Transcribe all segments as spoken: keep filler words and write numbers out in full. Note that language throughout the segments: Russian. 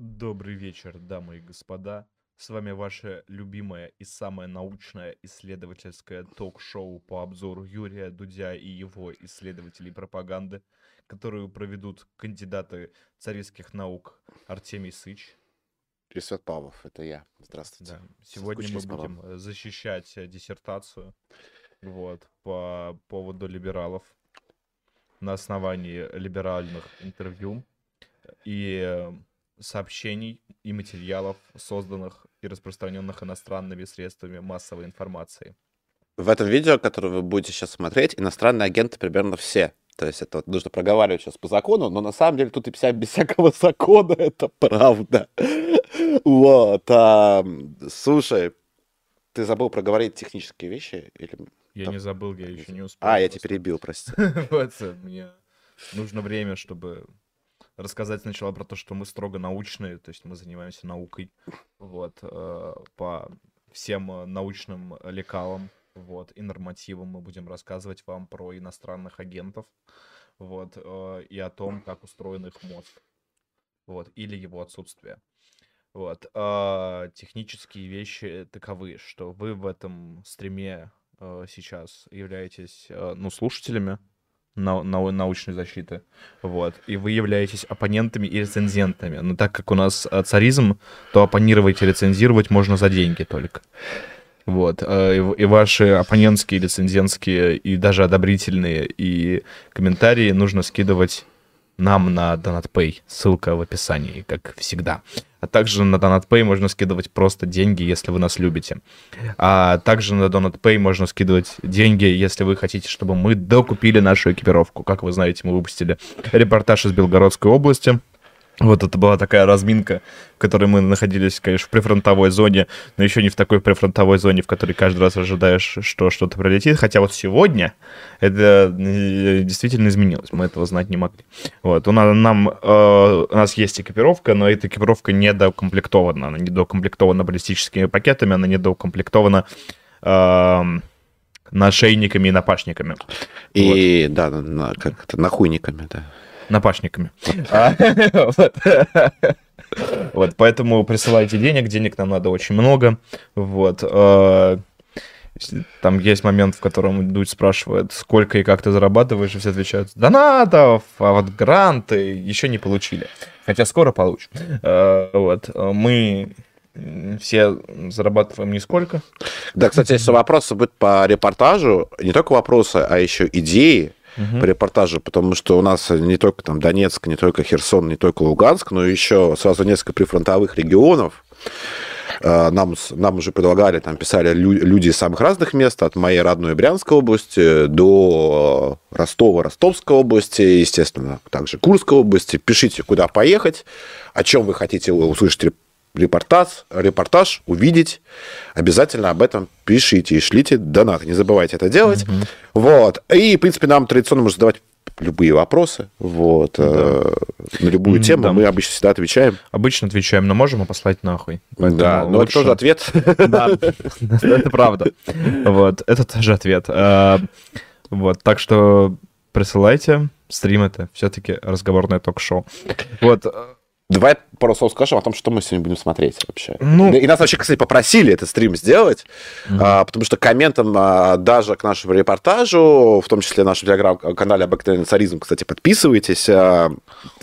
Добрый вечер, дамы и господа. С вами ваше любимое и самое научное исследовательское ток-шоу по обзору Юрия Дудя и его исследователей пропаганды, которую проведут кандидаты царистских наук Артемий Сыч. И Свят Павлов, это я. Здравствуйте. Да. Сегодня мы Соскучились по вам. будем защищать э, диссертацию вот, по поводу либералов на основании либеральных интервью и э, сообщений и материалов, созданных и распространенных иностранными средствами массовой информации. В этом видео, которое вы будете сейчас смотреть, иностранные агенты примерно все. То есть это вот нужно проговаривать сейчас по закону, но на самом деле тут и вся, без всякого закона это правда. Вот. А, слушай, ты забыл проговорить технические вещи? Или... Я Там... не забыл, я еще не успел. А, я тебя перебил, прости. Вот, мне нужно время, чтобы рассказать сначала про то, что мы строго научные, то есть мы занимаемся наукой, вот, по всем научным лекалам, вот, и нормативам мы будем рассказывать вам про иностранных агентов, вот, и о том, как устроен их мозг, вот, или его отсутствие. Вот, технические вещи таковы, что вы в этом стриме сейчас являетесь, ну, слушателями на, на, научной защиты, вот, и вы являетесь оппонентами и рецензентами. Но так как у нас царизм, то оппонировать и рецензировать можно за деньги только. Вот, и, и ваши оппонентские, рецензентские и даже одобрительные и комментарии нужно скидывать нам на DonatPay, ссылка в описании, как всегда. А также на DonatPay можно скидывать просто деньги, если вы нас любите. А также на DonatPay можно скидывать деньги, если вы хотите, чтобы мы докупили нашу экипировку. Как вы знаете, мы выпустили репортаж из Белгородской области. Вот это была такая разминка, в которой мы находились, конечно, в прифронтовой зоне, но еще не в такой прифронтовой зоне, в которой каждый раз ожидаешь, что что-то прилетит. Хотя вот сегодня это действительно изменилось, мы этого знать не могли. Вот, у нас, нам, э, у нас есть экипировка, но эта экипировка недоукомплектована. Она недоукомплектована баллистическими пакетами, она недоукомплектована э, нашейниками и напашниками. И, вот. Да, на, как это, нахуйниками, да. Напашниками. Вот, поэтому присылайте денег, денег нам надо очень много. Вот. Там есть момент, в котором Дудь спрашивает, сколько и как ты зарабатываешь, и все отвечают, донатов, а вот гранты еще не получили. Хотя скоро получим. Вот. Мы все зарабатываем нисколько. Да, кстати, если вопросы будут по репортажу, не только вопросы, а еще идеи, Uh-huh. по репортажу, потому что у нас не только там Донецк, не только Херсон, не только Луганск, но еще сразу несколько прифронтовых регионов. Нам, нам уже предлагали, там писали люди из самых разных мест, от моей родной Брянской области до Ростова, Ростовской области, естественно, также Курской области. Пишите, куда поехать, о чем вы хотите услышать репортаж, репортаж, увидеть, обязательно об этом пишите и шлите донаты. Не забывайте это делать. Mm-hmm. Вот. И, в принципе, нам традиционно можно задавать любые вопросы. Вот. Да. Э, на любую mm-hmm. тему. Да. Мы обычно всегда отвечаем. Обычно отвечаем, но можем и послать нахуй. Поэтому да, но лучше... это тоже ответ. Да, это правда. Вот. Это тоже ответ. Вот. Так что присылайте. Стрим — это все-таки разговорное ток-шоу. Вот. Давай пару слов скажем о том, что мы сегодня будем смотреть вообще. Ну... И нас вообще, кстати, попросили этот стрим сделать, mm-hmm. а, потому что комментом а, даже к нашему репортажу, в том числе на нашем телеграм-канале «Обыкновенный царизм», кстати, подписывайтесь, а,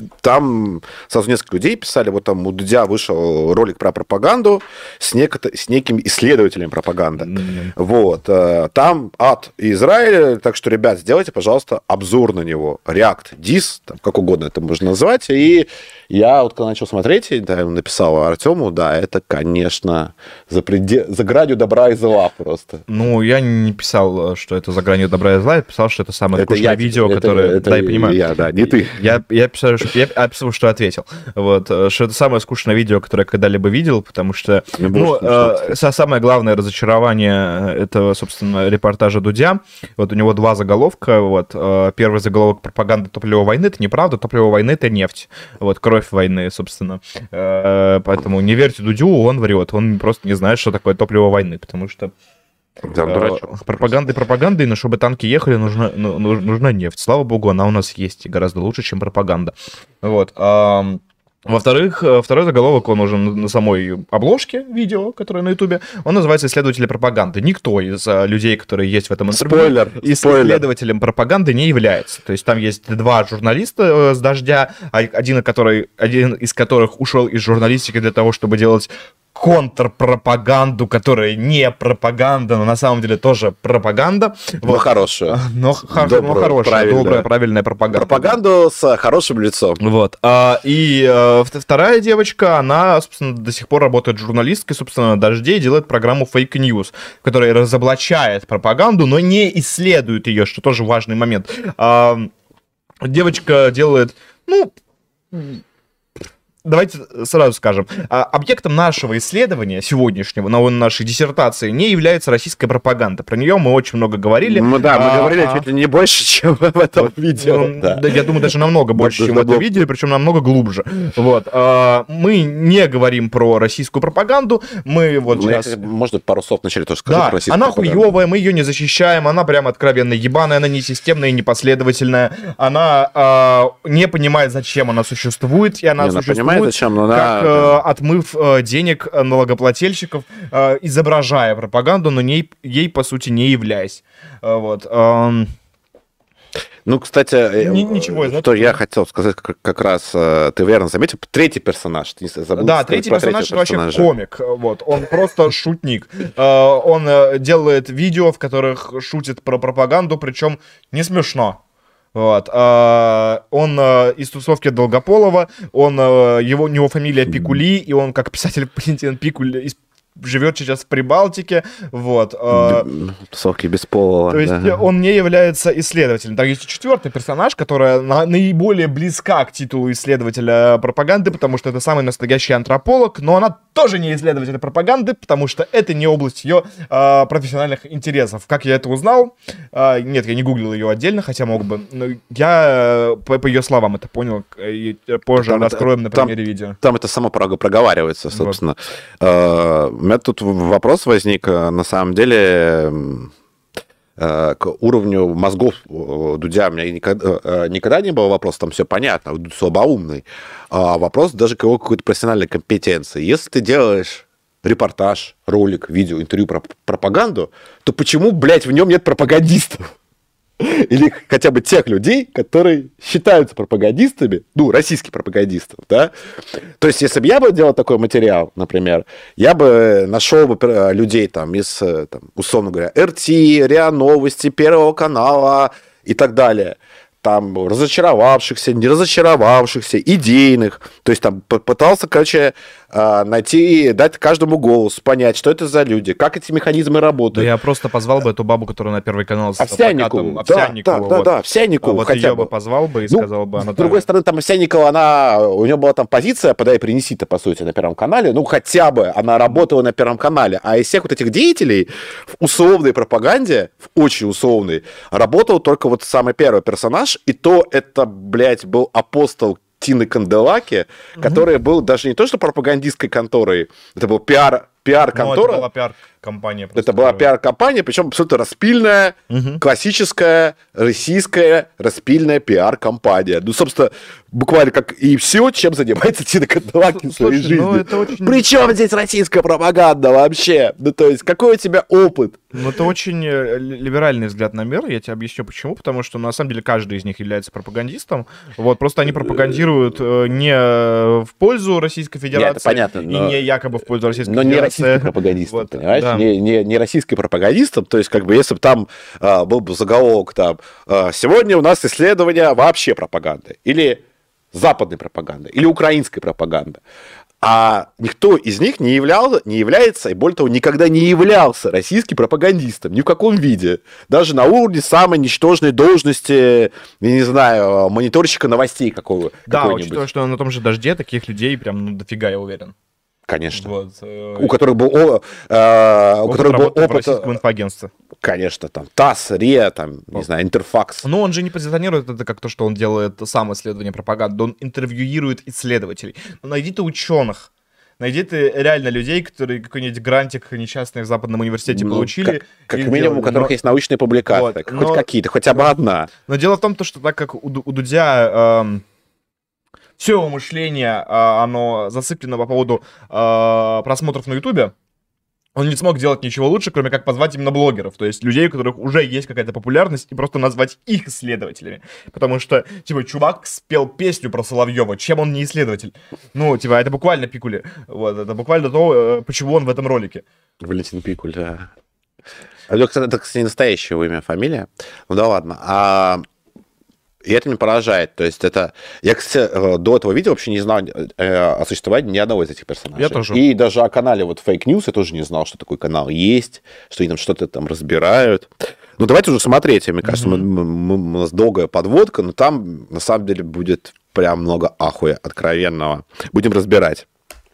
там сразу несколько людей писали, вот там у Дудя вышел ролик про пропаганду с, неко- с неким исследователем пропаганды. Mm-hmm. Вот. А, там ад Израиля, так что, ребят, сделайте, пожалуйста, обзор на него. React, дис, там, как угодно это можно назвать, и я вот когда начал смотреть, да, написал Артему, да, это, конечно, за, предел... за гранью добра и зла просто. Ну, я не писал, что это за гранью добра и зла, я писал, что это самое это скучное я, видео, это, которое... Это, да, я понимаю. Я, да, не ты. Я, я, писал, что, я описал, что ответил. Вот, что это самое скучное видео, которое я когда-либо видел, потому что... Ну, э, самое главное разочарование этого, собственно, репортажа Дудя. Вот у него два заголовка. Вот, первый заголовок — пропаганда топливо войны. Это неправда, топливо войны — это нефть. Вот, кровь войны, собственно. Поэтому не верьте Дудю, он врет. Он просто не знает, что такое топливо войны, потому что Да, пропагандой пропагандой, но чтобы танки ехали, нужна, ну, нужна нефть. Слава богу, она у нас есть гораздо лучше, чем пропаганда. Вот. Во-вторых, второй заголовок, он уже на самой обложке видео, которое на Ютубе, он называется «Исследователи пропаганды». Никто из а, людей, которые есть в этом интервью, спойлер, исследователем спойлер. пропаганды не является. То есть там есть два журналиста э, с «Дождя», один, который, один из которых ушел из журналистики для того, чтобы делать контрпропаганду, которая не пропаганда, но на самом деле тоже пропаганда. Но вот. хорошая. Но, х- добрую, но хорошая, правильная. добрая, правильная пропаганда. Пропаганду с хорошим лицом. Вот. А, и а, вторая девочка, она, собственно, до сих пор работает журналисткой, собственно, на «Дожде» и делает программу Fake News, которая разоблачает пропаганду, но не исследует ее, что тоже важный момент. А, девочка делает, ну... Давайте сразу скажем, объектом нашего исследования сегодняшнего, на нашей диссертации, не является российская пропаганда. Про нее мы очень много говорили. Ну да, мы а, говорили а... чуть ли не больше, чем в этом вот, видео. Ну, да. Да, я думаю, даже намного больше, чем в этом видео, причем намного глубже. Вот. А, мы не говорим про российскую пропаганду. Мы вот ну, сейчас... Я, может, пару слов вначале тоже скажу да, про российскую она пропаганду. хуевая, мы ее не защищаем, она прям откровенно ебаная, она не системная и непоследовательная. Она а, не понимает, зачем она существует, и она не, существует... Она зачем, но как она... э, отмыв э, денег налогоплательщиков, э, изображая пропаганду, но ней, ей, по сути, не являясь. Э, вот. Э, ну, кстати, Н- ничего, что знаете, я хотел сказать, как, как раз ты верно заметил, третий персонаж. Ты забыл да, третий персонаж — это вообще комик. Вот. Он просто шутник. Э, он делает видео, в которых шутит про пропаганду, причем не смешно. Вот. А, он а, из тусовки Долгополова, он, а, его, у него фамилия Пикули, и он, как писатель Валентин Пикуль, из, живет сейчас в Прибалтике. Вот. А, тусовки Бесполого. То есть да. он не является исследователем. Так, есть четвертый персонаж, которая на, наиболее близка к титулу исследователя пропаганды, потому что это самый настоящий антрополог, но она тоже не исследователь пропаганды, потому что это не область ее а, профессиональных интересов. Как я это узнал? А, нет, я не гуглил ее отдельно, хотя мог бы. Но я по, по ее словам это понял. И позже там раскроем это, на примере там, видео. Там это само проговаривается, собственно. Вот. У меня тут вопрос возник, на самом деле, к уровню мозгов Дудя у меня никогда, никогда не было вопроса, там все понятно, Дудь слабоумный. А вопрос даже к его какой-то профессиональной компетенции. Если ты делаешь репортаж, ролик, видео, интервью про пропаганду, то почему, блядь, в нем нет пропагандистов? Или хотя бы тех людей, которые считаются пропагандистами, ну, российских пропагандистов, да? То есть, если бы я бы делал такой материал, например, я бы нашел бы людей там из, там, условно говоря, эр ти, РИА Новости, Первого канала и так далее, там, разочаровавшихся, не разочаровавшихся, идейных, то есть, там, пытался, короче, найти, дать каждому голос, понять, что это за люди, как эти механизмы работают. Да я просто позвал бы эту бабу, которая на Первый канал с Овсянникову, Овсянникову. Да, да, вот. да, Овсянникову. Вот хотя ее бы бы позвал бы и ну, сказал бы... Она с другой так... стороны, там Овсянникова, она, у нее была там позиция «подай и принеси-то», по сути, на Первом канале, ну, хотя бы она работала на Первом канале, а из всех вот этих деятелей в условной пропаганде, в очень условной, работал только вот самый первый персонаж, и то это, блядь, был апостол Тины Канделаки, угу. который был даже не то, что пропагандистской конторой, это был пиар, пиар-контора. Ну, это была пиар-компания. Это была пиар-компания, причем абсолютно распильная, угу. классическая, российская распильная пиар-компания. Ну, собственно, буквально как и все, чем занимается Тина Канделаки в своей жизни. Ну, это очень... Причем здесь российская пропаганда вообще? Ну, то есть, какой у тебя опыт? Ну, это очень либеральный взгляд на мир, я тебе объясню почему, потому что, на самом деле, каждый из них является пропагандистом, вот, просто они пропагандируют не в пользу Российской Федерации. Нет, это понятно, но... и не якобы в пользу Российской но Федерации. Но не российским пропагандистом, вот, понимаешь? Да. Не, не, не российским пропагандистом, то есть, как бы, если бы там а, был бы заголовок, там, а, сегодня у нас исследование вообще пропаганды, или западной пропаганды, или украинской пропаганды. А никто из них не, являл, не является, и более того, никогда не являлся российским пропагандистом, ни в каком виде. Даже на уровне самой ничтожной должности, я не знаю, мониторщика новостей какого, да, какой-нибудь. Учитывая, что на том же «Дожде» таких людей прям ну, дофига, я уверен. Конечно. Вот, э... У которых был, о, э, у которых был опыт... в российском инфоагентстве. Конечно, там, ТАСС, РИА, там, не знаю, Интерфакс. Но он же не позиционирует это как то, что он делает сам исследование пропаганды, он интервьюирует исследователей. Ну, найди ты ученых, найди ты реально людей, которые какой-нибудь грантик несчастный в Западном университете ну, получили. Как, как минимум, у которых но... есть научные публикации, вот, хоть но... какие-то, хотя бы но... одна. Но дело в том, что так как у, у Дудя... Эм... все его мышление, а, оно зациклено по поводу а, просмотров на Ютубе. Он не смог делать ничего лучше, кроме как позвать именно блогеров, то есть людей, у которых уже есть какая-то популярность, и просто назвать их исследователями. Потому что, типа, чувак спел песню про Соловьева, чем он не исследователь? Ну, типа, это буквально Пикули. Вот, это буквально то, почему он в этом ролике. Валентин Пикуль, да. Это, кстати, не настоящее имя, фамилия. Ну да ладно. А... И это меня поражает. То есть это... Я, кстати, до этого видео вообще не знал о существовании ни одного из этих персонажей. Я тоже. И даже о канале вот Fake News я тоже не знал, что такой канал есть, что они там что-то там разбирают. Ну, давайте уже смотреть. Мне кажется, mm-hmm. мы, мы, мы, у нас долгая подводка, но там, на самом деле, будет прям много ахуя откровенного. Будем разбирать.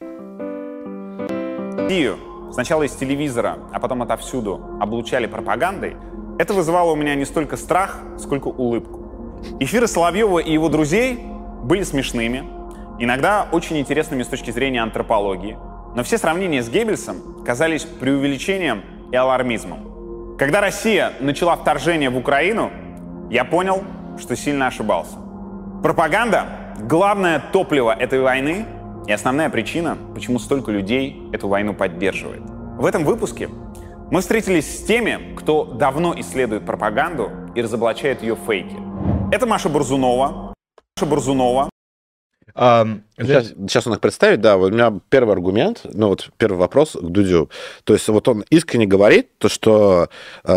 Сначала из телевизора, а потом отовсюду облучали пропагандой. Это вызывало у меня не столько страх, сколько улыбку. Эфиры Соловьева и его друзей были смешными, иногда очень интересными с точки зрения антропологии, но все сравнения с Геббельсом казались преувеличением и алармизмом. Когда Россия начала вторжение в Украину, я понял, что сильно ошибался. Пропаганда — главное топливо этой войны и основная причина, почему столько людей эту войну поддерживает. В этом выпуске мы встретились с теми, кто давно исследует пропаганду и разоблачает ее фейки. Это Маша Борзунова. Маша Борзунова. Um, сейчас, сейчас он их представит, да, вот у меня первый аргумент, ну вот первый вопрос к Дудю. То есть вот он искренне говорит, то, что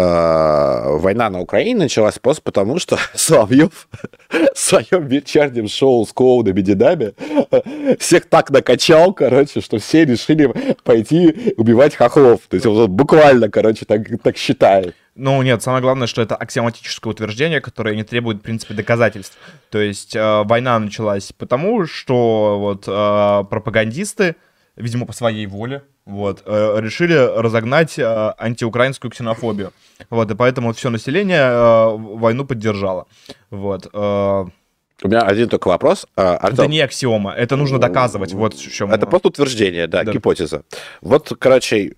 э, война на Украине началась просто потому, что Соловьев в своем вечернем шоу с клоунами Динами всех так накачал, короче, что все решили пойти убивать хохлов. То есть он буквально, короче, так, так считает. Ну, нет, самое главное, что это аксиоматическое утверждение, которое не требует, в принципе, доказательств. То есть э, война началась потому, что вот э, пропагандисты, видимо, по своей воле, вот, э, решили разогнать э, антиукраинскую ксенофобию. Вот, и поэтому все население э, войну поддержало. Вот. Э, У меня один только вопрос. Артем, это не аксиома, это нужно доказывать. Вот в чем... Это просто утверждение, да, да, гипотеза. Вот, короче,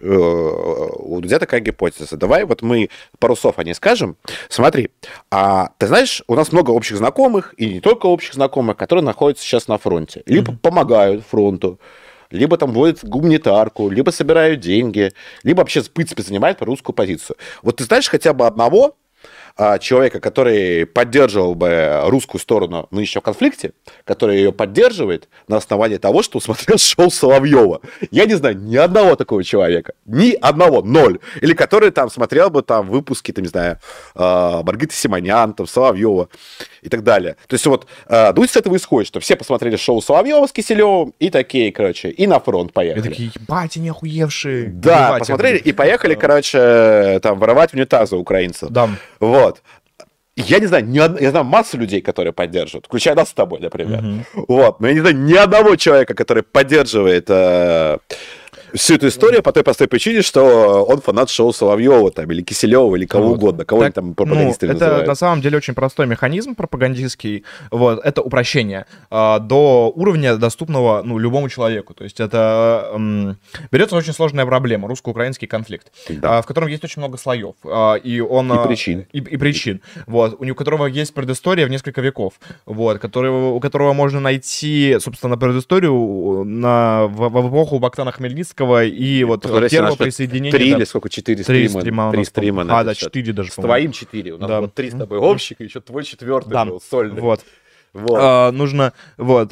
у Дудя такая гипотеза. Давай вот мы пару слов о ней скажем. Смотри, а ты знаешь, у нас много общих знакомых, и не только общих знакомых, которые находятся сейчас на фронте. Либо mm-hmm. помогают фронту, либо там вводят гуманитарку, либо собирают деньги, либо вообще, в принципе, занимают русскую позицию. Вот ты знаешь хотя бы одного человека, который поддерживал бы русскую сторону в нынешнем конфликте, который ее поддерживает на основании того, что смотрел шоу Соловьева. Я не знаю ни одного такого человека. Ни одного. Ноль. Или который там смотрел бы там выпуски, там, не знаю, Маргариты Симонян, там, Соловьева и так далее. То есть вот Дудь с этого исходит, что все посмотрели шоу Соловьева с Киселевым и такие, короче, и на фронт поехали. И такие, ебать, они охуевшие. Да, посмотрели и поехали, короче, там, воровать унитазы украинцев. Да. Вот. Я не знаю, ни од... я знаю массу людей, которые поддерживают, включая нас с тобой, например. Mm-hmm. Вот. Но я не знаю ни одного человека, который поддерживает э... всю эту историю по той простой причине, что он фанат шоу Соловьева там, или Киселева, или кого вот. угодно, кого они там пропагандисты ну, называют. Это на самом деле очень простой механизм пропагандистский. Вот, это упрощение э, до уровня, доступного ну, любому человеку. То есть это э, берется очень сложная проблема, русско-украинский конфликт, да. э, в котором есть очень много слоев. Э, и, он, и причин. И, и причин. Вот, у которого есть предыстория в несколько веков, вот, которого, у которого можно найти, собственно, предысторию на, в, в эпоху Богдана Хмельницкого и вот первого присоединения... Три да, или сколько? Четыре стрима? Три стрима. Три стрима. А, да, четыре даже. С твоим четыре. У нас да. было три с тобой общих, и еще твой четвертый да. был сольный. Вот. вот. А, нужно... Вот...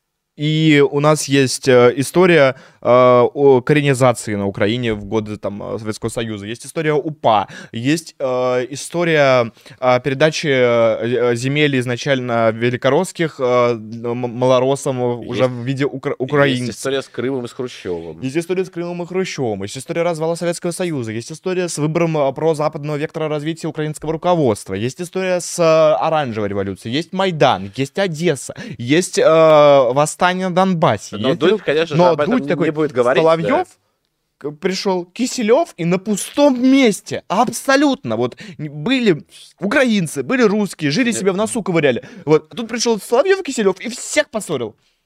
И у нас есть история э, о коренизации на Украине в годы там, Советского Союза. Есть история УПА. Есть э, история э, передачи земель изначально великоросских э, малоросам уже есть, в виде укра- украинцев. Есть история с Крымом и с Хрущевым. Есть история с Крымом и Хрущевым. Есть история развала Советского Союза. Есть история с выбором прозападного вектора развития украинского руководства. Есть история с э, оранжевой революцией. Есть Майдан. Есть Одесса. Есть э, восстание на Донбассе. Но Дудь, конечно, но об этом Дудь такой, не будет говорить. Соловьев да. пришел, Киселев, и на пустом месте. Абсолютно. Вот были украинцы, были русские, жили себе в носу ковыряли. Вот. А тут пришел Соловьев и Киселев и всех поссорил.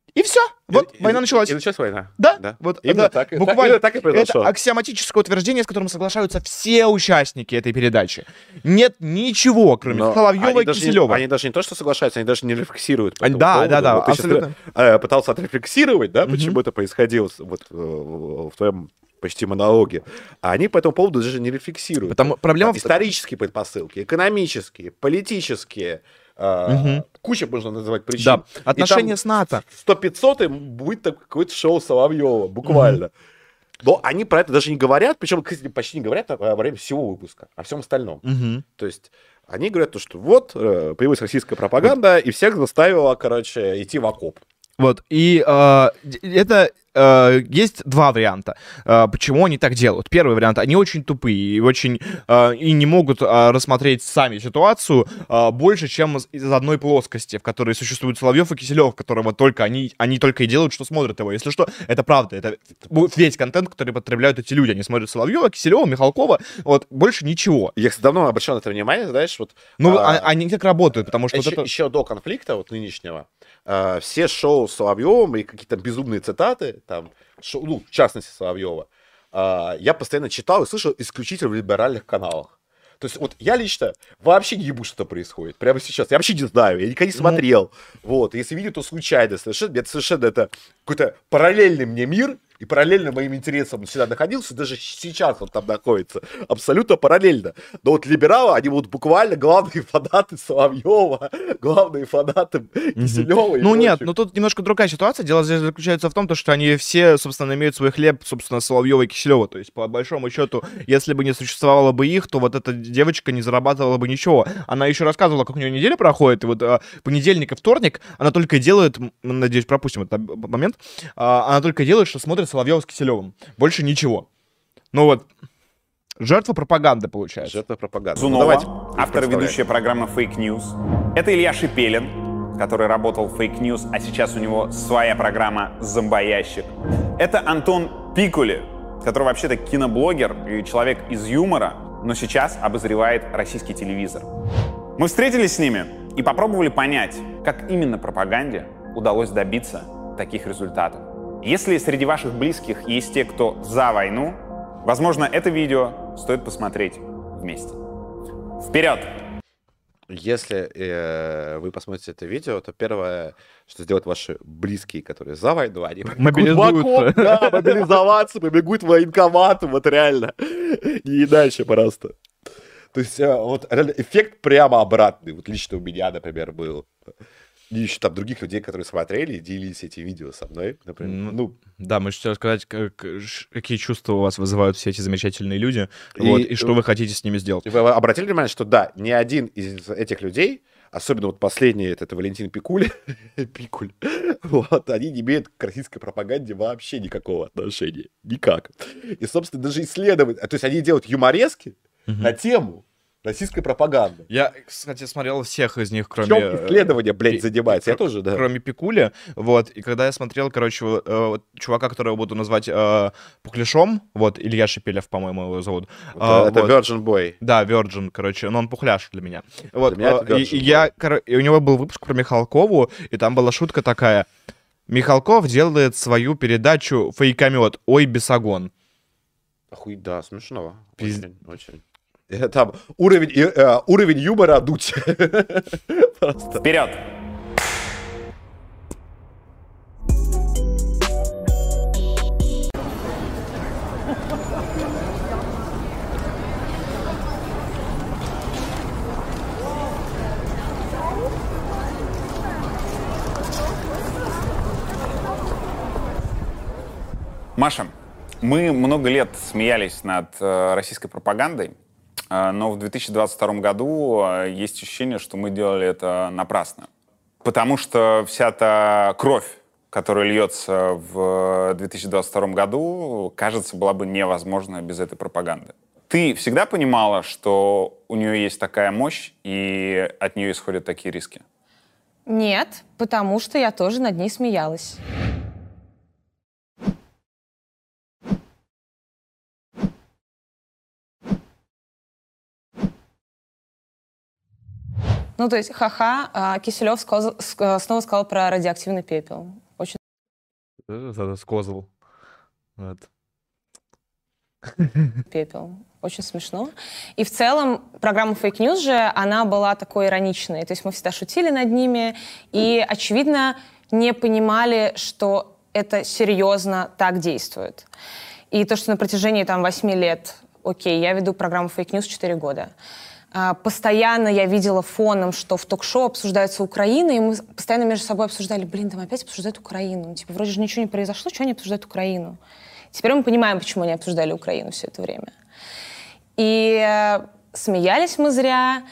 И все. Вот и, война и, началась. И началась война. Да. да. Вот именно это так, буквально так, так и произошло. Это аксиоматическое утверждение, с которым соглашаются все участники этой передачи. Нет ничего, кроме Но Соловьева и даже Киселева. Не, они даже не то, что соглашаются, они даже не рефлексируют. По они, да, поводу. да, да, вот ты абсолютно. Сейчас, э, пытался отрефлексировать, да, Мгм. почему это происходило вот, э, в твоем почти монологе. А они по этому поводу даже не рефлексируют. Потому проблема Там в- исторические предпосылки, экономические, политические. Uh, Мгм. Куча можно называть причин. Да, отношения И там с НАТО. сто пятьсот им будет так какое-то шоу Соловьева, буквально. Но они про это даже не говорят, причем, кстати, почти не говорят во время всего выпуска, о всем остальном. Мгм. То есть они говорят, то, что вот, э, появилась российская пропаганда, и всех заставила, короче, идти в окоп. Вот, и э, это э, есть два варианта, э, почему они так делают. Первый вариант, они очень тупые и очень э, и не могут э, рассмотреть сами ситуацию э, больше, чем из, из одной плоскости, в которой существуют Соловьев и Киселев, которого только они, они только и делают, что смотрят его. Если что, это правда, это весь контент, который потребляют эти люди. Они смотрят Соловьева, Киселева, Михалкова, вот, больше ничего. Я, кстати, давно обращал на это внимание, знаешь, вот... Ну, а, а- они так работают, потому что еще, вот это... еще до конфликта вот нынешнего а, все шоу с Соловьевым и какие-то безумные цитаты, там, шоу, ну, в частности, Соловьева, а, я постоянно читал и слышал исключительно в либеральных каналах. То есть вот я лично вообще не ебу, что происходит. Прямо сейчас. Я вообще не знаю. Я никогда не смотрел. Ну... Вот. Если видел, то случайно. Совершенно, это совершенно это какой-то параллельный мне мир. И параллельно моим интересам он всегда находился. Даже сейчас он там находится. Абсолютно параллельно. Но вот либералы, они вот буквально главные фанаты Соловьева. Главные фанаты Киселева. Ну нет, ну тут немножко другая ситуация. Дело здесь заключается в том, что они все, собственно, имеют свой хлеб, собственно, Соловьева и Киселева. То есть, по большому счету, если бы не существовало бы их, то вот эта девочка не зарабатывала бы ничего. Она еще рассказывала, как у нее неделя проходит, и вот а, понедельник и вторник она только делает, надеюсь, пропустим этот момент, а, она только делает, что смотрит Соловьева с Киселевым. Больше ничего. Ну вот, жертва пропаганды получается. Жертва пропаганды. Зунова, Ну, давайте автор и представляем. ведущая программы Fake News. Это Илья Шипелин, который работал в Fake News, а сейчас у него своя программа «Зомбоящик». Это Антон Пикули, который вообще-то киноблогер и человек из юмора, но сейчас обозревает российский телевизор. Мы встретились с ними и попробовали понять, как именно пропаганде удалось добиться таких результатов. Если среди ваших близких есть те, кто за войну, возможно, это видео стоит посмотреть вместе. Вперед! Если э, вы посмотрите это видео, то первое, что сделают ваши близкие, которые за войну, они побегут в окоп, да, мобилизоваться, побегут в военкомат, вот реально. Не иначе просто. То есть э, вот реально эффект прямо обратный. Вот лично у меня, например, был. И еще там других людей, которые смотрели и делились эти видео со мной, например. Ну, да, можете рассказать, как, какие чувства у вас вызывают все эти замечательные люди, и, вот, и что вы хотите с ними сделать. Вы обратили внимание, что да, ни один из этих людей, особенно вот последний, это, это Валентин Пикуль, Пикуль, вот, они не имеют к российской пропаганде вообще никакого отношения. Никак. И, собственно, даже исследовать, то есть они делают юморески Мгм. на тему российской пропаганды. Я, кстати, смотрел всех из них, В кроме... чем э, исследование, блядь, Пи- занимается? Я кро- тоже, да. Кроме Пикули, вот, и когда я смотрел, короче, вот, э, вот чувака, которого буду назвать э, Пухляшом, вот, Илья Шепелев, по-моему, его зовут. Это, А, это вот. Virgin Boy. Да, Virgin, короче, но он пухляш для меня. Вот, меня это э, и, Virgin и я, коро- и у него был выпуск про Михалкову, и там была шутка такая: Михалков делает свою передачу «Фейкомет», ой, бесогон. Охуй, да, смешно. Пиз- Очень, очень. Э, Там уровень, э, э, уровень юмора дуть. Просто. Вперед! Маша, мы много лет смеялись над э, российской пропагандой, э, но в две тысячи двадцать втором году э, есть ощущение, что мы делали это напрасно. Потому что вся та кровь, которая льется в две тысячи двадцать втором году, кажется, была бы невозможна без этой пропаганды. Ты всегда понимала, что у нее есть такая мощь и от нее исходят такие риски? Нет, потому что я тоже над ней смеялась. Ну, то есть, ха-ха, а, Киселев сказ- ск- снова сказал про радиоактивный пепел. Очень С козл. Вот. Пепел. Очень смешно. И в целом программа Fake News же, она была такой ироничной. То есть мы всегда шутили над ними и, очевидно, не понимали, что это серьезно так действует. И то, что на протяжении там восьми лет, окей, я веду программу Fake News четыре года, а, постоянно я видела фоном, что в ток-шоу обсуждается Украина, и мы постоянно между собой обсуждали, блин, там опять обсуждают Украину. Ну, типа, вроде же ничего не произошло, чего они обсуждают Украину? Теперь мы понимаем, почему они обсуждали Украину все это время. И э, смеялись мы зря.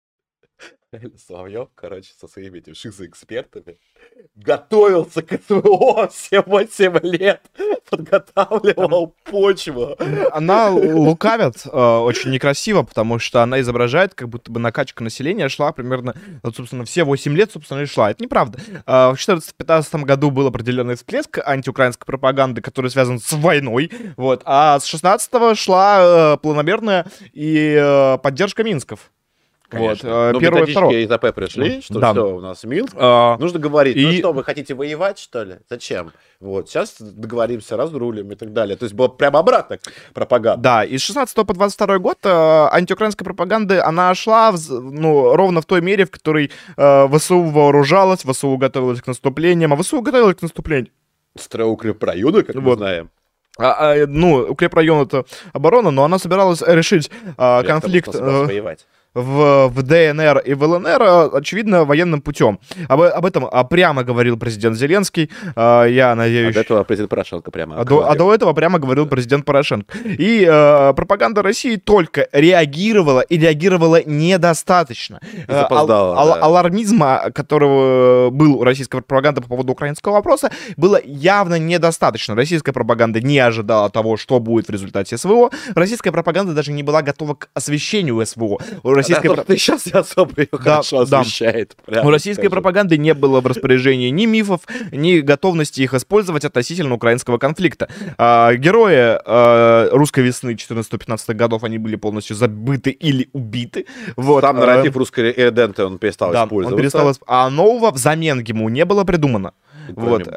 Соловьев, короче, со своими этими шизоэкспертами готовился к СВО все восемь лет, подготавливал почву. Она лукавит э, очень некрасиво, потому что она изображает, как будто бы накачка населения шла примерно, вот, собственно, все восемь лет, собственно, и шла. Это неправда. Э, в четырнадцатом-пятнадцатом году был определенный всплеск антиукраинской пропаганды, который связан с войной, вот, а с шестнадцатого шла э, планомерная и э, поддержка Минсков. Конечно. Вот, Но первое, второе. из АП пришли, что да. все, у нас Минск. А, Нужно говорить, ну и... что, вы хотите воевать, что ли? Зачем? Вот, сейчас договоримся, разрулим и так далее. То есть было прямо обратно пропаганда. Да, и с шестнадцатого по двадцать второй год э, антиукраинская пропаганда, она шла в, ну, ровно в той мере, в которой э, ВСУ вооружалась, ВСУ готовилась к наступлениям, а ВСУ готовилась к наступлению. Строил укрепрайоны, как вот. Мы знаем. А, а, ну, укрепрайон — это оборона, но она собиралась решить э, конфликт... Э, воевать. В, в ДНР и в ЛНР, очевидно, военным путем. Об, об этом прямо говорил президент Зеленский. Я надеюсь... А до этого президент Порошенко прямо... А до, а до этого прямо говорил президент Порошенко. И э, пропаганда России только реагировала и реагировала недостаточно. И запоздала, ал, да. ал, алармизма, которого был у российской пропаганды по поводу украинского вопроса, было явно недостаточно. Российская пропаганда не ожидала того, что будет в результате СВО. Российская пропаганда даже не была готова к освещению СВО. Российская... Да, ты сейчас не особо ее да, хорошо освещает. Да. У российской скажу. пропаганды не было в распоряжении ни мифов, ни готовности их использовать относительно украинского конфликта. А, герои а, русской весны четырнадцатого-пятнадцатых годов, они были полностью забыты или убиты. Вот. Там нарратив а, русской Эденты он перестал да, использоваться. Он перестал, а нового взамен ему не было придумано. Вот.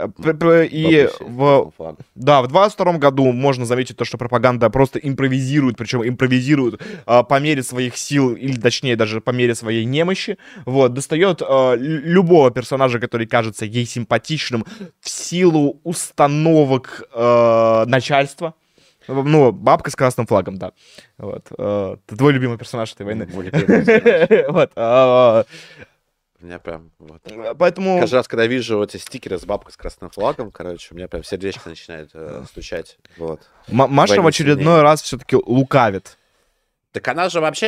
И в, да, в двадцать втором году можно заметить то, что пропаганда просто импровизирует, причем импровизирует а, по мере своих сил, или точнее даже по мере своей немощи. Вот, достает а, любого персонажа, который кажется ей симпатичным в силу установок а, начальства. Ну, бабка с красным флагом, да. Вот. А, твой любимый персонаж этой войны. Вот. У меня прям вот. Поэтому... Каждый раз, когда вижу эти стикеры с бабкой с красным флагом, короче, у меня прям сердечко начинает э, стучать. Вот. М- Маша в очередной сильнее. раз все-таки лукавит. Так она же вообще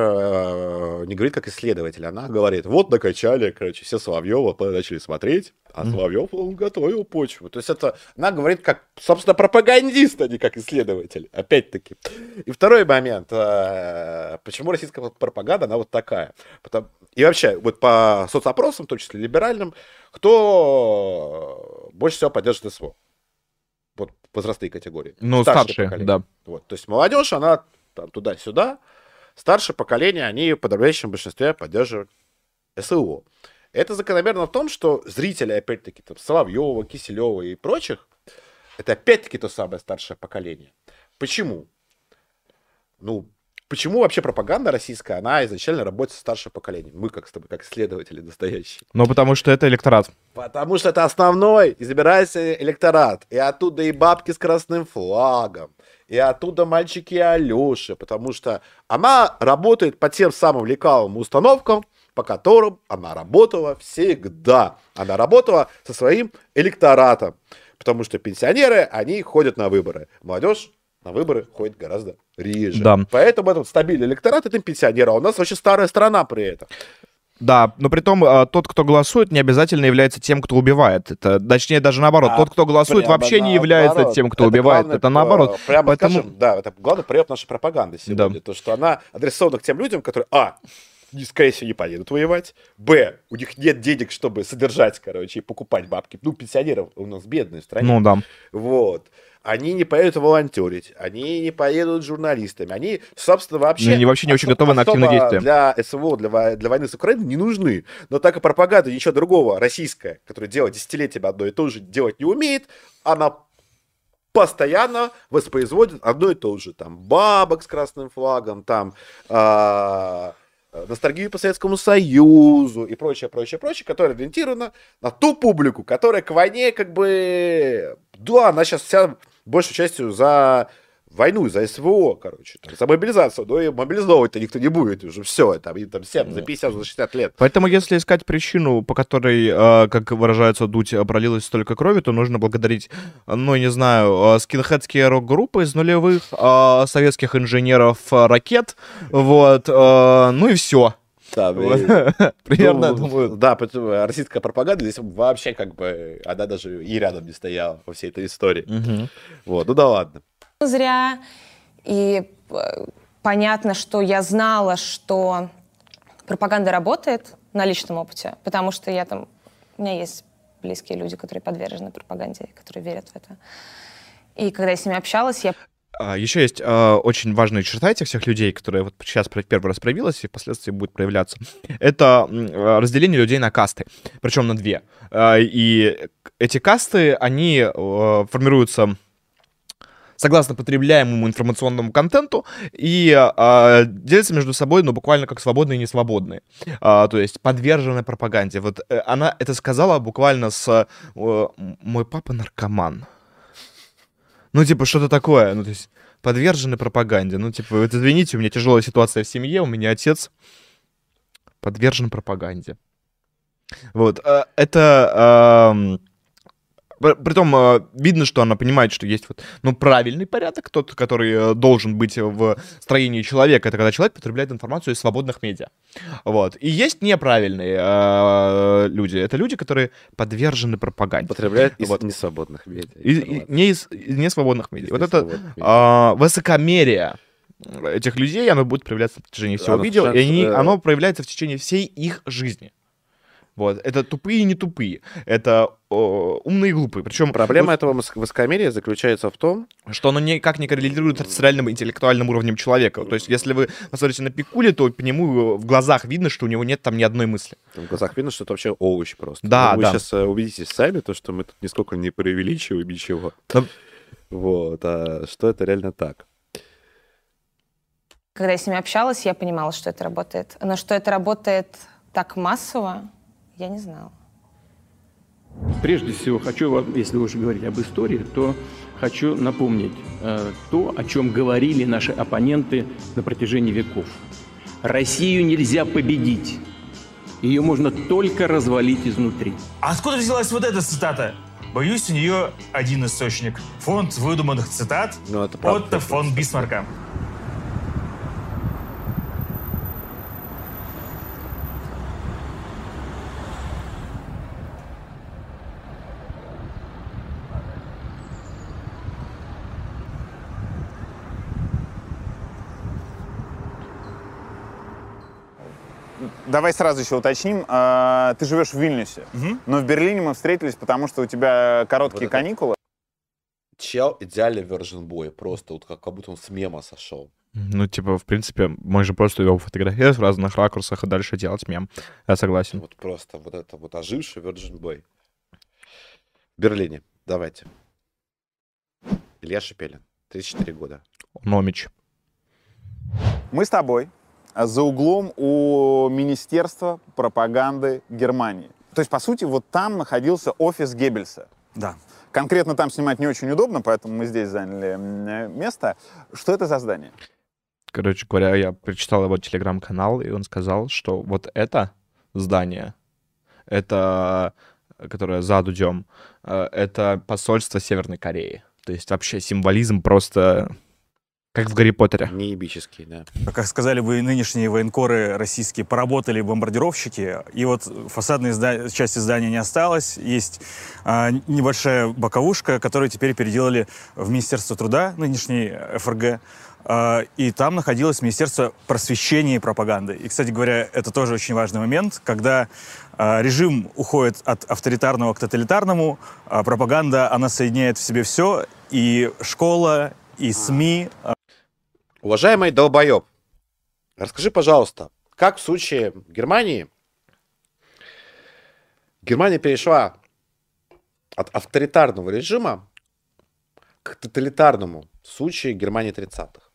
э, не говорит как исследователь, она говорит, вот накачали, короче, все Соловьева начали смотреть, а Соловьев, он готовил почву. То есть это, она говорит как, собственно, пропагандист, а не как исследователь, опять-таки. И второй момент, э, почему российская пропаганда, она вот такая. Потому, и вообще, вот по соцопросам, в том числе либеральным, кто больше всего поддерживает СВО? Вот возрастные категории. Ну, старшие, старшие да. Вот, то есть молодежь, она... Там, туда-сюда, старшее поколение, они в подавляющем большинстве поддерживают СВО. Это закономерно в том, что зрители, опять-таки, там, Соловьева, Киселева и прочих, это опять-таки то самое старшее поколение. Почему? Ну, почему вообще пропаганда российская, она изначально работает с старшим поколением? Мы, как с тобой, как исследователи настоящие. Ну, потому что это электорат. Потому что это основной избирательный электорат. И оттуда и бабки с красным флагом. И оттуда мальчики Алёши, потому что она работает по тем самым лекаловым установкам, по которым она работала всегда. Она работала со своим электоратом, потому что пенсионеры, они ходят на выборы. Молодежь на выборы ходит гораздо реже. Да. Поэтому этот стабильный электорат — это пенсионеры, а у нас очень старая страна при этом. Да, но при том тот, кто голосует, не обязательно является тем, кто убивает. Это, точнее, даже наоборот. А, тот, кто голосует, вообще не является наоборот. тем, кто это убивает. Главное, это наоборот. Прямо Поэтому... скажем, да, это главный прием нашей пропаганды сегодня. Да. То, что она адресована к тем людям, которые, а, скорее всего, не поедут воевать, б, у них нет денег, чтобы содержать, короче, и покупать бабки. Ну, пенсионеров у нас бедные в стране. Ну, да. Вот. они не поедут волонтерить, они не поедут журналистами, они, собственно, вообще... Ну, они вообще не очень готовы на активные действия. Для СВО, для, для войны с Украиной не нужны. Но так и пропаганда ничего другого, российская, которая делает десятилетиями одно и то же, делать не умеет, она постоянно воспроизводит одно и то же. Там бабок с красным флагом, там... А- ностальгию по Советскому Союзу и прочее, прочее, прочее, которое ориентировано на ту публику, которая к войне как бы... Да, она сейчас вся большей частью за войну, за СВО, короче, там, за мобилизацию, но и мобилизовывать-то никто не будет уже, все, там, им там всем за пятьдесят, за шестьдесят лет. Поэтому, если искать причину, по которой, э, как выражается Дудь, пролилось столько крови, то нужно благодарить, ну, не знаю, скинхедские рок-группы из нулевых, э, советских инженеров э, ракет, вот, э, ну и все. Да, вот. Примерно, ну, думаю. Да, российская пропаганда здесь вообще как бы, она даже и рядом не стояла во всей этой истории. Угу. Вот, ну да ладно. Зря. И понятно, что я знала, что пропаганда работает на личном опыте, потому что я там, у меня есть близкие люди, которые подвержены пропаганде, которые верят в это. И когда я с ними общалась, я... Еще есть э, очень важная черта этих всех людей, которая вот сейчас первый раз проявилась и впоследствии будет проявляться. Это э, разделение людей на касты, причем на две. Э, и эти касты, они э, формируются согласно потребляемому информационному контенту и э, делятся между собой, ну, буквально как свободные и несвободные. Э, то есть подвержены пропаганде. Вот э, она это сказала буквально с э, «мой папа наркоман». Ну, типа, что-то такое. Ну, то есть, подвержены пропаганде. Ну, типа, вот, извините, у меня тяжелая ситуация в семье, у меня отец подвержен пропаганде. Вот. Это... Притом, видно, что она понимает, что есть вот, ну, правильный порядок, тот, который должен быть в строении человека. Это когда человек потребляет информацию из свободных медиа. Вот. И есть неправильные э, люди. Это люди, которые подвержены пропаганде. Потребляют из вот. несвободных медиа. Из, не из несвободных медиа. Из вот несвободных это медиа. э, высокомерие этих людей, оно будет проявляться в течение всего Оно видео, сейчас, и они, э... оно проявляется в течение всей их жизни. Вот. Это тупые и не тупые. Это о, умные и глупые. Причем проблема вот, этого высокомерия заключается в том, что оно никак не коррелирует с реальным интеллектуальным уровнем человека. То есть, если вы посмотрите на Пикули, то по нему в глазах видно, что у него нет там ни одной мысли. В глазах видно, что это вообще овощ просто. Да, вы да. сейчас увидите сами, то, что мы тут нисколько не преувеличиваем ничего. Да. Вот. А что это реально так? Когда я с ними общалась, я понимала, что это работает. Но что это работает так массово, я не знала. Прежде всего, хочу вам, если уже говорить об истории, то хочу напомнить э, то, о чем говорили наши оппоненты на протяжении веков. Россию нельзя победить. Ее можно только развалить изнутри. А откуда взялась вот эта цитата? Боюсь, у нее один источник. Фонд выдуманных цитат Ну, это правда, Отто фон Бисмарка. Давай сразу еще уточним. А, ты живешь в Вильнюсе, Угу. но в Берлине мы встретились, потому что у тебя короткие Вот это- каникулы. Чел идеальный Virgin Boy. Просто вот как, как будто он с мема сошел. Ну, типа, в принципе, можно просто его фотографировать в разных ракурсах и дальше делать мем. Я согласен. Вот просто вот это вот оживший Virgin Boy. В Берлине. Давайте. Илья Шепелин. тридцать четыре года. Номич. Мы с тобой за углом у Министерства пропаганды Германии. То есть, по сути, вот там находился офис Геббельса. Да. Конкретно там снимать не очень удобно, поэтому мы здесь заняли м, место. Что это за здание? Короче говоря, я прочитал его телеграм-канал, и он сказал, что вот это здание, это, которое за Дудем, э, это посольство Северной Кореи. То есть вообще символизм просто Как в Гарри Поттере. Неебический, да. Как сказали бы нынешние военкоры российские, поработали бомбардировщики, и вот фасадной зда... части здания не осталось. Есть а, небольшая боковушка, которую теперь переделали в Министерство труда, нынешний эф эр гэ. А, и там находилось Министерство просвещения и пропаганды. И, кстати говоря, это тоже очень важный момент, когда а, режим уходит от авторитарного к тоталитарному, а пропаганда, она соединяет в себе все, и школа, и СМИ. Уважаемый долбоеб, расскажи, пожалуйста, как в случае Германии Германия перешла от авторитарного режима к тоталитарному в случае Германии тридцатых?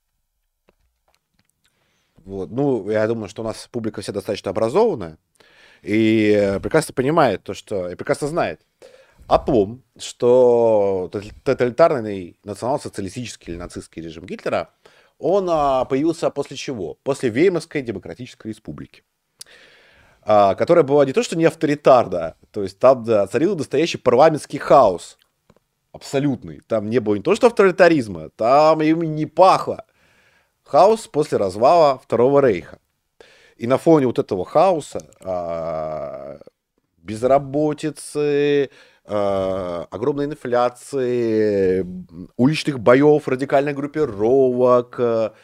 Вот. Ну, я думаю, что у нас публика вся достаточно образованная и прекрасно понимает то, что... И прекрасно знает о том, что тоталитарный национал-социалистический или нацистский режим Гитлера, он а, появился после чего? После Веймарской демократической республики, а, которая была не то что не авторитарна, то есть там да, царил настоящий парламентский хаос. Абсолютный. Там не было не то что авторитаризма, там им не пахло. Хаос после развала Второго Рейха. И на фоне вот этого хаоса, а, безработицы, а, огромной инфляции, уличных боев, радикальных группировок,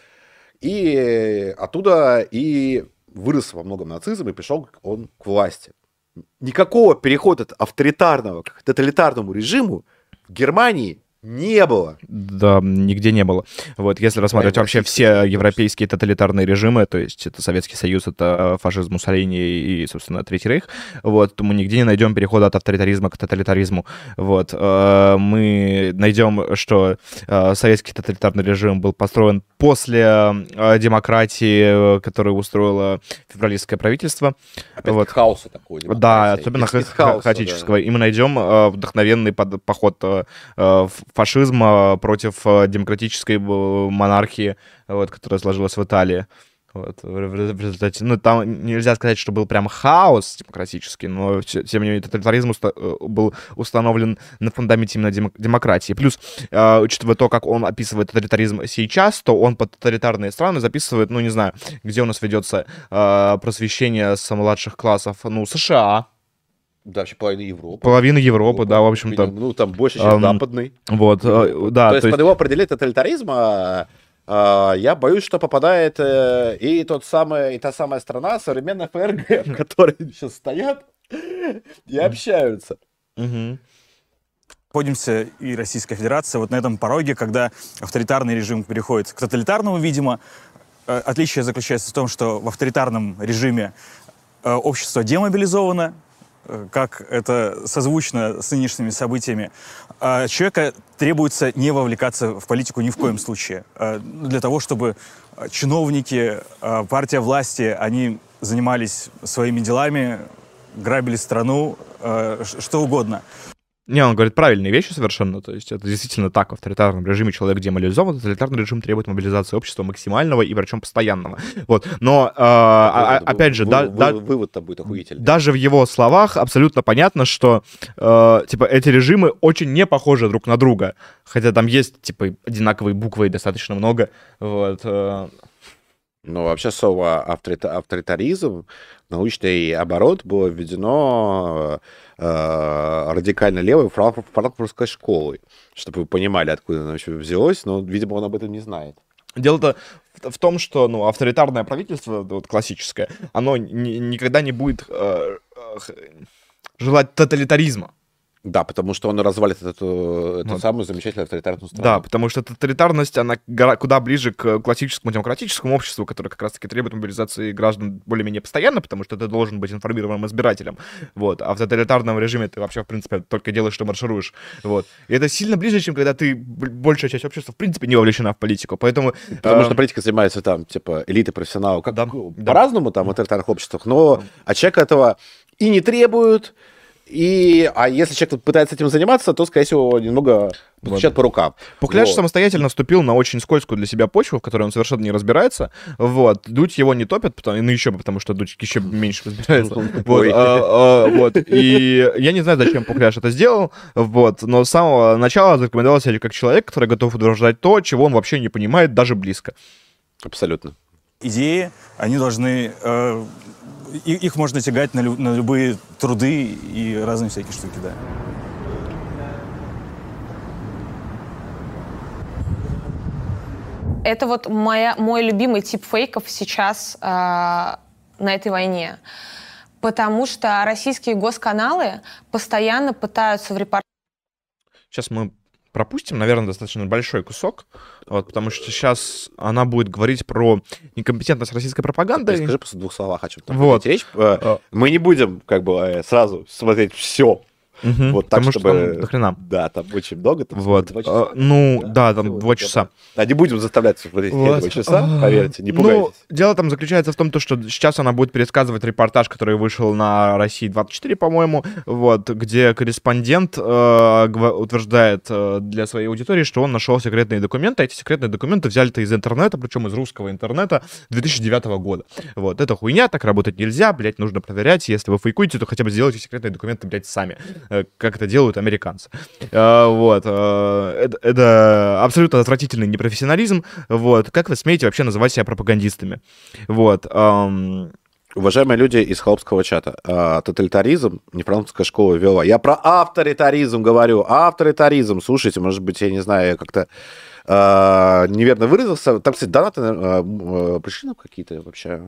и оттуда и вырос во многом нацизм, и пришел он к власти. Никакого перехода от авторитарного к тоталитарному режиму в Германии не было. Да, нигде не было. Вот, если рассматривать Прям вообще все европейские тоталитарные режимы, то есть это Советский Союз, это фашизм Муссолини и, собственно, Третий Рейх, вот, то мы нигде не найдем перехода от авторитаризма к тоталитаризму. Вот, мы найдем, что советский тоталитарный режим был построен после демократии, которую устроило февралистское правительство. Опять вот. Хаоса такого. Да, особенно ха- ха- хаотического. Да. И мы найдем вдохновенный под, поход в фашизма против демократической монархии, вот, которая сложилась в Италии. Вот, в результате, ну, там нельзя сказать, что был прям хаос демократический, но, тем не менее, тоталитаризм уста- был установлен на фундаменте именно дем- демократии. Плюс, э, учитывая то, как он описывает тоталитаризм сейчас, то он под тоталитарные страны записывает, ну, не знаю, где у нас ведется э, просвещение с младших классов, ну, США. Да, вообще половина Европы. Половина Европы, да, в общем-то. Ну, там больше, чем эм, западный. Вот, э, да. То есть, то есть под его определение тоталитаризма э, я боюсь, что попадает э, и, тот самый, и та самая страна, современная эф эр гэ, в которой сейчас стоят и общаются. Находимся и Российская Федерация вот на этом пороге, когда авторитарный режим переходит к тоталитарному, видимо. Э, отличие заключается в том, что в авторитарном режиме э, общество демобилизовано, как это созвучно с нынешними событиями, человека требуется не вовлекаться в политику ни в коем случае. Для того, чтобы чиновники, партия власти, они занимались своими делами, грабили страну, что угодно. Не, он говорит правильные вещи совершенно, то есть это действительно так, в авторитарном режиме человек демобилизован, тоталитарный режим требует мобилизации общества максимального и причем постоянного. Вот, но, э, а, опять же, вы, да, вы, да, вывод-то будет охуительный. Даже в его словах абсолютно понятно, что, э, типа, эти режимы очень не похожи друг на друга, хотя там есть, типа, одинаковые буквы и достаточно много, вот. Э. Ну, вообще слово авторита- авторитаризм, научный оборот было введено э, радикально левой франкфуртской школой, чтобы вы понимали, откуда оно вообще взялось, но, видимо, он об этом не знает. Дело-то в, в том, что, ну, авторитарное правительство, вот, классическое, оно ни, никогда не будет э, э, желать тоталитаризма. Да, потому что он развалит эту, эту Вот. самую замечательную авторитарную страну. Да, потому что тоталитарность, она гора- куда ближе к классическому демократическому обществу, которое как раз-таки требует мобилизации граждан более-менее постоянно, потому что ты должен быть информированным избирателем. Вот. А в тоталитарном режиме ты вообще, в принципе, только делаешь, что маршируешь. Вот. И это сильно ближе, чем когда ты, б- большая часть общества, в принципе, не вовлечена в политику. Поэтому... Потому э, что политика занимается там, типа, элиты, профессионалы, как Да, да. по-разному там в авторитарных обществах, но от человека этого и не требуют, И, а если человек пытается этим заниматься, то, скорее всего, немного постучат вот по рукам. Пухляш вот. самостоятельно вступил на очень скользкую для себя почву, в которой он совершенно не разбирается. Вот. Дудь его не топит, потому, ну еще потому что Дудь еще меньше разбирается. Вот, а, а, вот. И я не знаю, зачем Пухляш это сделал, вот. Но с самого начала зарекомендовал себя как человек, который готов утверждать то, чего он вообще не понимает даже близко. Абсолютно. Идеи, они должны... Э, их можно тягать на, лю, на любые труды и разные всякие штуки, да. Это вот моя, мой любимый тип фейков сейчас э, на этой войне. Потому что российские госканалы постоянно пытаются в репортаже... Сейчас мы пропустим, наверное, достаточно большой кусок, вот, потому что сейчас она будет говорить про некомпетентность российской пропаганды. Скажи просто в двух словах, о чем там вот. речь. Мы не будем как бы сразу смотреть все. Угу, вот так, потому чтобы... что там до хрена. Да, там очень много. Там вот. А, ну, да, да там два часа. Да, не будем заставлять смотреть вот. два часа, поверьте, не пугайтесь. Ну, дело там заключается в том, что сейчас она будет пересказывать репортаж, который вышел на Россия двадцать четыре, по-моему, вот, где корреспондент э, утверждает э, для своей аудитории, что он нашел секретные документы, а эти секретные документы взяли-то из интернета, причем из русского интернета две тысячи девятого года. Вот, это хуйня, так работать нельзя, блядь, нужно проверять, если вы фейкуете, то хотя бы сделайте секретные документы, блядь, сами. Как это делают американцы. Вот. Это, это абсолютно отвратительный непрофессионализм. Вот. Как вы смеете вообще называть себя пропагандистами? Вот. Уважаемые люди из холопского чата, тоталитаризм Нефронтовская школа вела. Я про авторитаризм говорю. Авторитаризм. Слушайте, может быть, я не знаю, я как-то неверно выразился. Там, кстати, донаты пришли нам какие-то вообще...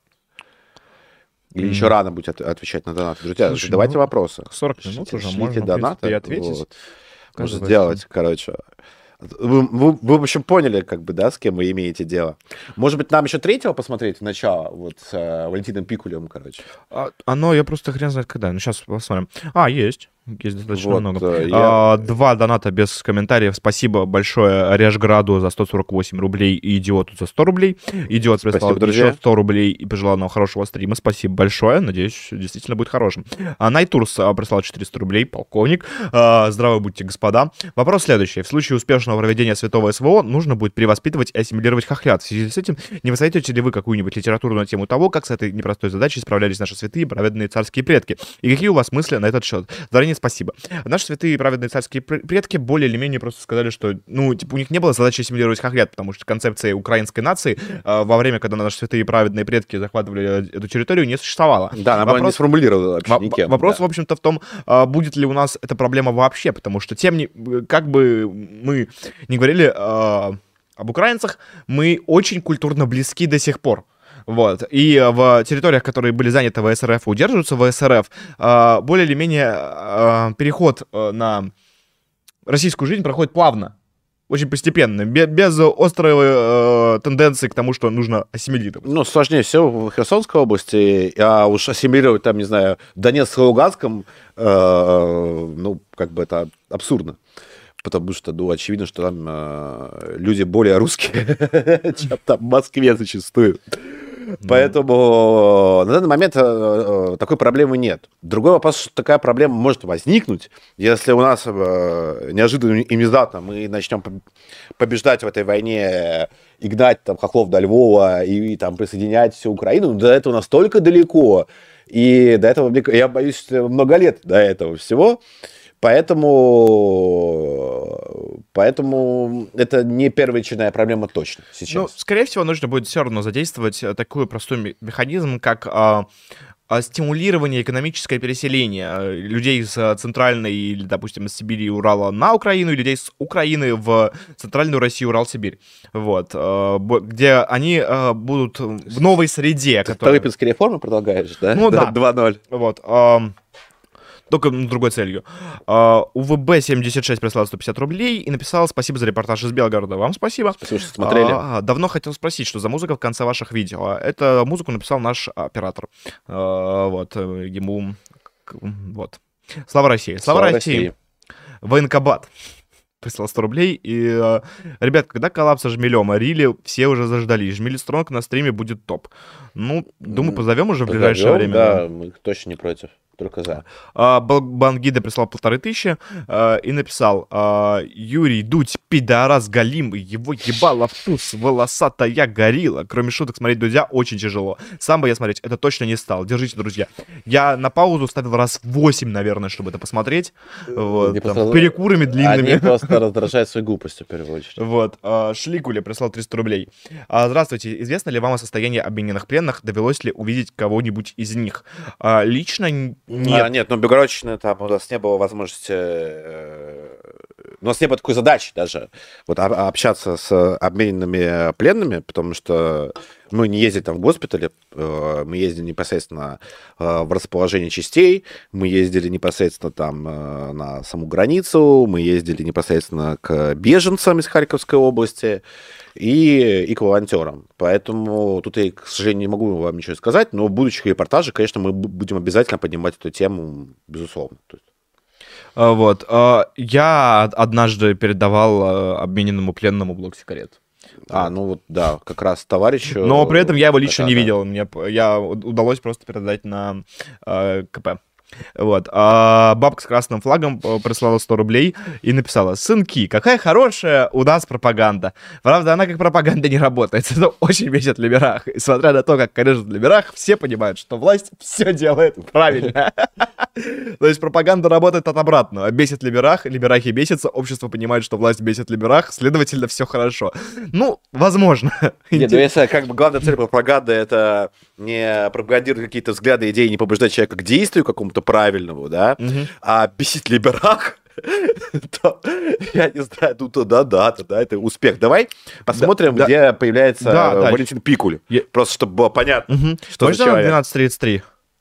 Или mm. еще рано будет от, отвечать на донаты? Друзья, Слушай, задавайте ну, вопросы. сорок минут уже можно, донаты, и ответить. Вот. Можно сделать, короче. Вы, вы, вы, в общем, поняли, как бы, да, с кем вы имеете дело. Может быть, нам еще третьего посмотреть в начало, вот с э, Валентином Пикулем, короче. А, оно, я просто хрен знает когда. Ну, сейчас посмотрим. А, есть. Есть достаточно вот, много. Я... А, два доната без комментариев. Спасибо большое Решграду за сто сорок восемь рублей и Идиоту за сто рублей. Идиот прислал еще сто рублей и пожелал нам хорошего стрима. Спасибо большое. Надеюсь, действительно будет хорошим. А, Найтурс а, прислал четыреста рублей. Полковник. А, здравы будьте, господа. Вопрос следующий. В случае успешного проведения святого СВО нужно будет перевоспитывать и ассимилировать хохлят. В связи с этим не посоветуете ли вы какую-нибудь литературную тему того, как с этой непростой задачей справлялись наши святые и праведные царские предки? И какие у вас мысли на этот счет? Заранее спасибо. Наши святые и праведные царские предки более или менее просто сказали, что, ну, типа, у них не было задачи ассимилировать хохлят, потому что концепция украинской нации э, во время, когда наши святые и праведные предки захватывали эту территорию, не существовала. Да, она вопрос, не сформулировала вообще никем. Вопрос, да. в общем-то, в том, э, будет ли у нас эта проблема вообще, потому что тем не... Как бы мы не говорили э, об украинцах, мы очень культурно близки до сих пор. Вот. И в территориях, которые были заняты ВСРФ, удерживаются ВСРФ, более или менее переход на российскую жизнь проходит плавно, очень постепенно, без острой тенденции к тому, что нужно ассимилировать. Ну, сложнее всего в Херсонской области, а уж ассимилировать там, не знаю, в Донецком и Луганском, ну, как бы это абсурдно. Потому что, ну, очевидно, что там э, люди более русские, чем там в Москве зачастую. Поэтому на данный момент э, такой проблемы нет. Другой вопрос, что такая проблема может возникнуть, если у нас э, неожиданно и внезапно мы начнем побеждать в этой войне и гнать там хохлов до Львова и, и там присоединять всю Украину. До этого настолько далеко. И до этого, я боюсь, много лет до этого всего. Поэтому, поэтому это не первоочередная проблема точно сейчас. Ну, скорее всего, нужно будет все равно задействовать такой простой механизм, как а, а, стимулирование экономическое переселение людей из центральной, или, допустим, из Сибири и Урала на Украину, и людей с Украины в центральную Россию, Урал-Сибирь. Вот. А, где они а, будут в новой среде. Ты которая... Столыпинские реформы предлагаешь, да? Ну да. два ноль. Вот. А, только с другой целью. Uh, У В Б семьдесят шесть прислал сто пятьдесят рублей и написал: спасибо за репортаж из Белгорода. Вам спасибо. Спасибо, что смотрели. Uh, давно хотел спросить, что за музыка в конце ваших видео. Эту музыку написал наш оператор. Uh, вот, ему... Вот. Слава России. Слава, Слава России. России. Военкомат прислал сто рублей. И, uh, ребят, когда коллапс со Жмелем, Рили все уже заждались. Жмели Стронг на стриме будет топ. Ну, думаю, позовем уже в позовем, ближайшее время. Да, мы точно не против. Только за. А, Бангида прислал полторы тысячи а, и написал: а, Юрий Дудь, пидорас галимый, его ебало вкус, волосатая горилла. Кроме шуток, смотреть Дудя очень тяжело. Сам бы я смотреть это точно не стал. Держите, друзья. Я на паузу ставил раз восемь, наверное, чтобы это посмотреть. Вот, там, просто... с перекурами длинными. Они просто раздражают своей глупостью, в первую очередь. Вот. А, Шликуля прислал триста рублей. А, здравствуйте. Известно ли вам о состоянии обмененных пленных? Довелось ли увидеть кого-нибудь из них? А, лично... Нет. А, нет, но Белгородчина там у нас не было возможности, э, у нас не было такой задачи даже вот общаться с обмененными пленными, потому что мы не ездили там в госпитале, э, мы ездили непосредственно э, в расположение частей, мы ездили непосредственно там э, на саму границу, мы ездили непосредственно к беженцам из Харьковской области и, и к волонтерам. Поэтому тут я, к сожалению, не могу вам ничего сказать, но в будущих репортажах, конечно, мы будем обязательно поднимать эту тему, безусловно. Вот. Я однажды передавал обмененному пленному блок сигарет. А, ну вот, да, как раз товарищу... Но при этом я его лично да, не да. видел. Мне я удалось просто передать на э, КП. Вот. А бабка с красным флагом прислала сто рублей и написала: сынки, какая хорошая у нас пропаганда. Правда, она как пропаганда не работает. Это очень бесит либерах. И смотря на то, как корежат либерах, все понимают, что власть все делает правильно. То есть пропаганда работает от обратного. Бесит либерах, либерахи бесятся, общество понимает, что власть бесит либерах, следовательно, все хорошо. Ну, возможно. Нет, ну если как бы главная цель пропаганды — это не пропагандировать какие-то взгляды, идеи, не побуждать человека к действию какому-то правильному, да, Мгм. а бесить либерах, то, я не знаю, ну то да-да, тогда это успех. Давай посмотрим, да. где появляется Да, э, дальше. Валентин Пикуль. Я- Просто чтобы было понятно, Мгм. что за Можно на человек. двенадцать тридцать три?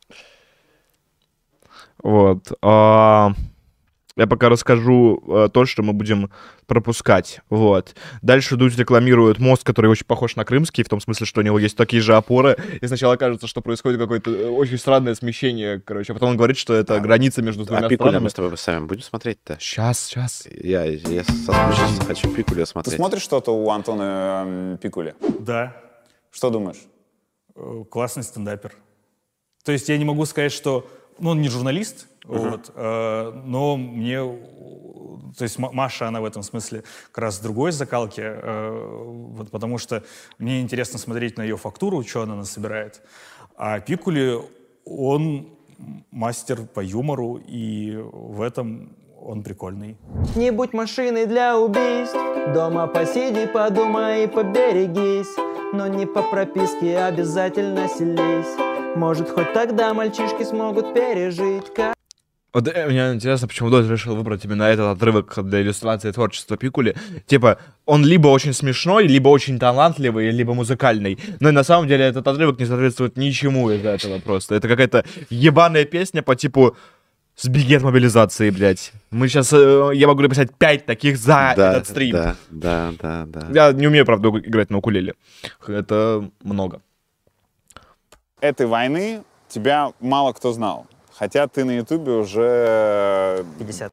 Вот. а, Я пока расскажу э, то, что мы будем пропускать. Вот. Дальше Дудь рекламирует мост, который очень похож на крымский, в том смысле, что у него есть такие же опоры. И сначала кажется, что происходит какое-то э, очень странное смещение, короче. А потом он говорит, что это граница между двумя А Пикуля странами. мы с тобой сами будем смотреть-то? Сейчас, сейчас. Я, я соскучился, хочу Пикуля Ты смотреть. смотришь что-то у Антона эм, Пикули? Да, Что думаешь? э, классный стендапер. То есть я не могу сказать, что... Ну, он не журналист, вот, э, но мне... э, То есть Ма- Маша, она в этом смысле как раз другой закалки, э, вот, потому что мне интересно смотреть на ее фактуру, что она насобирает. А Пикули, он мастер по юмору, и в этом он прикольный. Не будь машиной для убийств, дома посиди, подумай и поберегись. Но не по прописке, обязательно селись. Может, хоть тогда мальчишки смогут пережить. Вот э, мне интересно, почему Дудь решил выбрать именно этот отрывок для иллюстрации творчества Пикули. Типа, он либо очень смешной, либо очень талантливый, либо музыкальный. Но на самом деле этот отрывок не соответствует ничему из этого просто. Это какая-то ебаная песня по типу «Сбеги от мобилизации, блядь». Мы сейчас... э, я могу написать пять таких за Да, этот стрим. да, да, да, да. Я не умею, правда, играть на укулеле. Это много. Этой войны тебя мало кто знал. Хотя ты на Ютубе уже... пятьдесят.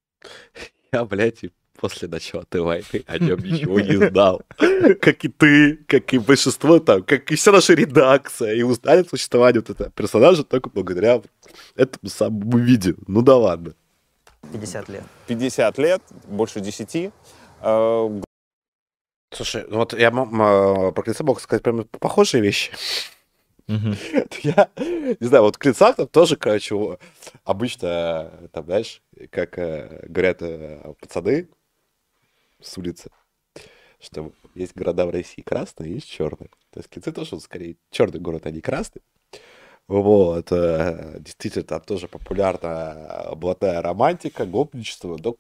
Я, блядь, и после начала этой войны о нем ничего не знал. Как и ты, как и большинство там, как и вся наша редакция. И узнали существование вот этого персонажа только благодаря этому самому видео. Ну да ладно. пятьдесят лет. пятьдесят лет, больше десяти. Э, Слушай, ну вот я м- м- про Клинца мог сказать прям похожие вещи. Мгм. Я не знаю, вот в Клинцах там тоже, короче, о- обычно, там, знаешь, как э, говорят э, пацаны с улицы, что есть города в России красные, есть черные. То есть Клинцы тоже, скорее, черный город, а не красный. Вот. э, Действительно, там тоже популярна блатная романтика, гопничество. Но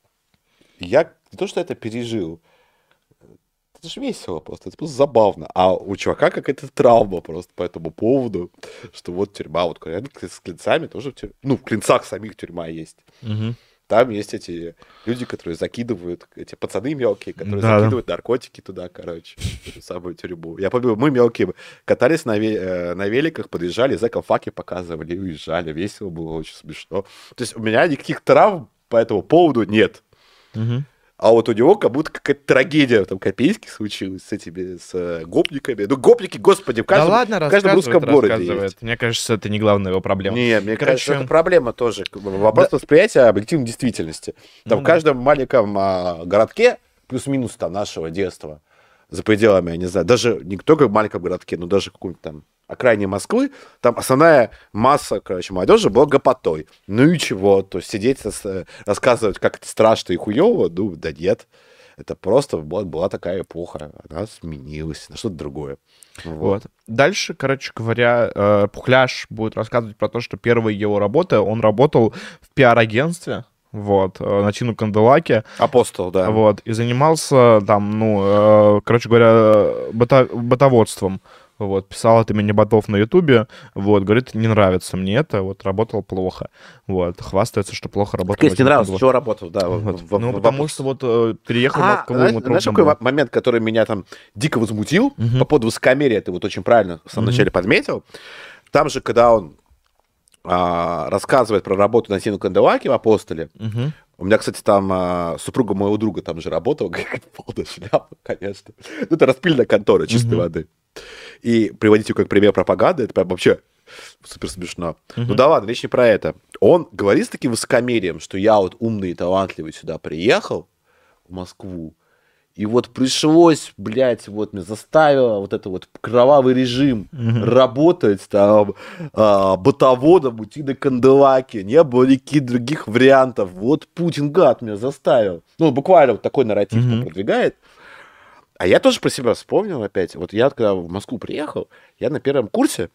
я не то, что это пережил, это же весело просто, это просто забавно. А у чувака какая-то травма просто по этому поводу, что вот тюрьма, вот реально с Клинцами тоже, в тюрь- ну, в Клинцах самих тюрьма есть. Мгм. Там есть эти люди, которые закидывают, эти пацаны мелкие, которые Да, да. закидывают наркотики туда, короче, в эту самую тюрьму. Я помню, мы мелкие катались на, ве- э, на великах, подъезжали, зэкам факи показывали, и уезжали. Весело было, очень смешно. То есть у меня никаких травм по этому поводу нет. Мгм. А вот у него как будто какая-то трагедия там Копейске случилась с этими, с э, гопниками. Ну, гопники, господи, в каждом, Да ладно, в каждом русском городе рассказывает. есть. Мне кажется, это не главная его проблема. Не, мне Короче, кажется, это проблема тоже. Вопрос Да. восприятия объективной действительности. Там Ну в каждом маленьком а, городке, плюс-минус там нашего детства, за пределами, я не знаю, даже не только в маленьком городке, но даже в каком-нибудь там окраине Москвы, там основная масса, короче, молодежи была гопотой. Ну и чего? То есть сидеть, с- рассказывать, как это страшно и хуево, ну да нет. Это просто была, была такая эпоха. Она сменилась на что-то другое. Вот. Вот. Дальше, короче говоря, э, Пухляш будет рассказывать про то, что первая его работа, он работал в пиар-агентстве, вот, э, на Тину Канделаке, Апостол, да. вот, и занимался там, ну, э, короче говоря, бота- ботоводством. Вот, писал от имени ботов на Ютубе, вот, говорит, не нравится мне это, вот, работал плохо, вот, хвастается, что плохо работал. Если не Тина нравилось, Канделаке. чего работал, да. в- Вот. в- Ну, в- потому вопрос. что вот э, переехал в А, Москву, знаешь, ему знаешь, трудно какой было. момент, который меня там дико возмутил Мгм. по поводу высокомерия, ты вот очень правильно в самом Мгм. начале подметил. Там же, когда он а, рассказывает про работу на Тину Канделаке в «Апостоле», Мгм. у меня, кстати, там а, супруга моего друга там же работала, как полная шляпа, конечно. Ну, это распильная контора чистой Мгм. воды. И приводить ее как пример пропаганды, это прям вообще супер смешно. Ну да ладно, речь не про это. Он говорит с таким высокомерием, что я вот умный и талантливый сюда приехал, в Москву, и вот пришлось, блядь, вот меня заставило вот это вот кровавый режим работать там а, ботоводом у Тины Канделаки. Не было никаких других вариантов. Вот Путин, гад, меня заставил. Ну, буквально вот такой нарратив там Мгм. продвигает. А я тоже про себя вспомнил опять. Вот я, когда в Москву приехал, я на первом курсе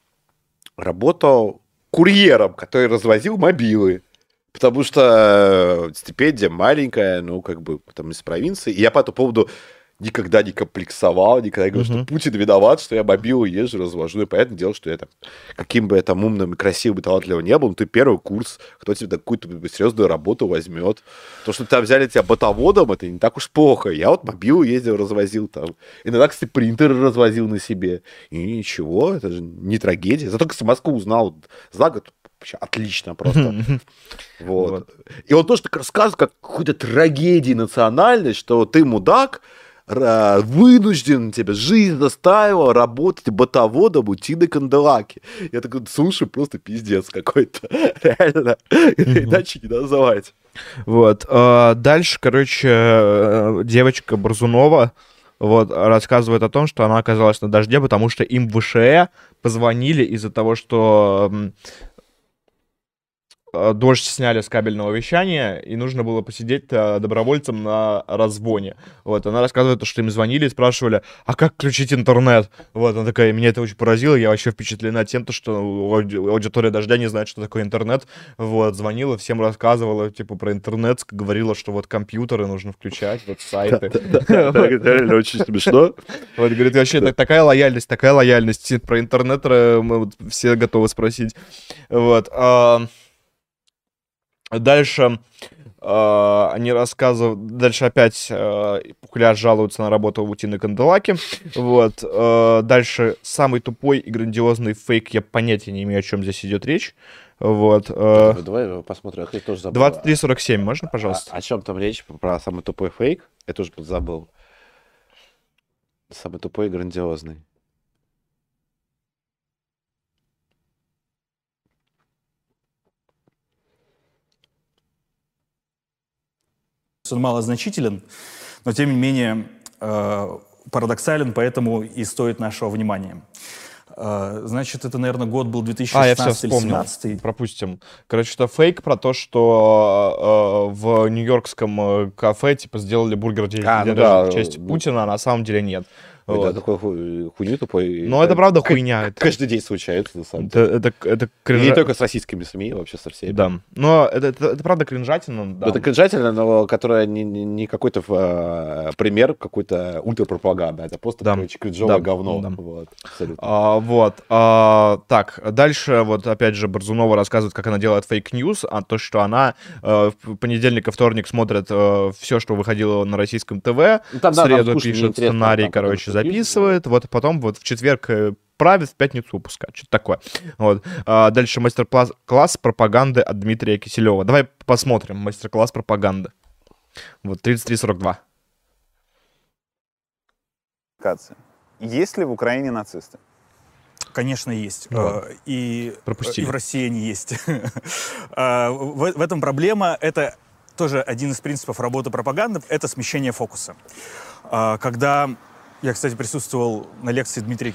работал курьером, который развозил мобилы. Потому что э, стипендия маленькая, ну, как бы, там, из провинции. И я по этому поводу никогда не комплексовал, никогда не говорил, Мгм. что Путин виноват, что я мобилу езжу, развожу. И понятное дело, что я там, каким бы я там умным, и красивым, и талантливым не был, ну, ты первый курс, кто тебе какую-то серьезную работу возьмет. То, что там взяли тебя ботоводом, это не так уж плохо. Я вот мобилу ездил, развозил там. Иногда, кстати, принтер развозил на себе. И ничего, это же не трагедия. Зато, кстати, Москву узнал за год. Вообще отлично просто. Вот. Вот. И он тоже так рассказывает, как какой-то трагедии национальной, что ты мудак, ра- вынужден тебя жизнь заставила работать ботоводом у Тины Канделаки. Я такой слушаю, просто пиздец какой-то. Реально. Иначе не назвать. Вот. э, Дальше, короче, э, девочка Борзунова вот, рассказывает о том, что она оказалась на дожде, потому что им в ВШЭ позвонили из-за того, что м, э, дождь сняли с кабельного вещания, и нужно было посидеть э, добровольцем на раззвоне. Вот, она рассказывает, что им звонили и спрашивали, а как включить интернет? Вот, она такая, меня это очень поразило, я вообще впечатлена тем, то, что ауди- аудитория дождя не знает, что такое интернет. Вот, звонила, всем рассказывала, типа, про интернет, говорила, что вот компьютеры нужно включать, вот сайты. Реально очень смешно. Вот, говорит, вообще так- такая лояльность, такая лояльность. Про интернет э, мы вот все готовы спросить. Вот. а, Дальше э, они рассказывают... Дальше опять э, Пухляш жалуется на работу у Тины Канделаки. Вот. э, Дальше самый тупой и грандиозный фейк. Я понятия не имею, о чем здесь идет речь. Вот. э, Давай посмотрим, я тоже забыл. двадцать три сорок семь, можно, пожалуйста? А- О чем там речь? Про самый тупой фейк? Я тоже забыл. Самый тупой и грандиозный. Он малозначителен, но тем не менее э, парадоксален, поэтому и стоит нашего внимания. Э, Значит, это, наверное, год был две тысячи А, я все шестнадцатый или вспомнил. семнадцатый. Пропустим. Короче, это фейк про то, что э, в нью-йоркском э, кафе типа сделали бургер в день А, ну день да, рождения в честь ну. Путина, а на самом деле нет. Ой, Вот. да, такой ху- хуйню тупой. Но это правда к- хуйня. Это, Каждый день случается, на самом это, деле. это, это И не кринжа- только с российскими СМИ, вообще со всеми. Да. Но это, это, это правда кринжатина. Да. Это кринжательно, но которая не, не, не какой-то э, пример какой-то ультрапропаганды. Это просто, Да. короче, кринжовое Да. говно. Да. Вот, абсолютно. А, вот. А, так, дальше вот опять же Борзунова рассказывает, как она делает фейк-ньюс, а то, что она э, в понедельник и вторник смотрит все, что выходило на российском ТВ, Ну, там, в да, там среду скучно, пишет неинтересно, сценарий, там, потому короче, что пишут, записывает, вот, а потом вот в четверг э, правит, в пятницу выпускает, что-то такое. Вот. А, дальше мастер-класс класс пропаганды от Дмитрия Киселева. Давай посмотрим мастер-класс пропаганды. Вот, тридцать три сорок два. Есть ли в Украине нацисты? Конечно, есть. Ну, и, пропустили. и в России они есть. в, в этом проблема. Это тоже один из принципов работы пропаганды. Это смещение фокуса. Когда... Я, кстати, присутствовал на лекции Дмитрия...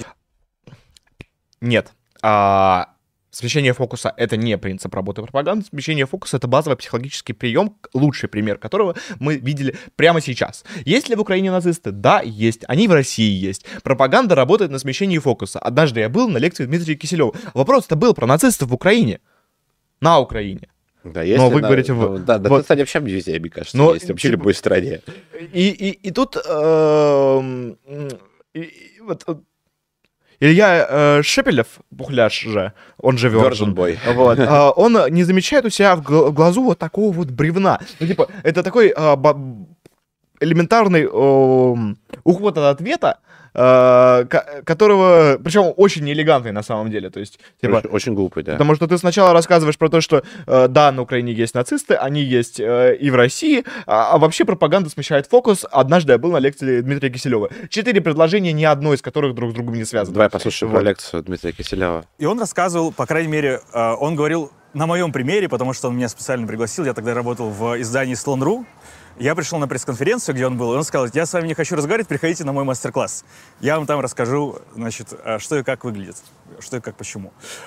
Нет. А... Смещение фокуса — это не принцип работы пропаганды. Смещение фокуса — это базовый психологический прием, лучший пример которого мы видели прямо сейчас. Есть ли в Украине нацисты? Да, есть. Они в России есть. Пропаганда работает на смещении фокуса. Однажды я был на лекции Дмитрия Киселева. Вопрос-то был про нацистов в Украине. На Украине. Да, если Но вы на... говорите... Ну, да, да, вот... кстати, вообще везде, мне кажется, Но... есть. Вообще любой стране. И, и, и тут... Э... И, и, вот... Илья э, Шепелев, Пухляш же, он же Virgin, вот, э, он не замечает у себя в, гл- в глазу вот такого вот бревна. Ну, типа, это такой э, б- элементарный э, уход от ответа, э, к- которого, причем очень неэлегантный на самом деле. То есть, типа, очень, очень глупый, да. Потому что ты сначала рассказываешь про то, что э, да, на Украине есть нацисты, они есть э, и в России, а, а вообще пропаганда смещает фокус. Однажды я был на лекции Дмитрия Киселева. Четыре предложения, ни одно из которых друг с другом не связано. Давай послушаем вот. про лекцию Дмитрия Киселева. И он рассказывал, по крайней мере, э, он говорил на моем примере, потому что он меня специально пригласил. Я тогда работал в издании слон точка ру. Я пришел на пресс-конференцию, где он был, и он сказал: я с вами не хочу разговаривать, приходите на мой мастер-класс. Я вам там расскажу, значит, что и как выглядит, что и как почему.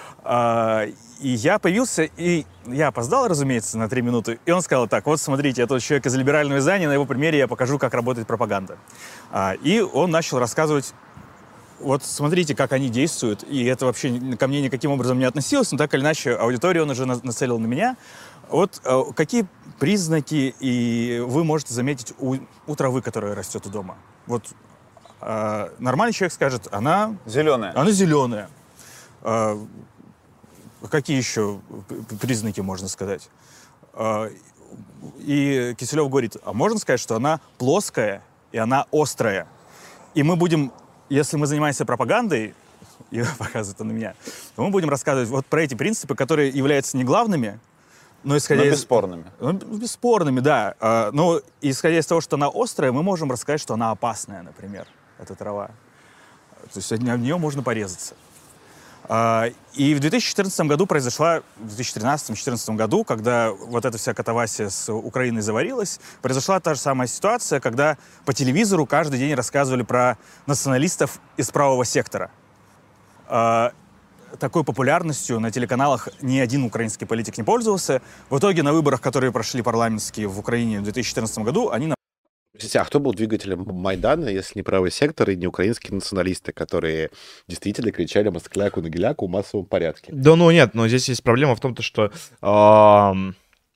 И я появился, и я опоздал, разумеется, на три минуты, и он сказал так: вот смотрите, это человек из либерального издания, на его примере я покажу, как работает пропаганда. И он начал рассказывать: вот смотрите, как они действуют, и это вообще ко мне никаким образом не относилось, но так или иначе аудиторию он уже нацелил на меня. Вот э, какие признаки и вы можете заметить у, у травы, которая растет у дома? Вот э, нормальный человек скажет: она зеленая. Она зеленая. Э, какие еще признаки можно сказать? Э, и Киселев говорит: а можно сказать, что она плоская и она острая. И мы будем, если мы занимаемся пропагандой, и показывает он на меня, то мы будем рассказывать вот про эти принципы, которые являются не главными, но исходя но из... бесспорными. Ну, бесспорными, да. А, но исходя из того, что она острая, мы можем рассказать, что она опасная, например, эта трава. То есть об нее можно порезаться. А, и в две тысячи четырнадцатом году произошла, в две тысячи тринадцатом — две тысячи четырнадцатом году, когда вот эта вся катавасия с Украиной заварилась, произошла та же самая ситуация, когда по телевизору каждый день рассказывали про националистов из правого сектора. А, такой популярностью на телеканалах ни один украинский политик не пользовался. В итоге на выборах, которые прошли парламентские в Украине в две тысячи четырнадцатом году, они... А кто был двигателем Майдана, если не правый сектор и не украинские националисты, которые действительно кричали «Москаляку-нагеляку» в массовом порядке? Да ну нет, но здесь есть проблема в том, что э,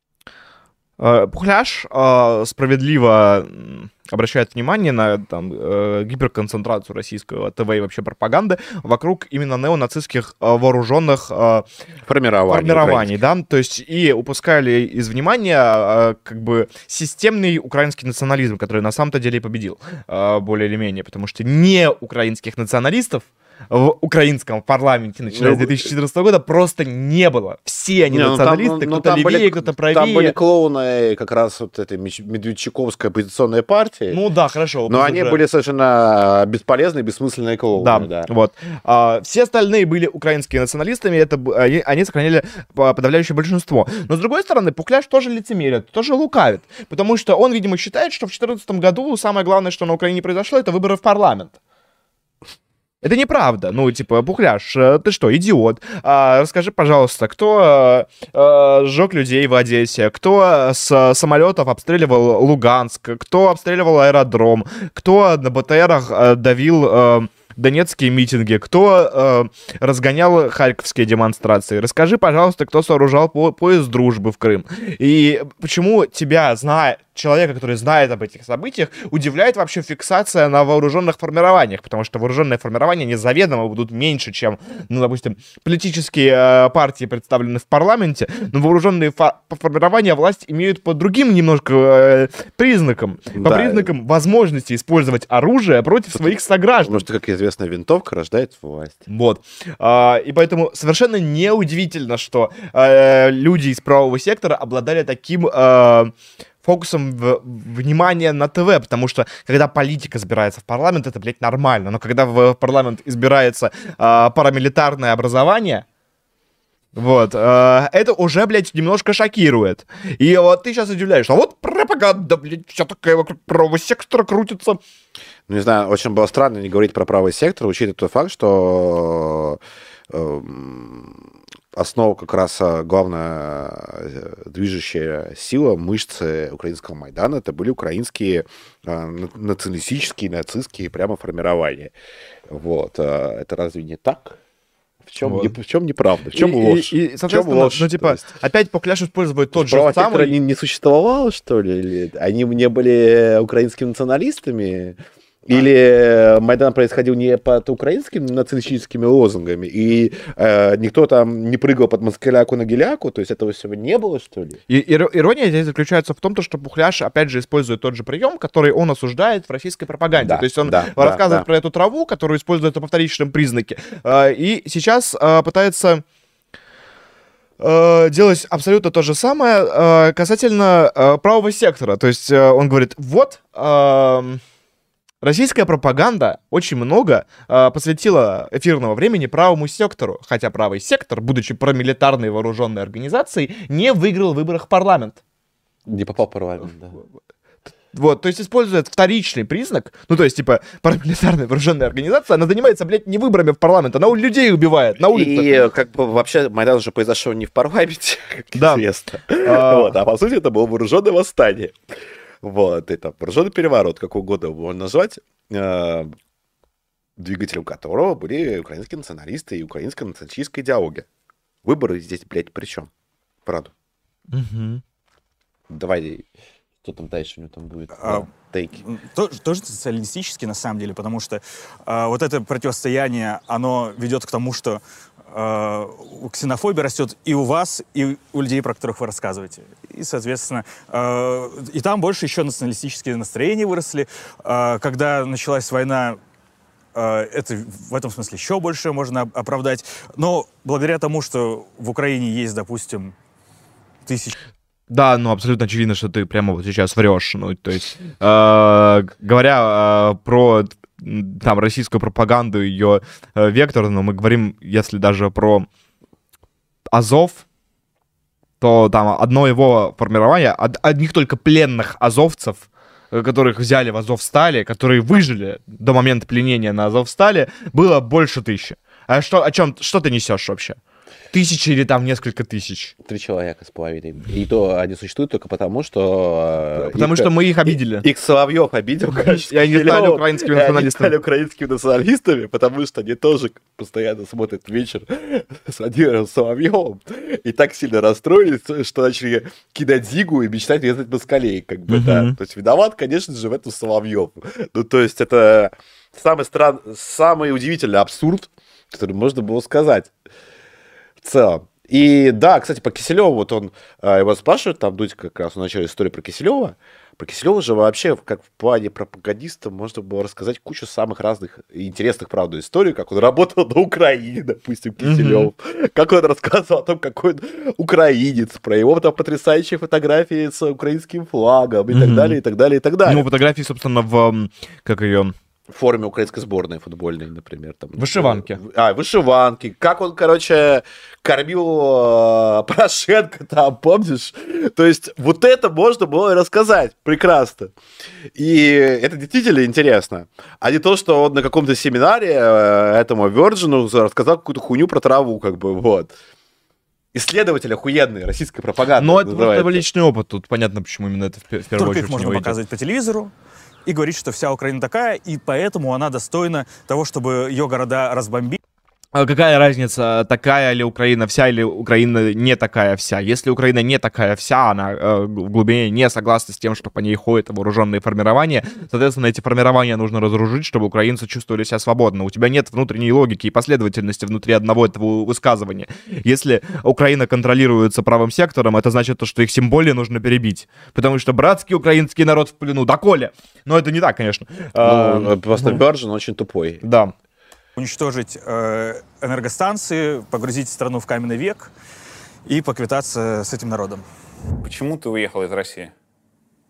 э, Пухляш э, справедливо обращает внимание на там, э, гиперконцентрацию российского ТВ и вообще пропаганды вокруг именно неонацистских э, вооруженных э, формирований, формирований, да, то есть и упускали из внимания э, как бы системный украинский национализм, который на самом-то деле и победил, э, более или менее, потому что не украинских националистов в украинском парламенте, начиная с две тысячи четырнадцатого года, просто не было. Все они не, националисты, ну, там, кто-то ну, левее, были, кто-то правее. Там были клоуны как раз вот этой Медведчуковской оппозиционной партии. Ну да, хорошо. Но они уже... были совершенно бесполезные, бессмысленные клоуны. Да, да. вот. А, все остальные были украинскими националистами, это, они, они сохраняли подавляющее большинство. Но, с другой стороны, Пухляш тоже лицемерит, тоже лукавит, потому что он, видимо, считает, что в две тысячи четырнадцатом году самое главное, что на Украине произошло, это выборы в парламент. Это неправда. Ну, типа, Пухляш, ты что, идиот? А, расскажи, пожалуйста, кто а, сжег людей в Одессе? Кто с самолетов обстреливал Луганск? Кто обстреливал аэродром? Кто на БТРах давил а, донецкие митинги? Кто а, разгонял харьковские демонстрации? Расскажи, пожалуйста, кто сооружал по поезд дружбы в Крым? И почему тебя, зная... человека, который знает об этих событиях, удивляет вообще фиксация на вооруженных формированиях, потому что вооруженные формирования незаведомо будут меньше, чем, ну, допустим, политические э, партии, представленные в парламенте, но вооруженные фо- формирования власть имеют по другим немножко э, признакам, по да. признакам возможности использовать оружие против Потому своих сограждан. Потому что, как известно, винтовка рождает власть. Вот. А, и поэтому совершенно неудивительно, что э, люди из правого сектора обладали таким... Э, фокусом в, внимания на ТВ, потому что когда политика избирается в парламент, это, блядь, нормально. Но когда в парламент избирается э, парамилитарное образование, вот, э, это уже, блядь, немножко шокирует. И вот ты сейчас удивляешься, а вот пропаганда, блядь, вся такая вокруг правого сектора крутится. Ну, не знаю, очень было странно не говорить про правый сектор, учитывая тот факт, что э, основа как раз главная движущая сила, мышцы украинского Майдана, это были украинские э, националистические, нацистские прямо формирования. Вот. Это разве не так? В чем, вот. не, в чем неправда? В чем и, ложь? И, и, соответственно, в чем ложь, ну, типа, опять Покляш использует тот же самый... Правосектора не, не существовало, что ли? Или они не были украинскими националистами? Или Майдан происходил не под украинскими националистическими лозунгами, и э, никто там не прыгал под москаляку на геляку, то есть этого всего не было, что ли? И, и, ирония здесь заключается в том, что Пухляш, опять же, использует тот же прием, который он осуждает в российской пропаганде. Да, то есть он да, рассказывает да, про да. эту траву, которую используется по вторичном признаке, э, и сейчас э, пытается... делать абсолютно то же самое э, касательно э, правого сектора. То есть э, он говорит, вот... Э, российская пропаганда очень много э, посвятила эфирного времени правому сектору, хотя правый сектор, будучи промилитарной вооруженной организацией, не выиграл в выборах в парламент. Не попал в парламент, да. Вот, то есть использует вторичный признак, ну то есть типа парамилитарная вооруженная организация, она занимается, блядь, не выборами в парламент, она людей убивает на улице. И как бы вообще Майдан уже произошел не в парламенте, как да. известно, а... Вот, а по сути это было вооруженное восстание. Вот, это вооруженный переворот, как угодно его можно назвать, э, двигателем которого были украинские националисты и украинская националистическая идеология. Выборы здесь, блядь, при чем? Правда. Угу. Давай, что там дальше у него там будет? А, тоже, тоже социалистический, на самом деле, потому что а, вот это противостояние, оно ведет к тому, что Uh, ксенофобия растет и у вас, и у людей, про которых вы рассказываете. И, соответственно, uh, и там больше еще националистические настроения выросли. Uh, когда началась война, uh, это в этом смысле еще больше можно оправдать. Но благодаря тому, что в Украине есть, допустим, тысячи... Да, ну абсолютно очевидно, что ты прямо вот сейчас врешь. Ну, то есть, э, говоря э, про там российскую пропаганду, ее э, вектор, но мы говорим, если даже про Азов, то там одно его формирование, од, одних только пленных азовцев, которых взяли в Азовстале, которые выжили до момента пленения на Азовстале, было больше тысячи. А что, о чем, что ты несешь вообще? Тысячи или там несколько тысяч? Три человека с половиной. И то они существуют только потому, что... Потому их, что мы их обидели. Их Соловьев обидел, конечно. И они стали украинскими националистами. Они стали украинскими националистами, потому что они тоже постоянно смотрят вечер с Владимиром Соловьевым. И так сильно расстроились, что начали кидать зигу и мечтать резать москалей. Как бы, да. То есть виноват, конечно же, в этом Соловьев. Ну, то есть это самый странный, самый удивительный абсурд, который можно было сказать. В целом. И да, кстати, по Киселеву, вот он, его спрашивают, там Дудь как раз в начале истории про Киселева. Про Киселева же вообще, как в плане пропагандиста, можно было рассказать кучу самых разных интересных, правда, историй, как он работал на Украине, допустим, Киселев, mm-hmm. как он рассказывал о том, какой он украинец, про его там потрясающие фотографии с украинским флагом и mm-hmm. так далее, и так далее, и так далее. Ну, фотографии, собственно, в, как ее... в форме украинской сборной футбольной, например. Там, вышиванки. А, вышиванки. Как он, короче, кормил э, Порошенко там, помнишь? То есть вот это можно было рассказать прекрасно. И это действительно интересно. А не то, что он на каком-то семинаре э, этому Virgin рассказал какую-то хуйню про траву, как бы, вот. Исследователь охуенный российской пропаганды. Но это просто его личный опыт. Тут понятно, почему именно это в первую Только очередь. Только их можно показывать по телевизору и говорить, что вся Украина такая, и поэтому она достойна того, чтобы ее города разбомбить. А какая разница, такая ли Украина вся или Украина не такая вся? Если Украина не такая вся, она э, в глубине не согласна с тем, что по ней ходят вооруженные формирования, соответственно, эти формирования нужно разоружить, чтобы украинцы чувствовали себя свободно. У тебя нет внутренней логики и последовательности внутри одного этого высказывания. Если Украина контролируется правым сектором, это значит, то, что их символии нужно перебить. Потому что братский украинский народ в плену. Да, Коля! Но это не так, конечно. Ну, а, просто Virgin очень тупой. Да. Уничтожить э, энергостанции, погрузить страну в каменный век и поквитаться с этим народом. Почему ты уехал из России?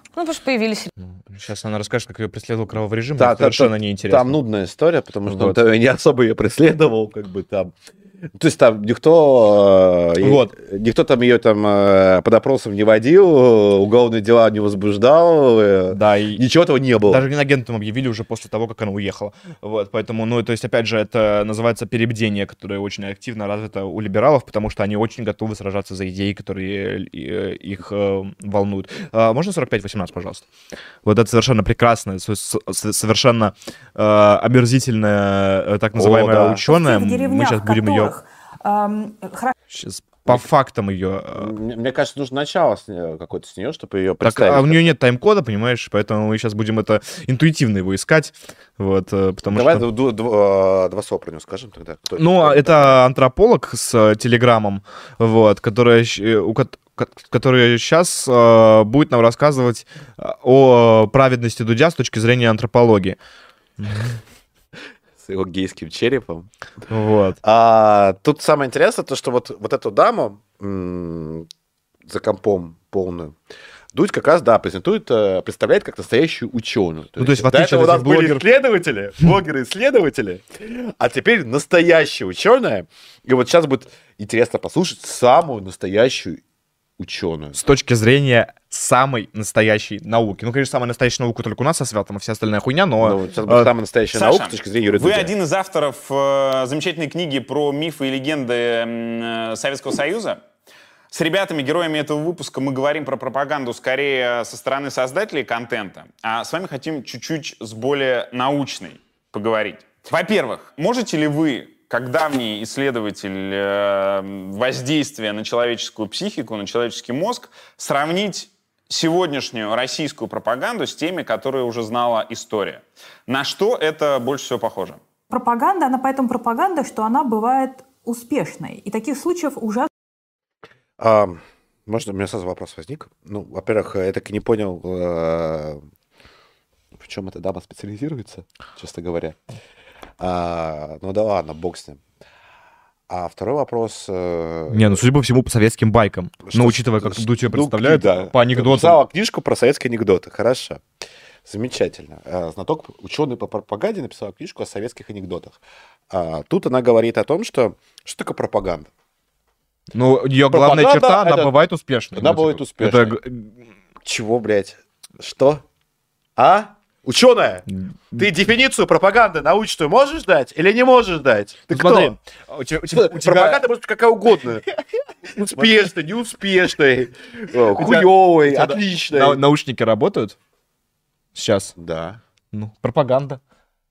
Ну, потому что появились... Сейчас она расскажет, как ее преследовал кровавый режим, Да, это совершенно неинтересно. Там нудная история, потому что Вот. он не особо ее преследовал, как бы там. То есть там никто, э, Вот. никто там ее там э, под опросом не водил, уголовные дела не возбуждал, э, Да, и ничего этого не было. даже инагентом объявили уже после того, как она уехала. Вот, поэтому, ну, то есть, опять же, это называется перебдение, которое очень активно развито у либералов, потому что они очень готовы сражаться за идеи, которые э, их э, волнуют. А, можно сорок пять восемнадцать, пожалуйста? Вот это совершенно прекрасная, с- с- совершенно э, омерзительная, э, так называемая да. ученая. В Мы деревнях, сейчас будем ее... которых, эм, хра- Сейчас по фактам ее... Мне, мне кажется, нужно начало с нее- какое-то с нее, чтобы ее Так, представить. а у нее нет тайм-кода, понимаешь, поэтому мы сейчас будем это интуитивно его искать, вот, э, потому Давай что... ду- ду- э, два слова про нее скажем тогда. Кто Ну, кто это антрополог с э, телеграммом, вот, которая, щ- э, у кот- ко- который сейчас э, будет нам рассказывать э, о праведности Дудя с точки зрения антропологии. с его гейским черепом. Вот. А, тут самое интересное, то, что вот, вот эту даму м- за компом полную, Дудь как раз, да, презентует, э, представляет как настоящую ученую. Ну, то есть, в до отличие этого от у нас этих были блогеров- исследователи, блогеры-исследователи, а теперь настоящая ученая. И вот сейчас будет интересно послушать самую настоящую ученую. С точки зрения самой настоящей науки. Ну, конечно, самая настоящая наука только у нас со святом, а вся остальная хуйня, но... Ну, сейчас будет э, самая настоящая Саша, наука с точки зрения Юрия вы Дудя. один из авторов э, замечательной книги про мифы и легенды э, Советского Союза. С ребятами, героями этого выпуска, мы говорим про пропаганду скорее со стороны создателей контента, а с вами хотим чуть-чуть с более научной поговорить. Во-первых, можете ли вы, как давний исследователь э, воздействия на человеческую психику, на человеческий мозг, сравнить сегодняшнюю российскую пропаганду с теми, которые уже знала история? На что это больше всего похоже? пропаганда, она поэтому пропаганда, что она бывает успешной. И таких случаев ужасно. А, можно, у меня сразу вопрос возник. Ну, во-первых, я так и не понял, э, в чем эта дама специализируется, честно говоря. А, ну да ладно, бог с ним. А второй вопрос... э, Не, ну, судя по всему, по советским байкам. что- Но учитывая, как что- Дудь ее ну, представляет, да. по анекдотам. Написала книжку про советские анекдоты. Хорошо. Замечательно. Э, Знаток, ученый по пропаганде, написала книжку о советских анекдотах. А, тут она говорит о том, что... Что такое пропаганда? Ну, ее главная Пропаганда черта, она это- бывает успешной. она Ну, бывает типа, успешной. это г- Чего, блядь? Что? А? Ученая, ты дефиницию пропаганды научную можешь дать или не можешь дать? Ты Ну, кто? смотри, у тебя- у тебя- у тебя- Пропаганда может быть какая угодно. Успешной, неуспешной, э, тебя- хуёвой, у тебя на- отличной. наушники работают сейчас? Да. Ну, пропаганда.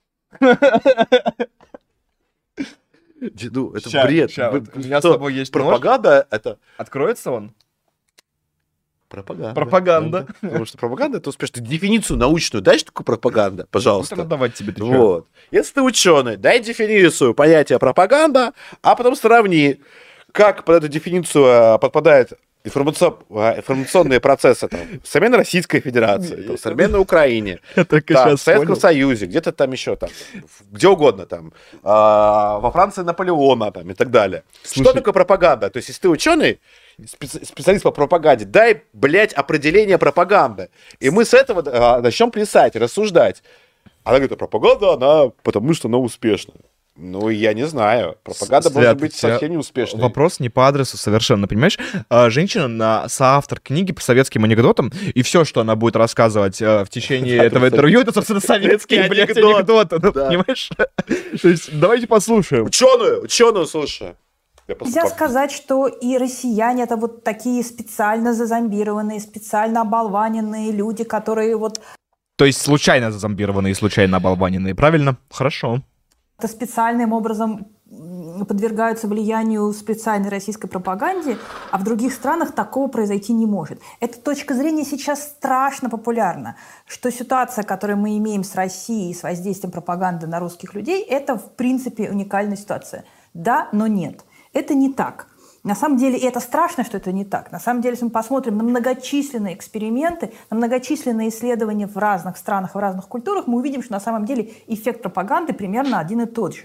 Деду, это Ща, бред. ща, Вы- вот у меня с что, собой есть нож. пропаганда это Откроется он? пропаганда. Пропаганда. Да. Потому что пропаганда это успешно. Дефиницию научную дай, что такое пропаганда, пожалуйста. Буду давать тебе, ты чё? Вот. Если ты ученый, дай дефиницию понятия пропаганда, а потом сравни, как под эту дефиницию а, подпадают информацион- а, информационные процессы там, в современной Российской Федерации, там, в современной Украине, Я только там, в сейчас Советском понял. Союзе, где-то там еще, там, в- где угодно, там, а, во Франции Наполеона там, и так далее. Что Слушай. такое пропаганда? То есть, если ты ученый, специ- специалист по пропаганде, дай, блядь, определение пропаганды. И мы с этого а, начнем плясать, рассуждать. Она говорит, а пропаганда, она, потому что она успешна. Ну, я не знаю. Пропаганда Свят, может быть у тебя совсем неуспешной. Вопрос не по адресу совершенно, понимаешь? А, Женщина на соавтор книги по советским анекдотам, и все, что она будет рассказывать э, в течение Да, этого это интервью, это, собственно, советские, советские блядь, анекдоты. анекдоты. Ну, Да. понимаешь? То есть, давайте послушаем. Ученую, ученую, слушай. Я просто Нельзя пом- сказать, что и россияне это вот такие специально зазомбированные, специально оболваненные люди, которые вот То есть, случайно зазомбированные и случайно оболваненные, правильно? Хорошо. это специальным образом м, подвергаются влиянию специальной российской пропаганде, а в других странах такого произойти не может. Эта точка зрения сейчас страшно популярна, что ситуация, которую мы имеем с Россией, с воздействием пропаганды на русских людей, это в принципе уникальная ситуация. Да, но нет. Это не так. На самом деле, и это страшно, что это не так. На самом деле, если мы посмотрим на многочисленные эксперименты, на многочисленные исследования в разных странах, в разных культурах, мы увидим, что на самом деле эффект пропаганды примерно один и тот же.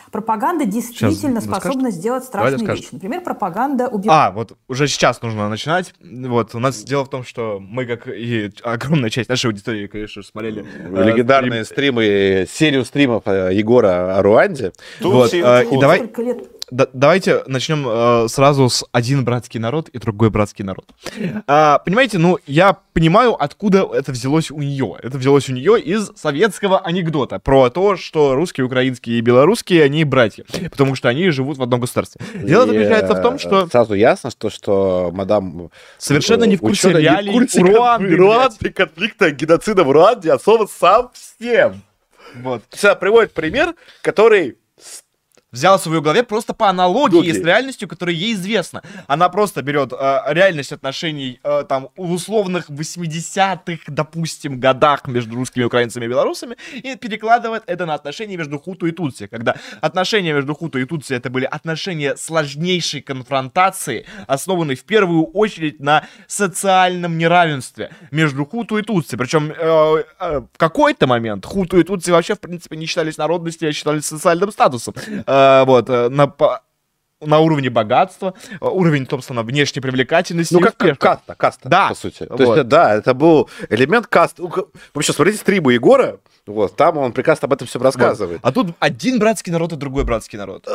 Пропаганда действительно Сейчас способна сделать страшные Давайте вещи. Например, пропаганда убивает. А, вот уже сейчас нужно начинать. Вот, у нас дело в том, что мы, как и огромная часть нашей аудитории, конечно, смотрели э, Легендарные стрим. стримы, серию стримов э, Егора о Руанде. Вот, Тутси, э, и Тутси. давай... Сколько лет? Да- давайте начнем э, сразу с один братский народ и другой братский народ. А, понимаете, ну, я понимаю, откуда это взялось у нее. Это взялось у нее из советского анекдота про то, что русские, украинские и белорусские, они братья, потому что они живут в одном государстве. Дело И, заключается в том, э, что Сразу ясно, что, что мадам... совершенно не в курсе ученая не в реалий курсе Руанды, блядь. Руанды, конфликта, геноцида в Руанде особо совсем. Вот. Сюда приводит пример, который... Взяла в свою голове просто по аналогии Дуги. с реальностью, которая ей известна. Она просто берет э, реальность отношений э, там в условных восьмидесятых, допустим, годах между русскими, украинцами и белорусами и перекладывает это на отношения между хуту и тутси. Когда отношения между хуту и тутси это были отношения сложнейшей конфронтации, основанные в первую очередь на социальном неравенстве между хуту и тутси. Причем э, э, в какой-то момент хуту и тутси вообще, в принципе, не считались народностью, а считались социальным статусом. Э, вот, э, на, по, на уровне богатства, э, уровень, собственно, внешней привлекательности. Ну, и как, как успеха. каста, каста, Да. по сути. То Вот. есть, да, это был элемент каста. Ну, ка- Вообще, смотрите стримы Егора, вот, там он прекрасно об этом всем рассказывает. А тут один братский народ и другой братский народ.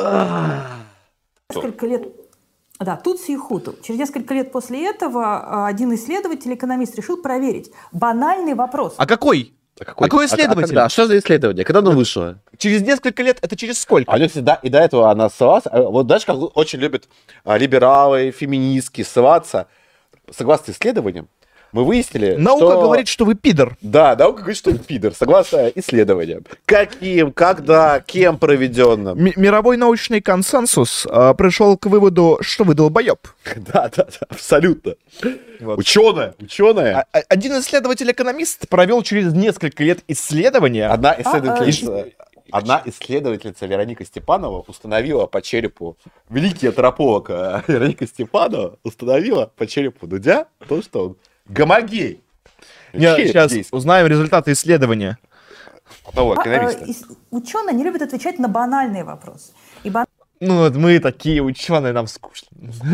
Несколько лет... Да, Тутси и Хуту. Через несколько лет после этого а, один исследователь, экономист, решил проверить банальный вопрос. А какой? А какой, какой а- исследователь? А, когда? Что за исследование? Когда оно вышло? Через несколько лет, это через сколько? А у них всегда, и до этого она ссылалась. а Вот знаешь, как очень любят а, либералы, феминистки ссылаться. Согласно исследованиям, мы выяснили, Наука что... говорит, что вы пидор. Да, наука говорит, что он пидор, согласно исследованиям. Каким, когда, кем проведенным. М- мировой научный консенсус э, пришел к выводу, что вы долбоеб. Да, да, да, абсолютно. Вот. Ученая, ученая. А- а- один исследователь-экономист провел через несколько лет исследования. Одна а, исследовательница, одна исследовательница Вероника Степанова установила по черепу, великий антрополог а, Вероника Степанова установила по черепу Дудя то, что он гомогей. Сейчас узнаем результаты исследования. Одного экономиста. Ученые не любят отвечать на банальные вопросы. И, бан- Ну вот мы такие ученые, нам скучно.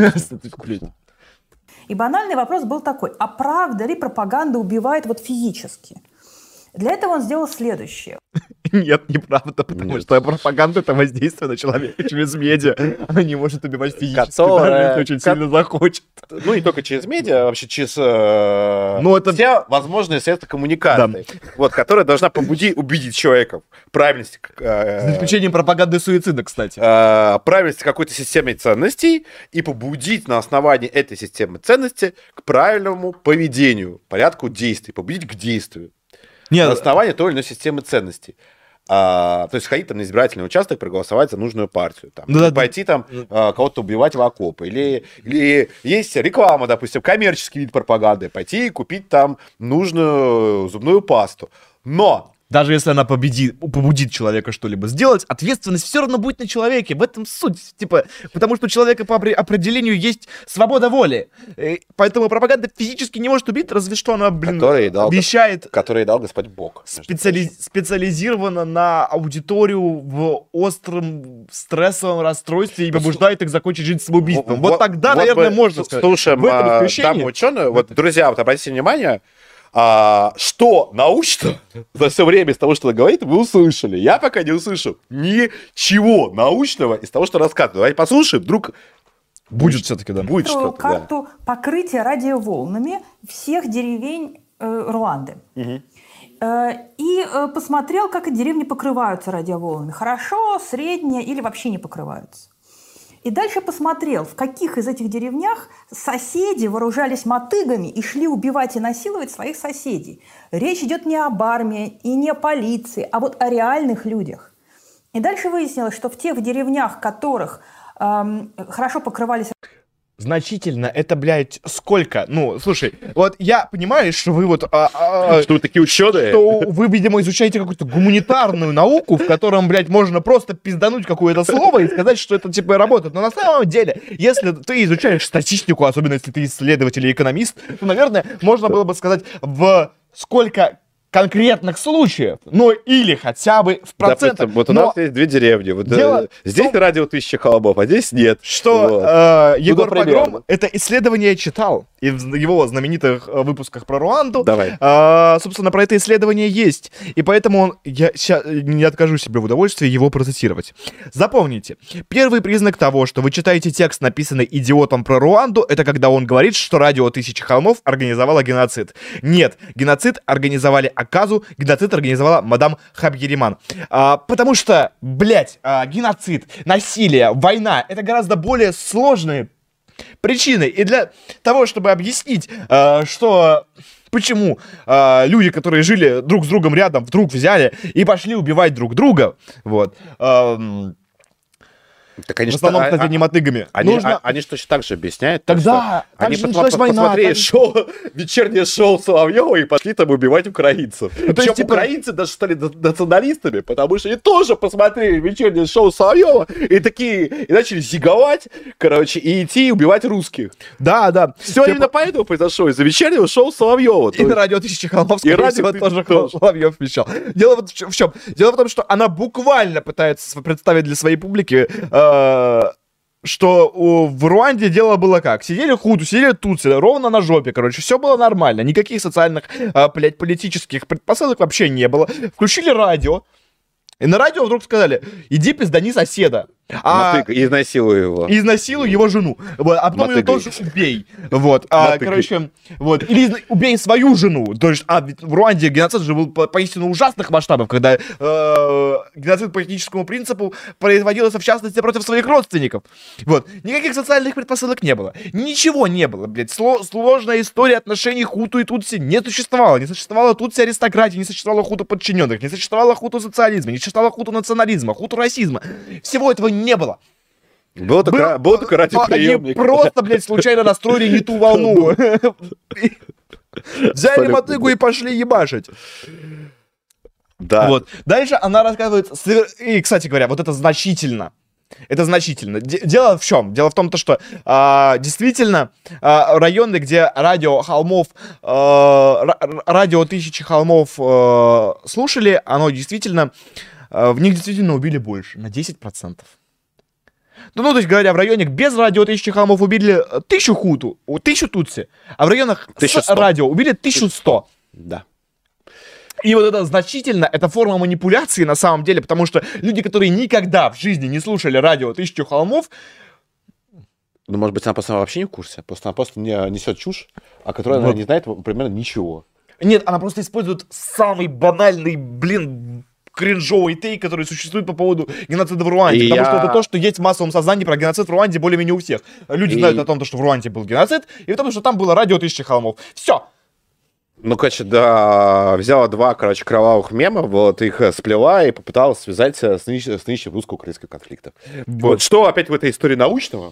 и банальный вопрос был такой: а правда ли пропаганда убивает вот физически? Для этого он сделал следующее. Нет, неправда, потому Нет. что пропаганда — это воздействие на человека через медиа. Она не может убивать физически, Которая- даже если очень ко- сильно захочет. Ну, не только через медиа, а вообще через э, Ну, это- все возможные средства коммуникации, вот, которая должна побудить, убедить человека в правильности, э, За исключением пропаганды суицида, кстати. э, правильности какой-то системы ценностей и побудить на основании этой системы ценностей к правильному поведению, порядку действий, побудить к действию на Нет, основании той или иной системы ценностей. А, то есть ходить там на избирательный участок, проголосовать за нужную партию, там, Ну да, или пойти там а, кого-то убивать в окопы, или, или есть реклама, допустим, коммерческий вид пропаганды, пойти и купить там нужную зубную пасту. Но даже если она победит, побудит человека что-либо сделать, ответственность все равно будет на человеке. В этом суть. Типа, потому что у человека по опре- определению есть свобода воли. Э, Поэтому пропаганда физически не может убить, разве что она, блин, Который дал- обещает который дал Господь Бог. между специали- специализирована на аудиторию в остром стрессовым расстройстве и побуждает их закончить жизнь самоубийством. Вот, тогда, вот наверное, мы можно с- сказать. Слушаем В этом а, исключение. даму ученую. Вот, друзья, вот обратите внимание, а, что научно за все время из того, что она говорит, вы услышали. Я пока не услышал ничего научного из того, что рассказывает. Давайте послушаем, вдруг Будет все-таки, да. будет Строил что-то. да. карту покрытия радиоволнами всех деревень э, Руанды. Э, и э, посмотрел, как эти деревни покрываются радиоволнами. Хорошо, средне или вообще не покрываются. И дальше посмотрел, в каких из этих деревнях соседи вооружались мотыгами и шли убивать и насиловать своих соседей. Речь идет не об армии и не о полиции, а вот о реальных людях. И дальше выяснилось, что в тех деревнях, которых эм, хорошо покрывались... Значительно, это, блядь, сколько? Ну, слушай, вот я понимаю, что вы вот... а, а, Что вы такие ученые? что вы, видимо, изучаете какую-то гуманитарную науку, в котором, блядь, можно просто пиздануть какое-то слово и сказать, что это, типа, работает. Но на самом деле, если ты изучаешь статистику, особенно если ты исследователь и экономист, то, наверное, можно было бы сказать, в сколько конкретных случаев, но или хотя бы в процентах. Допустим, вот у Но нас есть две деревни. Вот, дело э, здесь том, радио «Тысяча холмов», а здесь нет. Что Вот. э, Егор Ну, например. Погром это исследование читал. И в его знаменитых э, выпусках про Руанду, Давай. э, собственно, про это исследование есть. И поэтому он, я ща, не откажу себе в удовольствии его процитировать. Запомните, первый признак того, что вы читаете текст, написанный идиотом про Руанду, это когда он говорит, что радио «Тысяча холмов» организовало геноцид. Нет, геноцид организовали Аказу, геноцид организовала мадам Хабьериман. А, потому что, блядь, а, геноцид, насилие, война — это гораздо более сложные причины. И для того, чтобы объяснить, а, что... Почему а, люди, которые жили друг с другом рядом, вдруг взяли и пошли убивать друг друга, вот... ам, Да, конечно, в основном, а- кстати, а- не мотыгами. Они, Нужно... а- они же точно так же объясняют. то, Тогда, что как они же посма- началась пос- война, посмотрели как же- шоу, вечернее шоу Соловьева и пошли там убивать украинцев. то есть, Причем типа- украинцы даже стали на- националистами, потому что они тоже посмотрели вечернее шоу Соловьева и такие, и начали зиговать, короче, и идти убивать русских. Да, да. Все Типа- именно поэтому произошло, из-за вечернего шоу Соловьева. И на радио «Тысяча холмов», скорее радио всего, «Тысяча» тоже тоже. Соловьев вещал. Дело вот в чё- в чем? Дело в том, что она буквально пытается св- представить для своей публики, э, что у- в Руанде дело было как? Сидели хуту, сидели тутси, ровно на жопе, короче, все было нормально. Никаких социальных, э, блядь, политических предпосылок вообще не было. Включили радио, и на радио вдруг сказали: иди пиздани соседа. А... Мотык, изнасилуй его. И изнасилуй его жену. Вот, а потом ее Мотыгай. тоже убей. Вот. А, Мотыгай. короче, вот. Или изна- убей свою жену. То есть, а ведь в Руанде геноцид же был по- поистину ужасных масштабов, когда э, геноцид по этническому принципу производился, в частности, против своих родственников. Вот. Никаких социальных предпосылок не было. Ничего не было, блядь. Сло- сложная история отношений хуту и тутси не существовала. Не существовало тутси аристократии, не существовало хуту подчиненных, не существовало хуту социализма, не существовало хуту национализма, хуту расизма. Всего этого не было. Был только, Был- был только Они радиоприемник. просто, блядь, случайно настроили не ту волну. Взяли Абсолютно. мотыгу и пошли ебашить. Да. Вот. Дальше она рассказывает... совер- И, кстати говоря, вот это значительно. Это значительно. Де- Дело в чем? Дело в том, то, что а, действительно а, районы, где радио холмов, а, ра- ра- радио «Тысячи холмов» а, слушали, оно действительно... а, в них действительно убили больше, на десять процентов. Ну, ну, то есть, говоря, в районе без радио «Тысячи холмов» убили э, тысячу хуту, о, тысячу тутси, а в районах тысячу с сто. радио убили тысячу сто. Да. И вот это значительно, это форма манипуляции на самом деле, потому что люди, которые никогда в жизни не слушали радио «Тысячу холмов», Ну, может быть, она просто вообще не в курсе. Просто она просто не, несет чушь, о которой она Вот. не знает примерно ничего. нет, она просто использует самый банальный, блин, кринжовый тейк, который существует по поводу геноцида в Руанде. И потому я- что это то, что есть в массовом сознании про геноцид в Руанде более-менее у всех. Люди И- знают о том, что в Руанде был геноцид, и о том, что там было радио «Тысячи холмов». Все. Ну, короче, да, взяла два, короче, кровавых мема, вот, их э, сплела и попыталась связать э, с, нынеш- с нынешним русско-украинским конфликтом. Вот. Что опять в этой истории научного?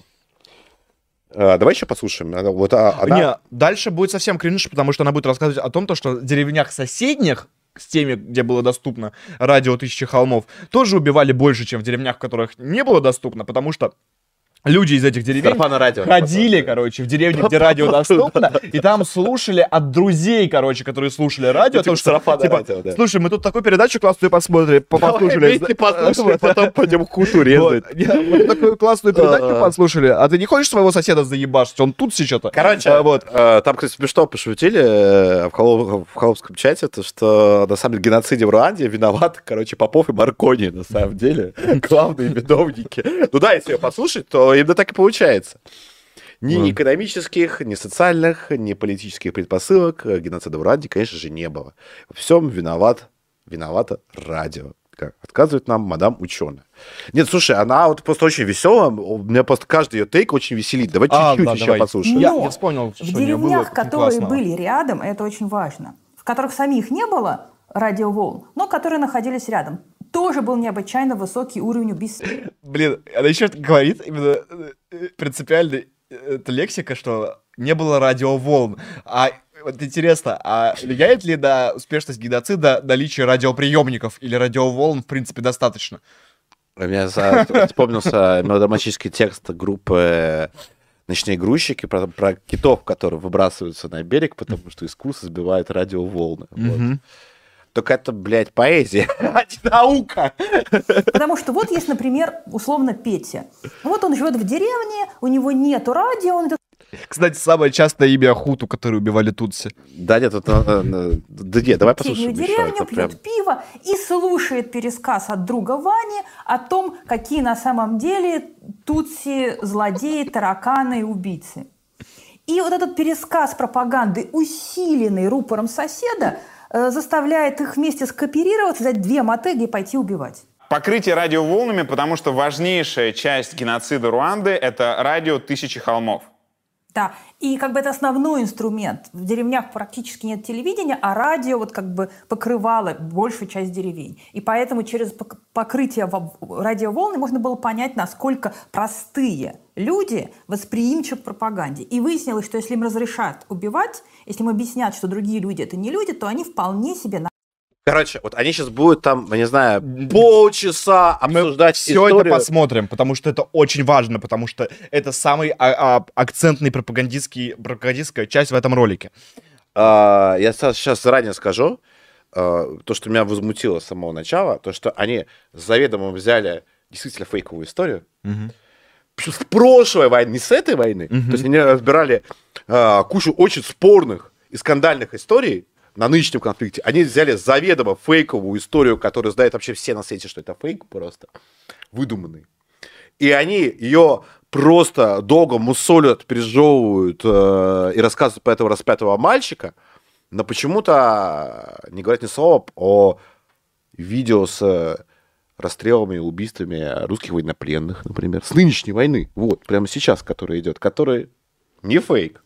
Э, давай еще послушаем. Она- Вот, а, она- Не, дальше будет совсем кринж, потому что она будет рассказывать о том, то, что в деревнях соседних с теми, где было доступно радио «Тысячи холмов», тоже убивали больше, чем в деревнях, в которых не было доступно, потому что люди из этих деревень Сарафанное радио. ходили, короче, в деревне, где радио доступно, и там слушали от друзей, короче, которые слушали радио, Ну, о том, типа что, сарафанное типа, радио, да. слушай, мы тут такую передачу классную посмотрели, по- Давай послушали. вместе послушаем, Вот. потом пойдем хуту резать. Вот. Я- Мы такую классную передачу А. послушали, а ты не хочешь своего соседа заебашить? Он тут сейчас. Короче, А, вот. э, там, кстати, смешно пошутили э, в, холоп- в холопском чате, то, что на самом деле в геноциде в Руанде виноваты, короче, Попов и Маркони, на самом деле, главные виновники. Ну да, если ее послушать, то именно так и получается. Ни экономических, ни социальных, ни политических предпосылок э, геноцида в Руанде, конечно же, не было. Во всем виноват, виновато радио. Как отказывает нам мадам ученая. Нет, слушай, она вот просто очень веселая. У меня просто каждый ее тейк очень веселит. Давай А, чуть-чуть да, еще давай. послушаем. Я, Но я вспомнил, что В у нее было деревнях, очень которые классного. были рядом, это очень важно, в которых самих не было радиоволн, но которые находились рядом, тоже был необычайно высокий уровень убийств. Блин, она еще говорит именно э, принципиально э, эта лексика, что не было радиоволн. А вот интересно, а влияет ли на успешность геноцида наличие радиоприемников или радиоволн, в принципе, достаточно? У меня за- вспомнился мелодраматический текст группы «Ночные грузчики» про, про китов, которые выбрасываются на берег, потому что искусство сбивает радиоволны. Вот. Мгм. только это, блядь, поэзия, а не наука. Потому что вот есть, например, условно Петя. Вот он живет в деревне, у него нету радио, он идет. Кстати, самое частое имя хуту, которые убивали тутси. Да нет, это... Да нет, давай послушаем в еще. деревню, Это пьет прям... пиво и слушает пересказ от друга Вани о том, какие на самом деле тутси злодеи, тараканы и убийцы. И вот этот пересказ пропаганды, усиленный рупором соседа, э, заставляет их вместе скооперироваться, взять две мотыги и пойти убивать. Покрытие радиоволнами, потому что важнейшая часть геноцида Руанды — это радио «Тысячи холмов». Да, и как бы это основной инструмент. В деревнях практически нет телевидения, а радио вот как бы покрывало большую часть деревень. И поэтому через покрытие радиоволны можно было понять, насколько простые люди восприимчивы к пропаганде. И выяснилось, что если им разрешат убивать, если им объяснят, что другие люди — это не люди, то они вполне себе... Короче, вот они сейчас будут там, я не знаю, полчаса обсуждать все историю. это посмотрим, потому что это очень важно, потому что это самый а- а- акцентный пропагандистский, пропагандистская часть в этом ролике. А, я сейчас заранее скажу, а, то, что меня возмутило с самого начала, то, что они заведомо взяли действительно фейковую историю, Угу. причем с прошлой войны, не с этой войны, Угу. то есть они разбирали а, кучу очень спорных и скандальных историй на нынешнем конфликте. Они взяли заведомо фейковую историю, которую знают вообще все на свете, что это фейк просто, выдуманный. И они ее просто долго мусолят, пережевывают э, и рассказывают про этого распятого мальчика, но почему-то не говорят ни слова о видео с расстрелами и убийствами русских военнопленных, например, с нынешней войны, вот, прямо сейчас, которая идет, который не фейк.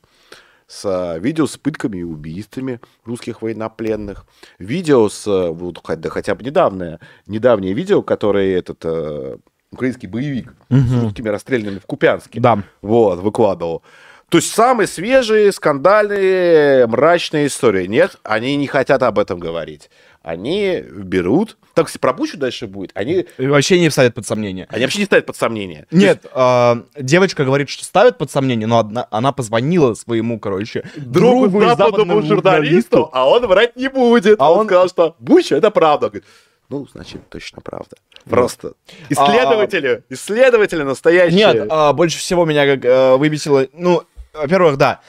С видео с пытками и убийствами русских военнопленных, видео с, вот, да, хотя бы недавнее, недавнее видео, которое этот э, украинский боевик Угу. с русскими расстрелянными в Купянске, Да. вот, выкладывал. То есть самые свежие, скандальные, мрачные истории. Нет, они не хотят об этом говорить. Они берут... Так, если про Бучу дальше будет, они... И вообще не ставят под сомнение. Они вообще не ставят под сомнение. Нет, а, девочка говорит, что ставит под сомнение, но одна, она позвонила своему, короче, другу, Другу западному журналисту, а он врать не будет. А А он, он- сказал, что Буча — это правда. Он говорит, ну, значит, точно правда. Просто исследователи, исследователи настоящие. Нет, а, больше всего меня как а, выбесило... Ну, во-первых, да.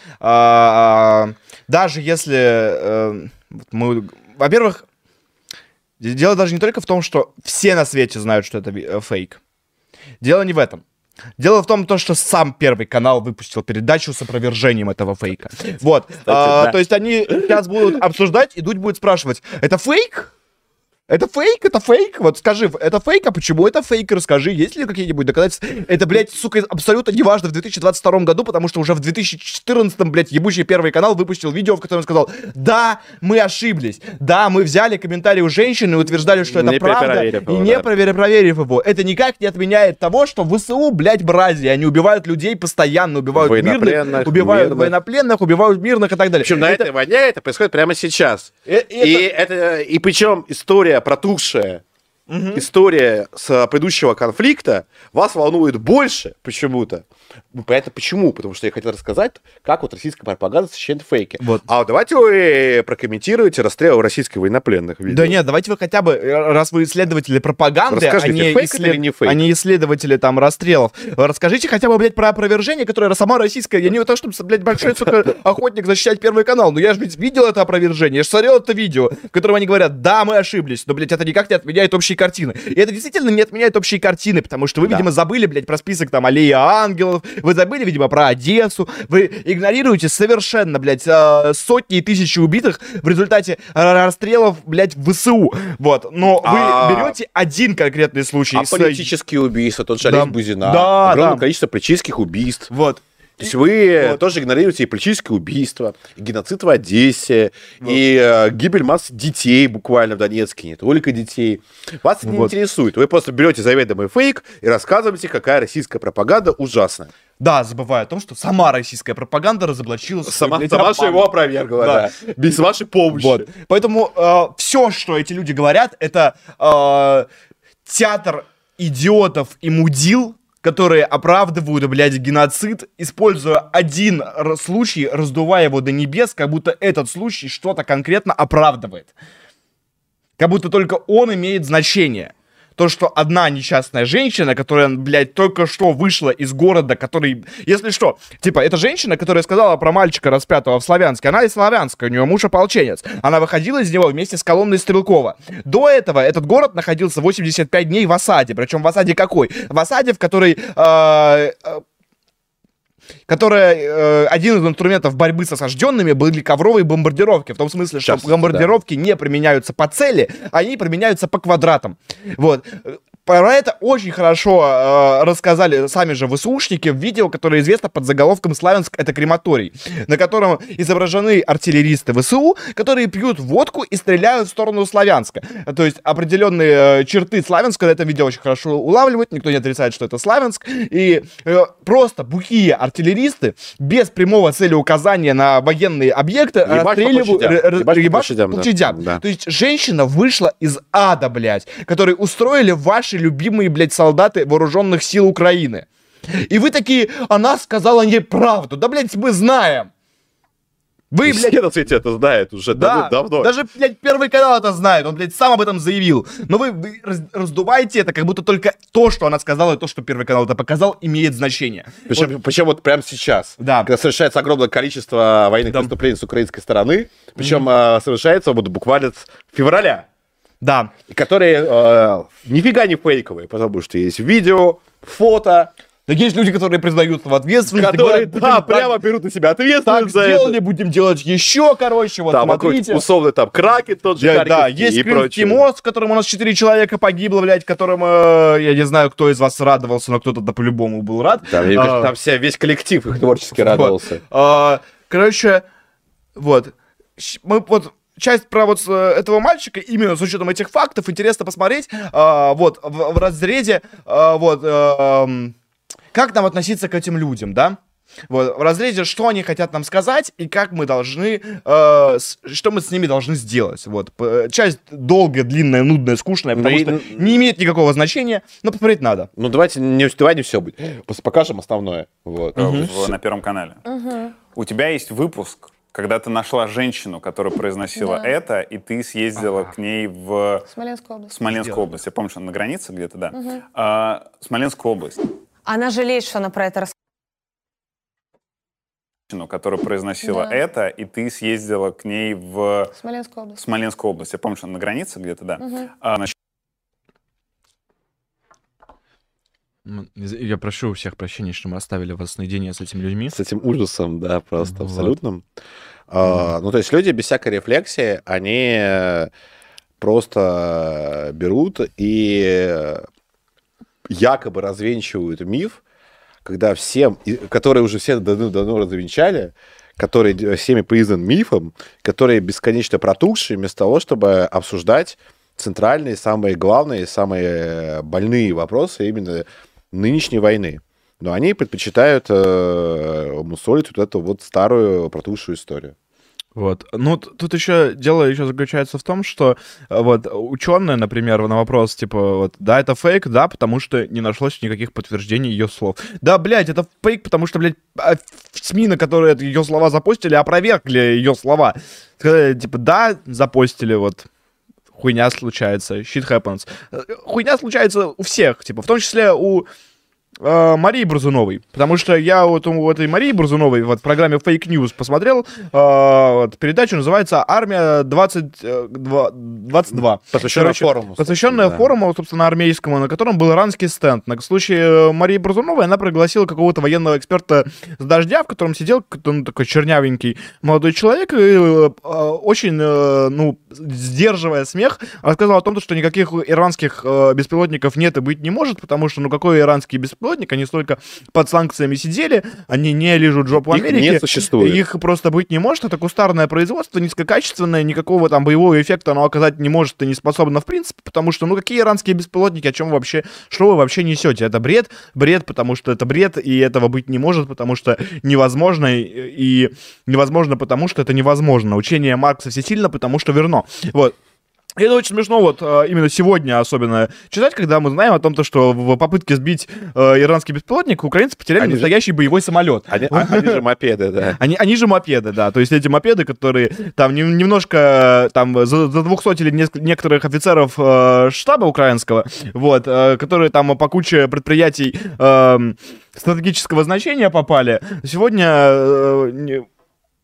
а, а, даже если э, вот мы... Во-первых, дело даже не только в том, что все на свете знают, что это ви- э, фейк. Дело не в этом. Дело в том, то, что сам Первый канал выпустил передачу с опровержением этого фейка. Вот. А, да. То есть они сейчас будут обсуждать, и Дудь будет спрашивать, это фейк? Это фейк? Это фейк? Вот скажи, это фейк? А почему это фейк? Расскажи, есть ли какие-нибудь доказательства? Это, блядь, сука, абсолютно неважно в две тысячи двадцать втором году, потому что уже в две тысячи четырнадцатом, блядь, ебучий Первый канал выпустил видео, в котором он сказал, да, мы ошиблись, да, мы взяли комментарий у женщины и утверждали, что это Не правда, перепроверив и его, не да. проверив, проверив его. Это никак не отменяет того, что в ВСУ, блядь, брази, они убивают людей постоянно, убивают мирных, Военнопленных, убивают мирных. военнопленных, убивают мирных и так далее. Причем на Это- этой войне это происходит прямо сейчас. э- И, это- это, и причем история протухшая, история с предыдущего конфликта вас волнует больше почему-то. Ну, понятно почему, потому что я хотел рассказать, как вот российская пропаганда защищает фейки. Вот. А давайте вы прокомментируете расстрел российских военнопленных. Видео. Да нет, давайте вы хотя бы, э, раз вы исследователи пропаганды, а Расскажите, не, фейк это или не фейк? а не исследователи там расстрелов, расскажите хотя бы, блядь, про опровержение, которое сама российская, я не то, чтобы, блядь, большой, сука, охотник защищать Первый канал, но я же ведь видел это опровержение, я же смотрел это видео, в котором они говорят, да, мы ошиблись, но, блядь, это никак не отменяет общей картины. И это действительно не отменяет общей картины, потому что вы, Да. видимо, забыли, блядь, про список там Аллеи ангелов, вы забыли, видимо, про Одессу, вы игнорируете совершенно, блядь, э, сотни и тысячи убитых в результате э, расстрелов, блядь, в ВСУ. Вот, но А- вы берете один конкретный случай. А с- политические убийства, тот же Да. Олесь Бузина, Да, огромное да. количество политических убийств. Вот. То есть вы Вот. тоже игнорируете и политические убийства, и геноцид в Одессе, и э, гибель массы детей буквально в Донецке, не только детей. Вас это не Вот. интересует. Вы просто берете заведомый фейк и рассказываете, какая российская пропаганда ужасная. Да, забывая о том, что сама российская пропаганда разоблачила... свой, Сама, блядь, сама же обман. его опровергла, Да. да. Без вашей помощи. Вот. Поэтому все, что эти люди говорят, это э, театр идиотов и мудил, которые оправдывают, блядь, геноцид, используя один р- случай, раздувая его до небес, как будто этот случай что-то конкретно оправдывает. Как будто только он имеет значение. То, что одна несчастная женщина, которая, блядь, только что вышла из города, который, если что, типа, это женщина, которая сказала про мальчика распятого в Славянске, она из Славянска, у нее муж ополченец. Она выходила из него вместе с колонной Стрелкова. До этого этот город находился восемьдесят пять дней в осаде. Причем в осаде какой? В осаде, в которой... Э, э, которая, э, один из инструментов борьбы с осажденными были ковровые бомбардировки. В том смысле, что Сейчас, бомбардировки да. не применяются по цели, они применяются по квадратам. Вот. Про это очень хорошо э, рассказали сами же ВСУшники в видео, которое известно под заголовком «Славянск — это крематорий», на котором изображены артиллеристы ВСУ, которые пьют водку и стреляют в сторону Славянска. То есть определенные э, черты Славянска это видео очень хорошо улавливают, никто не отрицает, что это Славянск. И э, просто бухие артиллеристы без прямого целеуказания на военные объекты расстреливают по площадям. Да. То есть женщина вышла из ада, блядь, который устроили ваши любимые, блядь, солдаты вооруженных сил Украины. И вы такие, она сказала ей правду. Да, блядь, мы знаем. Вы, блядь... Все на свете это знают уже да, давно. Даже, блядь, Первый канал это знает. Он, блядь, сам об этом заявил. Но вы, вы раздуваете это, как будто только то, что она сказала, и то, что Первый канал это показал, имеет значение. Причем вот, причем вот прямо сейчас, да. когда совершается огромное количество военных да. преступлений с украинской стороны, причем mm-hmm. э, совершается вот буквально с февраля. Да. Которые э, нифига не фейковые, потому что есть видео, фото. Так есть люди, которые признаются в ответственности. Которые, говорят, да, прямо так, берут на себя ответственность так за сделали, это. Будем делать еще, короче, вот там, смотрите. Условно там Кракен тот же, да, да, есть Крымский мост, в котором у нас четыре человека погибло, блядь, которым, э, я не знаю, кто из вас радовался, но кто-то да по-любому был рад. Там, а, там вся, весь коллектив их творчески радовался. Вот. А, короче, вот, мы вот... Часть про вот этого мальчика, именно с учетом этих фактов, интересно посмотреть, а, вот, в, в разрезе, а, вот, а, как нам относиться к этим людям, да? Вот, в разрезе, что они хотят нам сказать и как мы должны, э, с, что мы с ними должны сделать. Вот, часть долгая, длинная, нудная, скучная, потому ну, что и... не имеет никакого значения, но посмотреть надо. Ну, давайте не, давай не все будет. Просто покажем основное. Вот. Угу. В, на Первом канале. Угу. У тебя есть выпуск, когда ты нашла женщину, которая произносила да. это, и ты съездила ага. к ней в Смоленскую область. Смоленскую область. Я помню, что она на границе где-то, да. Угу. А, Смоленскую область. Она жалеет, что она про это рассказала. Которая произносила да. это, и ты съездила к ней в Смоленскую область. Смоленскую область. Я помню, что она на границе где-то, да. Угу. А, значит... Я прошу у всех прощения, что мы оставили вас наедине с этими людьми. С этим ужасом, да, просто вот. Абсолютным. А, ну, то есть люди без всякой рефлексии, они просто берут и якобы развенчивают миф, когда всем, который уже все давно развенчали, который всеми признан мифом, который бесконечно протухший, вместо того, чтобы обсуждать центральные, самые главные, самые больные вопросы именно нынешней войны. Но они предпочитают э, мусолить вот эту вот старую протухшую историю. Вот. Ну, тут еще дело еще заключается в том, что вот ученые, например, на вопрос, типа, вот, да, это фейк, да, потому что не нашлось никаких подтверждений ее слов. Да, блядь, это фейк, потому что, блядь, СМИ, на которые ее слова запостили, опровергли ее слова. Сказали, типа, да, запостили, вот, хуйня случается, shit happens. Хуйня случается у всех, типа, в том числе у э, Марии Борзуновой. Потому что я вот у этой Марии Борзуновой вот, в программе Fake News посмотрел, э, вот, передачу называется «Армия двадцать двадцать два». Посвященная форуму. Посвященная да. форуму, собственно, армейскому, на котором был иранский стенд. На случае Марии Борзуновой она пригласила какого-то военного эксперта с «Дождя», в котором сидел ну, такой чернявенький молодой человек, и э, очень, э, ну, сдерживая смех, рассказал о том, что никаких иранских э, беспилотников нет и быть не может, потому что, ну, какой иранский беспилотник, они столько под санкциями сидели, они не лижут жопу Америки. Их не существует. Их просто быть не может, это кустарное производство, низкокачественное, никакого там боевого эффекта оно оказать не может и не способно в принципе, потому что, ну, какие иранские беспилотники, о чем вы вообще, что вы вообще несете? Это бред, бред, потому что это бред, и этого быть не может, потому что невозможно, и невозможно, потому что это невозможно. Учение Маркса всесильно, потому что верно. Вот. И это очень смешно вот э, именно сегодня особенно читать, когда мы знаем о том, то, что в попытке сбить э, иранский беспилотник украинцы потеряли Они настоящий же... боевой самолет. Они, они же мопеды, да. Они, они же мопеды, да. То есть эти мопеды, которые там не- немножко там за, за двухсотили неск- некоторых офицеров э, штаба украинского, вот, э, которые там по куче предприятий э, стратегического значения попали, сегодня э, не- э,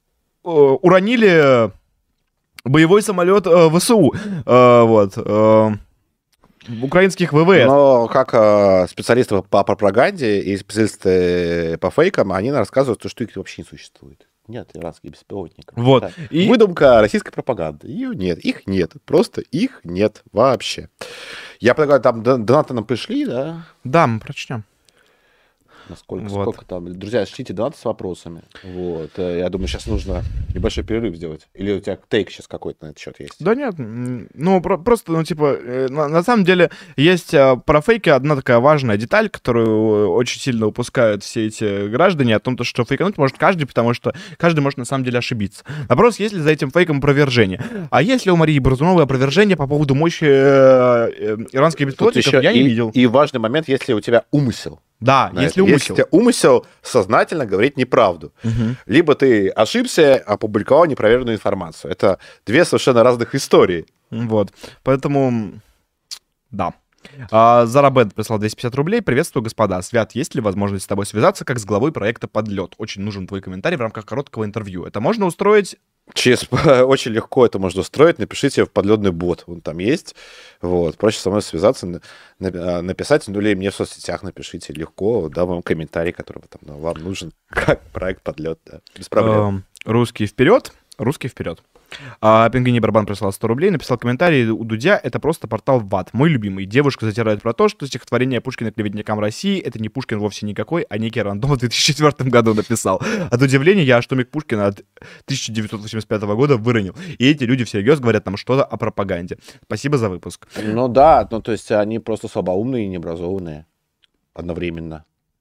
уронили боевой самолет э, ВСУ, э, вот, э, украинских ВВС. Но как э, специалисты по пропаганде и специалисты по фейкам, они нам рассказывают, что их вообще не существует. Нет иранских беспилотников. Вот. Это И- выдумка российской пропаганды. Ее нет, их нет. Просто их нет вообще. Я предлагаю, там д- донаты нам пришли, да? Да, мы прочтем. Насколько, Вот. сколько там. Друзья, шлите донаты с вопросами. Вот. Э, Я думаю, сейчас нужно небольшой перерыв сделать. Или у тебя тейк сейчас какой-то на этот счет есть? Да нет, м, ну про- просто, ну типа, э, на, на самом деле есть а, про фейки одна такая важная деталь, которую очень сильно упускают все эти граждане, о том, то, что фейкануть может каждый, потому что каждый может на самом деле ошибиться. Вопрос, есть ли за этим фейком опровержение? А есть ли у Марии Борзуновой опровержение по поводу мощи э, э, иранских Тут беспилотников, еще я и, не видел. и важный момент, если у тебя умысел. Да, на если это. умысел. Если у тебя умысел сознательно говорить неправду. Мгм. Либо ты ошибся, опубликовал непроверенную информацию. Это две совершенно разных истории. Вот, поэтому, да. А, Зарабет прислал двести пятьдесят рублей. Приветствую, господа. Свят, есть ли возможность с тобой связаться как с главой проекта «Подлет»? Очень нужен твой комментарий в рамках короткого интервью. Это можно устроить? Через очень легко это можно устроить. Напишите в подледный бот. Он там есть. Вот. Проще со мной связаться, на- на- написать, ну или мне в соцсетях напишите. Легко дам вам комментарий, который там, ну, вам нужен, как проект «Подлет». Да. Без проблем. Эм, Русский вперед. Русский вперед. А Пингвини Барбан прислал сто рублей, написал комментарий: у Дудя это просто портал в ад. Мой любимый. Девушка затирает про то, что стихотворение Пушкина клеветникам России — это не Пушкин вовсе никакой, а некий рандом в две тысячи четвёртом году написал. От удивления я аж томик Пушкина от тысяча девятьсот восемьдесят пятого года выронил. И эти люди всерьез говорят нам что-то о пропаганде. Спасибо за выпуск. Ну да, ну то есть они просто слабоумные и необразованные одновременно.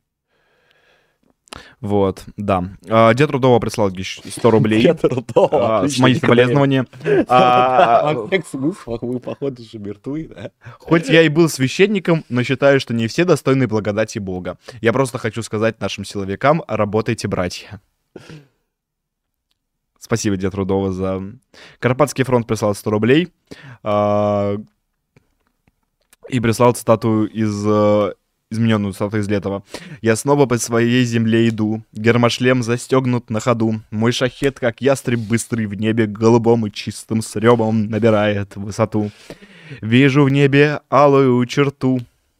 Вот, да. А, Дед Рудова прислал еще сто рублей. Дед Рудова, А, С отличный мои никнейм. соболезнования. А, Во всех смыслах вы, походу, же мертвы, да? Хоть я и был священником, но считаю, что не все достойны благодати Бога. Я просто хочу сказать нашим силовикам: работайте, братья. Спасибо, Дед Рудова, за... Карпатский фронт прислал сто рублей. а, И прислал цитату из... э, измененную цитату из Летова. «Я снова по своей земле иду, гермошлем застегнут на ходу. Мой шахет, как ястреб быстрый в небе, голубом и чистым с рёбом набирает высоту. Вижу в небе алую черту.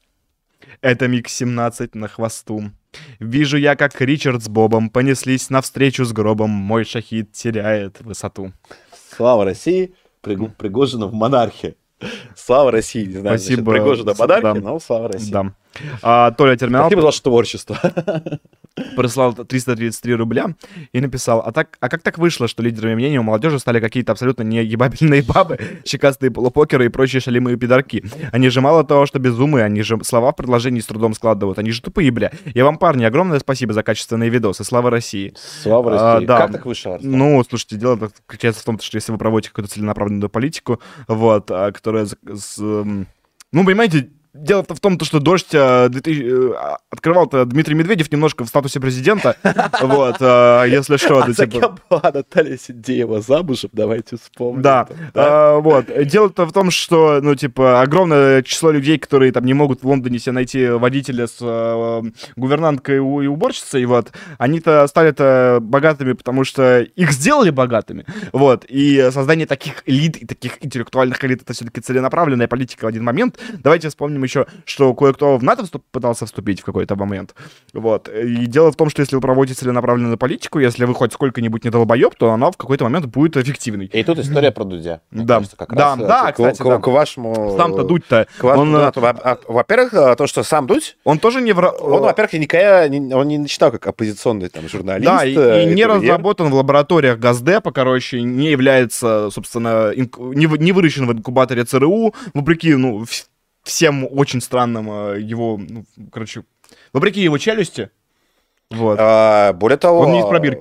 Это миг семнадцать на хвосту. Вижу я, как Ричард с Бобом понеслись навстречу с гробом. Мой шахид теряет высоту». Слава России, Пригу- Пригожина в монархе. Слава России, не знаю, Спасибо. значит, Пригожина в монархе, Да. но слава России. Да. А, Толя Терминал Спасибо за ваше творчество. прислал триста тридцать три рубля и написал: а, так, а как так вышло, что лидерами мнения у молодежи стали какие-то абсолютно неебабельные бабы, щекастые полупокеры и прочие шалимые пидорки? Они же мало того, что безумые, они же слова в предложении с трудом складывают, они же тупые, бля. Я вам, парни, огромное спасибо за качественные видосы. Слава России. Слава А, России. да. Как так вышло, Арсен? Ну, слушайте, дело так заключается в том, что если вы проводите какую-то целенаправленную политику, вот, а, которая с- с, эм, ну, понимаете, дело-то в том, то, что «Дождь» а, две тысячи, э, а, открывал-то Дмитрий Медведев немножко в статусе президента, вот, а, если что, А да, за типа... кем была Наталья Сидеева замужем? Давайте вспомним. Да, а, вот. Дело-то в том, что, ну, типа, огромное число людей, которые там не могут в Лондоне себе найти водителя с э, гувернанткой у- и уборщицей, вот, они-то стали-то богатыми, потому что их сделали богатыми, вот, и создание таких элит и таких интеллектуальных элит — это все-таки целенаправленная политика в один момент. Давайте вспомним еще, что кое-кто в НАТО вступ- пытался вступить в какой-то момент, вот, и дело в том, что если вы проводите целенаправленную политику, если вы хоть сколько-нибудь не долбоеб, то она в какой-то момент будет эффективной. И тут история про Дудя. Мне Да. кажется, как Да, раз, э, да, к- кстати, к, да. к вашему... Сам-то Дудь-то, к вашему он, э, донату. Во- а, Во-первых, э, то, что сам Дудь, он тоже не... вра- он, во-первых, никогда не, он не начинал как оппозиционный там журналист. Да, и, э, и не интервьюер. разработан в лабораториях Газдепа, короче, не является, собственно, инк- не, вы- не выращен в инкубаторе ЦРУ, вопреки, ну, вс- всем очень странным э, его, ну, короче, вопреки его челюсти. Вот. А, более того... Он не из пробирки.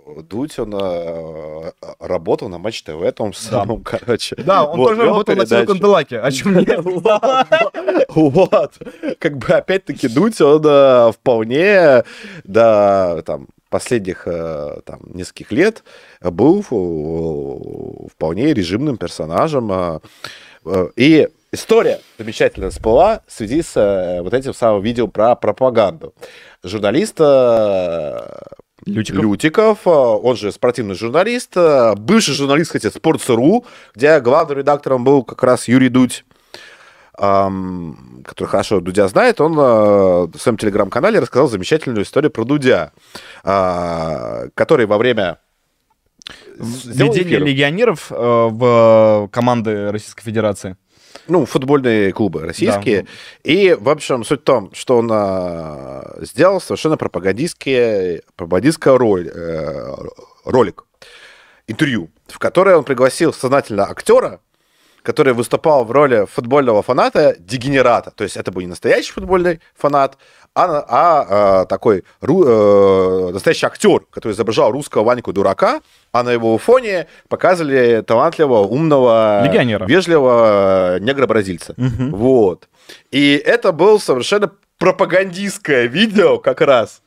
Дудь, он э, работал на Матч ТВ, том самом, короче. Да, он вот, тоже работал на Силикон Далаке, о чем нет. Вот. Как бы, опять-таки, Дудь, он э, вполне, да, там, последних э, там, нескольких лет был э, вполне режимным персонажем. Э, э, и история замечательно всплыла в связи с э, вот этим самым видео про пропаганду. Журналист э, Лютиков. Лютиков, он же спортивный журналист, бывший журналист, кстати, Sports.ru, где главным редактором был как раз Юрий Дудь, который хорошо Дудя знает. Он в своем телеграм-канале рассказал замечательную историю про Дудя, который во время введения легионеров в команды Российской Федерации. Ну, футбольные клубы российские. Да. И, в общем, суть в том, что он а, сделал совершенно пропагандистский, пропагандистский роль, э, ролик, интервью, в которое он пригласил сознательно актера, который выступал в роли футбольного фаната-дегенерата. То есть это был не настоящий футбольный фанат, а, а, а такой ру, э, настоящий актер, который изображал русского Ваньку-дурака, а на его фоне показывали талантливого, умного, легионера, вежливого негра-бразильца. Угу. Вот. И это было совершенно пропагандистское видео как раз,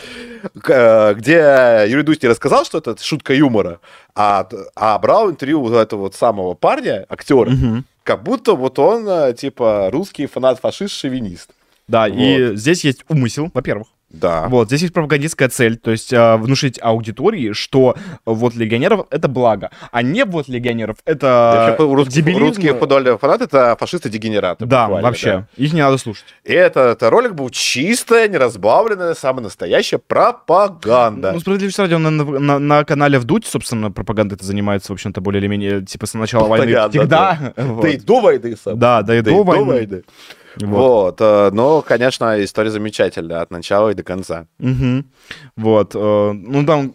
где Юрий Дудь не рассказал, что это шутка юмора, а, а брал интервью у этого вот самого парня, актера, угу. как будто вот он, типа, русский фанат-фашист-шовинист. Да, вот. И здесь есть умысел, во-первых. Да. Вот, здесь есть пропагандистская цель, то есть э, внушить аудитории, что вот легионеров — это благо, а не вот легионеров — это русские, дебилизм. Русские футбольные фанаты — это фашисты-дегенераты. Да, вообще, да. Их не надо слушать. И этот ролик был чистая, неразбавленная, самая настоящая пропаганда. Ну, справедливости ради, он на, на, на канале Вдудь, собственно, пропагандой это занимается, в общем-то, более или менее, типа, с начала войны всегда. Да, вот. Да и до войны сам. Да, да и да до и войны. До войны. Вот. вот, но, конечно, история замечательная от начала и до конца. Угу. Вот, ну там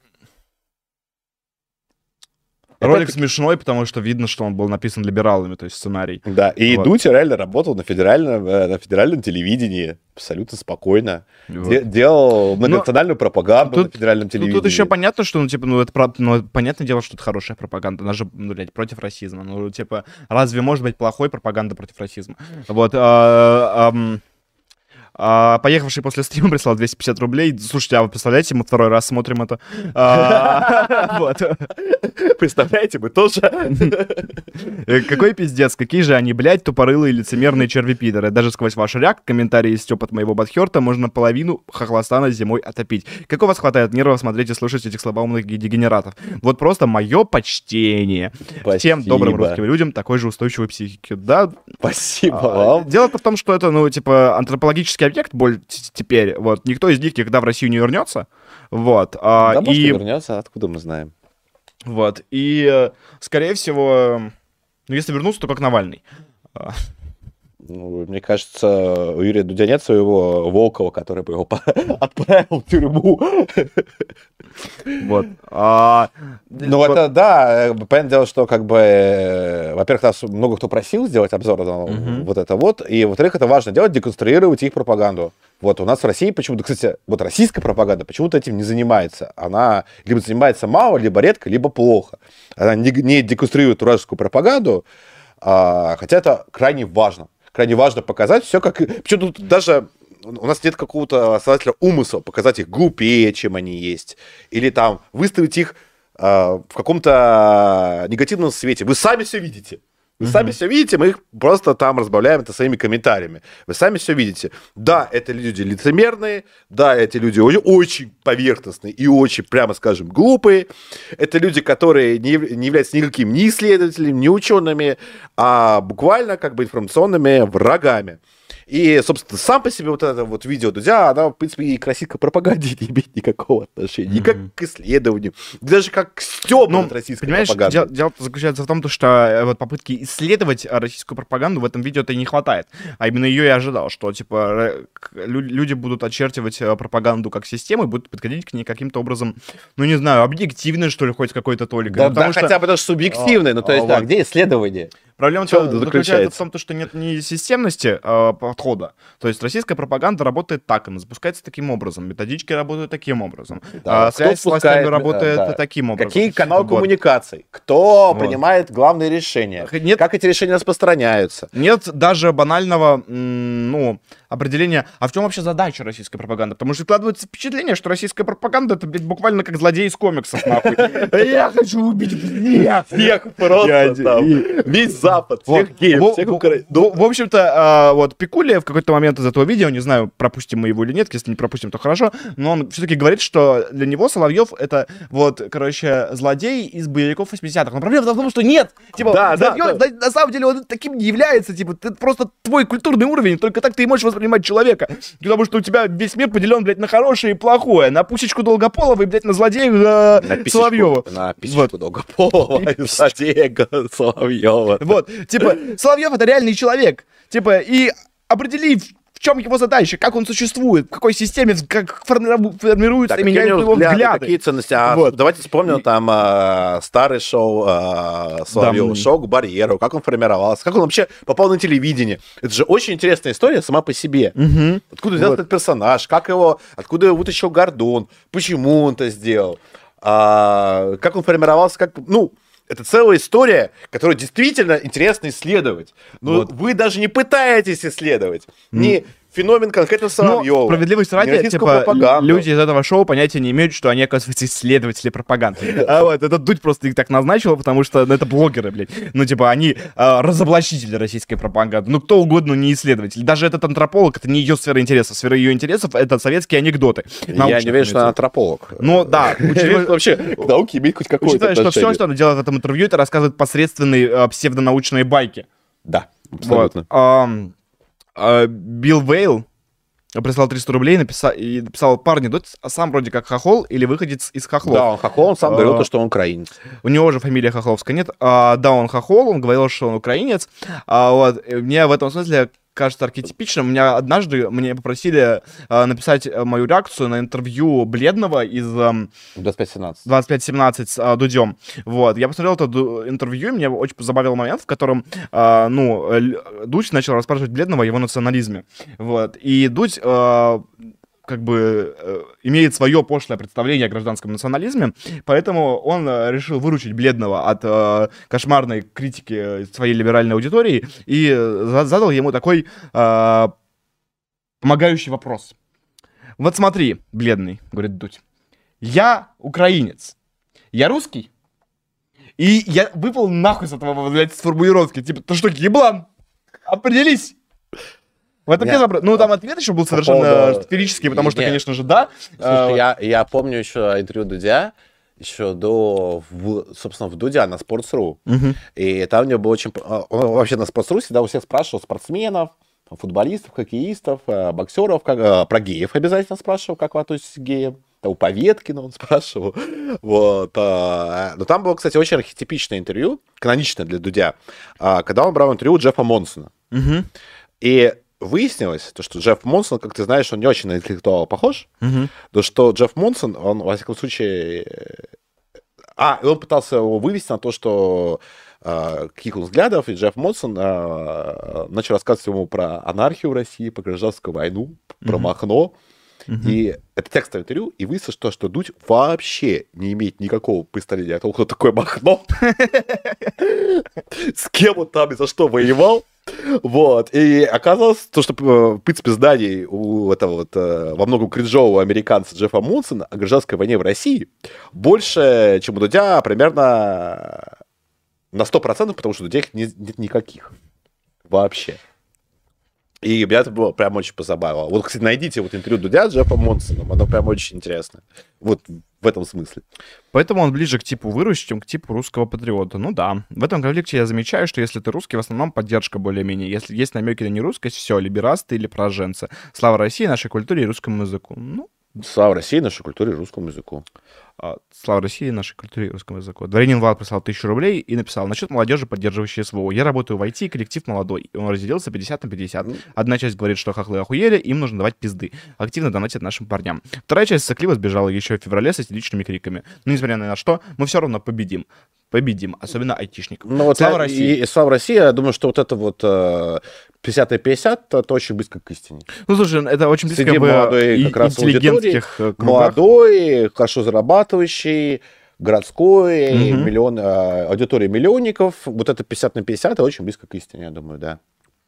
ролик смешной, потому что видно, что он был написан либералами, то есть сценарий. Да, и вот. Дудь реально работал на федеральном, на федеральном телевидении абсолютно спокойно. Вот. Де- делал многонациональную но пропаганду тут, на федеральном телевидении. Ну, тут еще понятно, что, ну, типа, ну, это ну, понятное дело, что это хорошая пропаганда. Она же, ну, блядь, против расизма. Ну, типа, разве может быть плохой пропаганда против расизма? Вот, а, а, а, поехавший после стрима прислал двести пятьдесят рублей. Слушайте, а вы представляете, мы второй раз смотрим это. Представляете, мы тоже. Какой пиздец, какие же они, блядь, тупорылые, лицемерные черви-пидоры. Даже сквозь ваш ряк, комментарии и стёб от моего Батхёрта можно половину Хохлостана зимой отопить. Как у вас хватает нервов смотреть и слушать этих слабоумных дегенератов? Вот просто мое почтение всем добрым русским людям такой же устойчивой психики. Да? Спасибо вам. Дело-то в том, что это, ну, типа, антропологический объект боль теперь. Вот. Никто из них никогда в Россию не вернется. Вот. Да, и... может, не вернется, откуда мы знаем? Вот. И, скорее всего, ну, если вернуться, то как Навальный. Ну, мне кажется, у Юрия Дудя нет своего Волкова, который бы его отправил в тюрьму. Вот. А, ну, вот. Это, да, понятное дело, что, как бы, во-первых, нас много кто просил сделать обзор на uh-huh. вот это вот, и, во-вторых, это важно делать, деконструировать их пропаганду. Вот, у нас в России почему-то, кстати, вот российская пропаганда почему-то этим не занимается. Она либо занимается мало, либо редко, либо плохо. Она не, не деконструирует вражескую пропаганду, а, хотя это крайне важно. Крайне важно показать все, как... Причем тут даже у нас нет какого-то основателя умысла показать их глупее, чем они есть. Или там выставить их э, в каком-то негативном свете. Вы сами все видите. Вы mm-hmm. сами все видите, мы их просто там разбавляем это своими комментариями. Вы сами все видите. Да, это люди лицемерные, да, эти люди очень, очень поверхностные и очень, прямо скажем, глупые. Это люди, которые не, не являются никакими ни исследователями, ни учеными, а буквально как бы информационными врагами. И, собственно, сам по себе вот это вот видео Дудя, она, в принципе, и к российской пропаганде не имеет никакого отношения. Mm-hmm. Ни как к исследованию, даже как к стёбу ну, над российской пропагандой. Дело, дело заключается в том, что вот попытки исследовать российскую пропаганду в этом видео-то и не хватает. А именно ее я ожидал, что, типа, люди будут очерчивать пропаганду как систему и будут подходить к ней каким-то образом, ну, не знаю, объективной, что ли, хоть какой-то толикой. Да, ну, да что... хотя бы даже субъективной, ну, то есть, а, да, вот. Где исследование? Проблема Чё заключается заключается? в том, что нет ни системности э, подхода. То есть российская пропаганда работает так, она запускается таким образом, методички работают таким образом, Да, а кто связь с властями спускает, работает да. таким образом. Какие каналы Вот. коммуникаций? Кто Вот. принимает главные решения? Нет. Как эти решения распространяются? Нет даже банального, м, ну, определения, а в чем вообще задача российской пропаганды? Потому что складывается впечатление, что российская пропаганда — это, блядь, буквально как злодей из комиксов, нахуй. Я хочу убить всех! Всех просто Я- там. и- Весь Запад, Вот. всех геев, Во- всех во- украинцев. во- В общем-то, а, вот Пикуля в какой-то момент из этого видео, не знаю, пропустим мы его или нет, если не пропустим, то хорошо, но он все-таки говорит, что для него Соловьев — это вот, короче, злодей из боевиков восьмидесятых. Но проблема в том, что нет! Типа, Да, да, Соловьев, да. на, на самом деле он таким не является, типа, ты просто твой культурный уровень, только так ты и можешь воспринимать человека. Потому что у тебя весь мир поделен, блядь, на хорошее и плохое, на пусечку Долгополова и, блядь, на злодея э, На писечку, Соловьева. на писечку Вот. Долгополова, И и злодея Соловьева. Вот, типа, Соловьев — это реальный человек. Типа, и определи, в чем его задача, как он существует, в какой системе, как формиру- формируются Так, и какие у меняются него его взгляды, взгляды. какие ценности. А Вот. давайте вспомним там а, старый шоу а, Соловьева, Да. шоу «К барьеру», как он формировался, как он вообще попал на телевидение. Это же очень интересная история сама по себе. Мгм. Откуда взялся Вот. этот персонаж, как его, откуда его вытащил Гордон, почему он это сделал, а, как он формировался, как, ну, это целая история, которую действительно интересно исследовать. Но Вот. вы даже не пытаетесь исследовать. Ни феномен конкретно Ну, Соловьева. справедливости ни ради, российскую типа, пропаганду. люди из этого шоу понятия не имеют, что они, оказывается, исследователи пропаганды. А вот, этот Дудь просто их так назначил, потому что, ну, это блогеры, блядь. Ну, типа, они а, разоблачители российской пропаганды. Ну, кто угодно, не исследователь. Даже этот антрополог — это не ее сфера интересов. Сфера ее интересов — это советские анекдоты. Я Научных, не верю, что она имеется. антрополог. Ну, да. Не верю, что вообще к науке имеет хоть какое-то Учитывая, что все, отношение. что она делает в этом интервью, это рассказывает посредственные э, псевдонаучные байки. Да, абсолютно. Вот. Ам, а, Билл Вейл прислал триста рублей написал, и написал: парни, Дудь сам вроде как хохол или выходец из хохлов. Да, он хохол, он сам говорил, А, то, что он украинец. У него же фамилия Хохловская нет. А, да, он хохол, он говорил, что он украинец. А, вот, и мне в этом смысле кажется архетипичным. Меня однажды мне попросили а, написать а, мою реакцию на интервью Бледного из ам, двадцать пять семнадцать. двадцать пять семнадцать с а, Дудем. Вот. Я посмотрел это ду- интервью, и меня очень позабавил момент, в котором, а, ну, Л- Дудь начал расспрашивать Бледного о его национализме. Вот. И Дудь а, как бы э, имеет свое пошлое представление о гражданском национализме, поэтому он э, решил выручить Бледного от э, кошмарной критики своей либеральной аудитории и э, за- задал ему такой э, помогающий вопрос. Вот смотри, Бледный, говорит Дудь, я украинец, я русский, и я выпал нахуй с этого, блядь, с формулировки, типа, ты что, еблан? Определись! В этом Нет. без вопроса. Ну, там ответ еще был По совершенно поводу- сферический, потому что, Нет. конечно же, да. Слушай, Э, я, я помню еще интервью Дудя, еще до, в- собственно, в Дудя на Sports.ru. мгм. И там у него был очень... Он вообще на Sports.ru всегда у всех спрашивал спортсменов, футболистов, хоккеистов, э, боксеров, как, э, про геев обязательно спрашивал, как вы относитесь к геям. У Поветкина он спрашивал. Вот. а, Но там было, кстати, очень архетипичное интервью, каноничное для Дудя, а, когда он брал интервью у Джеффа Монсона. Мгм. И выяснилось, то, что Джефф Монсон, как ты знаешь, он не очень на интеллектуала похож, Мгм. то, что Джефф Монсон, он, во всяком случае... э, А, и он пытался его вывести на то, что э, каких он взглядов, и Джефф Монсон э, начал рассказывать ему про анархию в России, про гражданскую войну, про Мгм. Махно. Мгм. И это текстовое интервью, и выяснилось то, что Дудь вообще не имеет никакого представления о том, кто такой Махно, с кем он там и за что воевал. Вот. И оказалось, то, что, э, в принципе, знаний у этого вот э, во многом кринжового американца Джеффа Монсона о гражданской войне в России больше, чем у Дудя, примерно на сто процентов, потому что у Дудя их не- нет никаких. Вообще. И меня это было прям очень позабавило. Вот, кстати, найдите вот интервью Дудя с Джеффом Монсоном, оно прям очень интересно. Вот в этом смысле. Поэтому он ближе к типу выручить, чем к типу русского патриота. Ну да. В этом конфликте я замечаю, что если ты русский, в основном поддержка более-менее. Если есть намеки на нерусскость, все, либерасты или пораженцы. Слава России, нашей культуре и русскому языку. Ну, Слава России, нашей культуре и русскому языку. а, слава России, нашей культуре и русскому языку. Дворянин Влад прислал тысячу рублей и написал: насчет молодежи, поддерживающей СВО. Я работаю в ай ти, коллектив молодой. И он разделился пятьдесят на пятьдесят. Одна часть говорит, что хохлы охуели, им нужно давать пизды. Активно донатят нашим парням. Вторая часть сыкливо сбежала еще в феврале с истеричными криками. Но несмотря ни на что, мы все равно победим. победим, особенно айтишников. Ну, вот Слава я, России. И, и слава России, я думаю, что вот это вот пятьдесят на пятьдесят, это очень близко к истине. Ну, слушай, это очень близко Среди в молодой и- как раз интеллигентских аудитории, кругах. молодой, хорошо зарабатывающий, городской, Мгм. миллион, а, аудитория миллионников. Вот это пятьдесят на пятьдесят, это очень близко к истине, я думаю, да.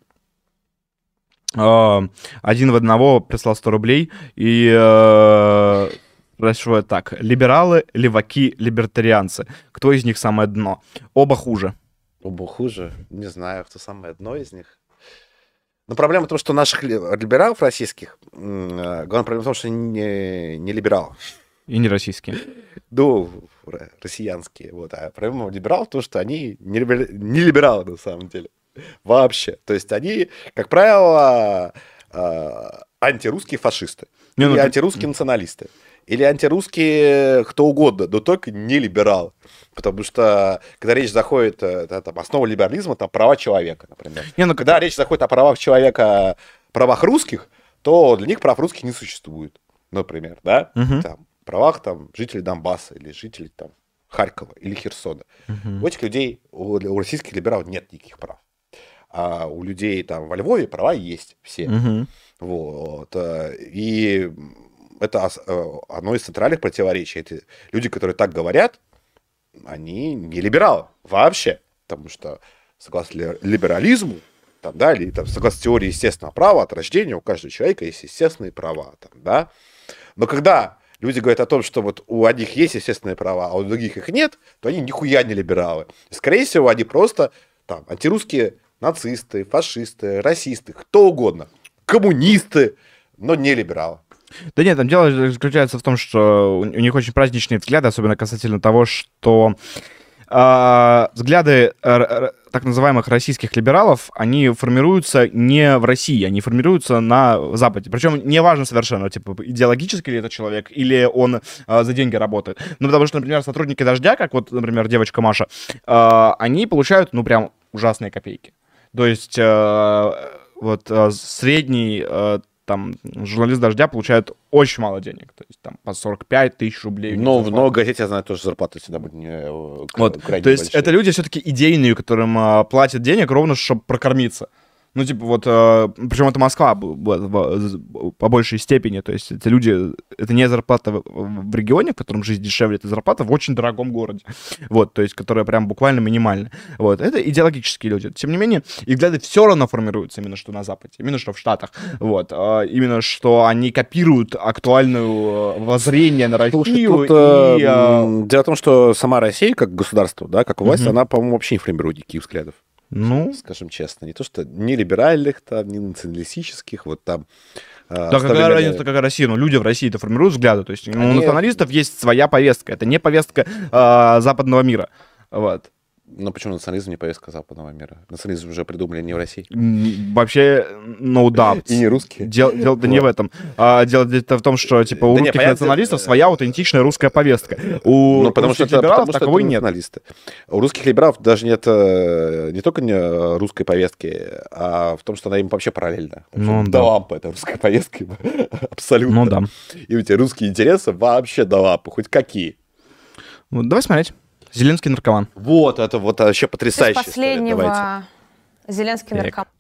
А, Один в одного прислал сто рублей и э, спрашивает так. Либералы, леваки, либертарианцы. Кто из них самое дно? Оба хуже. Оба хуже. Не знаю, кто самое одно из них. Но проблема в том, что наших ли- либералов российских, м, э, главная проблема в том, что они не, не либералы. И не российские. Ну, р- россиянские. Вот. А проблема либералов в том, что они не, либер- не либералы на самом деле. Вообще. То есть они, как правило, э, антирусские фашисты. Не, ну Или ты- антирусские националисты. Или антирусские кто угодно, но только не либералы. Потому что, когда речь заходит, э, да, там, основа либерализма, там, права человека, например. Не, ну, Когда речь заходит о правах человека, правах русских, то для них прав русских не существует, например, да? Мгм. Там, правах там, жителей Донбасса или жителей там, Харькова или Херсона. Мгм. У этих людей, у, у российских либералов нет никаких прав. А у людей там во Львове права есть все. Мгм. Вот. э, И это ос- э, одно из центральных противоречий. Эти люди, которые так говорят, они не либералы вообще. Потому что, согласно ли- либерализму, там, да, или там, согласно теории естественного права, от рождения у каждого человека есть естественные права. Там, да? Но когда люди говорят о том, что вот у одних есть естественные права, а у других их нет, то они нихуя не либералы. Скорее всего, они просто там, антирусские нацисты, фашисты, расисты, кто угодно. Коммунисты, но не либералы. Да нет, там дело заключается в том, что у у них очень праздничные взгляды, особенно касательно того, что а, взгляды р- р- так называемых российских либералов, они формируются не в России, они формируются на Западе. Причем неважно совершенно, типа, идеологически ли это человек, или он а, за деньги работает. Ну, потому что, например, сотрудники «Дождя», как вот, например, девочка Маша, а, они получают, ну, прям ужасные копейки. То есть а, вот а, средний а, там журналист «Дождя» получает очень мало денег. То есть там по сорок пять тысяч рублей. у них Но в зарплата. но в газете, я знаю, тоже зарплаты всегда будут не, э, к- Вот, крайне то есть большие. это люди все-таки идейные, которым а, платят денег ровно, чтобы прокормиться. Ну, типа, вот, а, причем это Москва б- б- в- по большей степени, то есть эти люди, это не зарплата в, в регионе, в котором жизнь дешевле, это зарплата в очень дорогом городе, вот, то есть, которая прям буквально минимальная. Вот, это идеологические люди. Тем не менее, их взгляды все равно формируются именно что на Западе, именно что в Штатах, вот, а, именно что они копируют актуальную э, воззрение на Россию. Слушай, тут, и, э, а, м, дело в том, что сама Россия, как государство, да, как власть, Мгм. она, по-моему, вообще не формирует никаких взглядов. ну, Скажем честно. Не то, что ни либеральных, там, ни националистических, вот там... э, Да, какая оставляли- разница, какая Россия? Ну, люди в России это формируют взгляды. То есть у Они- националистов есть своя повестка. Это не повестка а, западного мира. Вот. Но почему национализм не повестка западного мира? Национализм уже придумали не в России. М, Вообще, no doubt. И не русские. Дел- Дело-то не в этом. А, дело в том, что типа у Да не, русских понятно, националистов э, своя аутентичная русская повестка. У Ну, потому что, русских это, либералов потому что таковой это нет. националисты. У русских либералов даже нет э, не только не русской повестки, а в том, что она им вообще параллельна. Ну, до да. лампы это русская повестка. Абсолютно. Ну да. И у тебя русские интересы вообще до лампы, хоть какие. Ну, давай смотреть. Зеленский наркоман. Вот, это вот вообще Из потрясающая история. Давайте. последнего Зеленский Так. наркоман.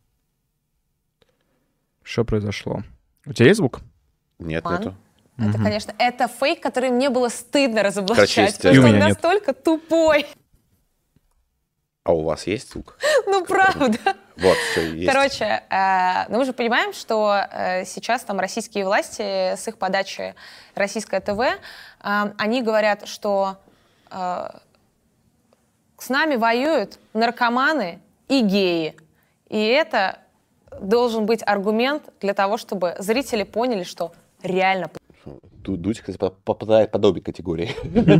Что произошло? У тебя есть звук? Нет, Ман. нету. Это, конечно, это фейк, который мне было стыдно Короче, разоблачать, есть- потому И у что он меня нет. настолько тупой. А у вас есть звук? Ну, правда. Вот, все есть. Короче, э, ну мы же понимаем, что э, сейчас там российские власти с их подачи российское ТВ, э, они говорят, что э, с нами воюют наркоманы и геи. И это должен быть аргумент для того, чтобы зрители поняли, что реально... Ду- Дудь, кстати, по- попадает под обе категории.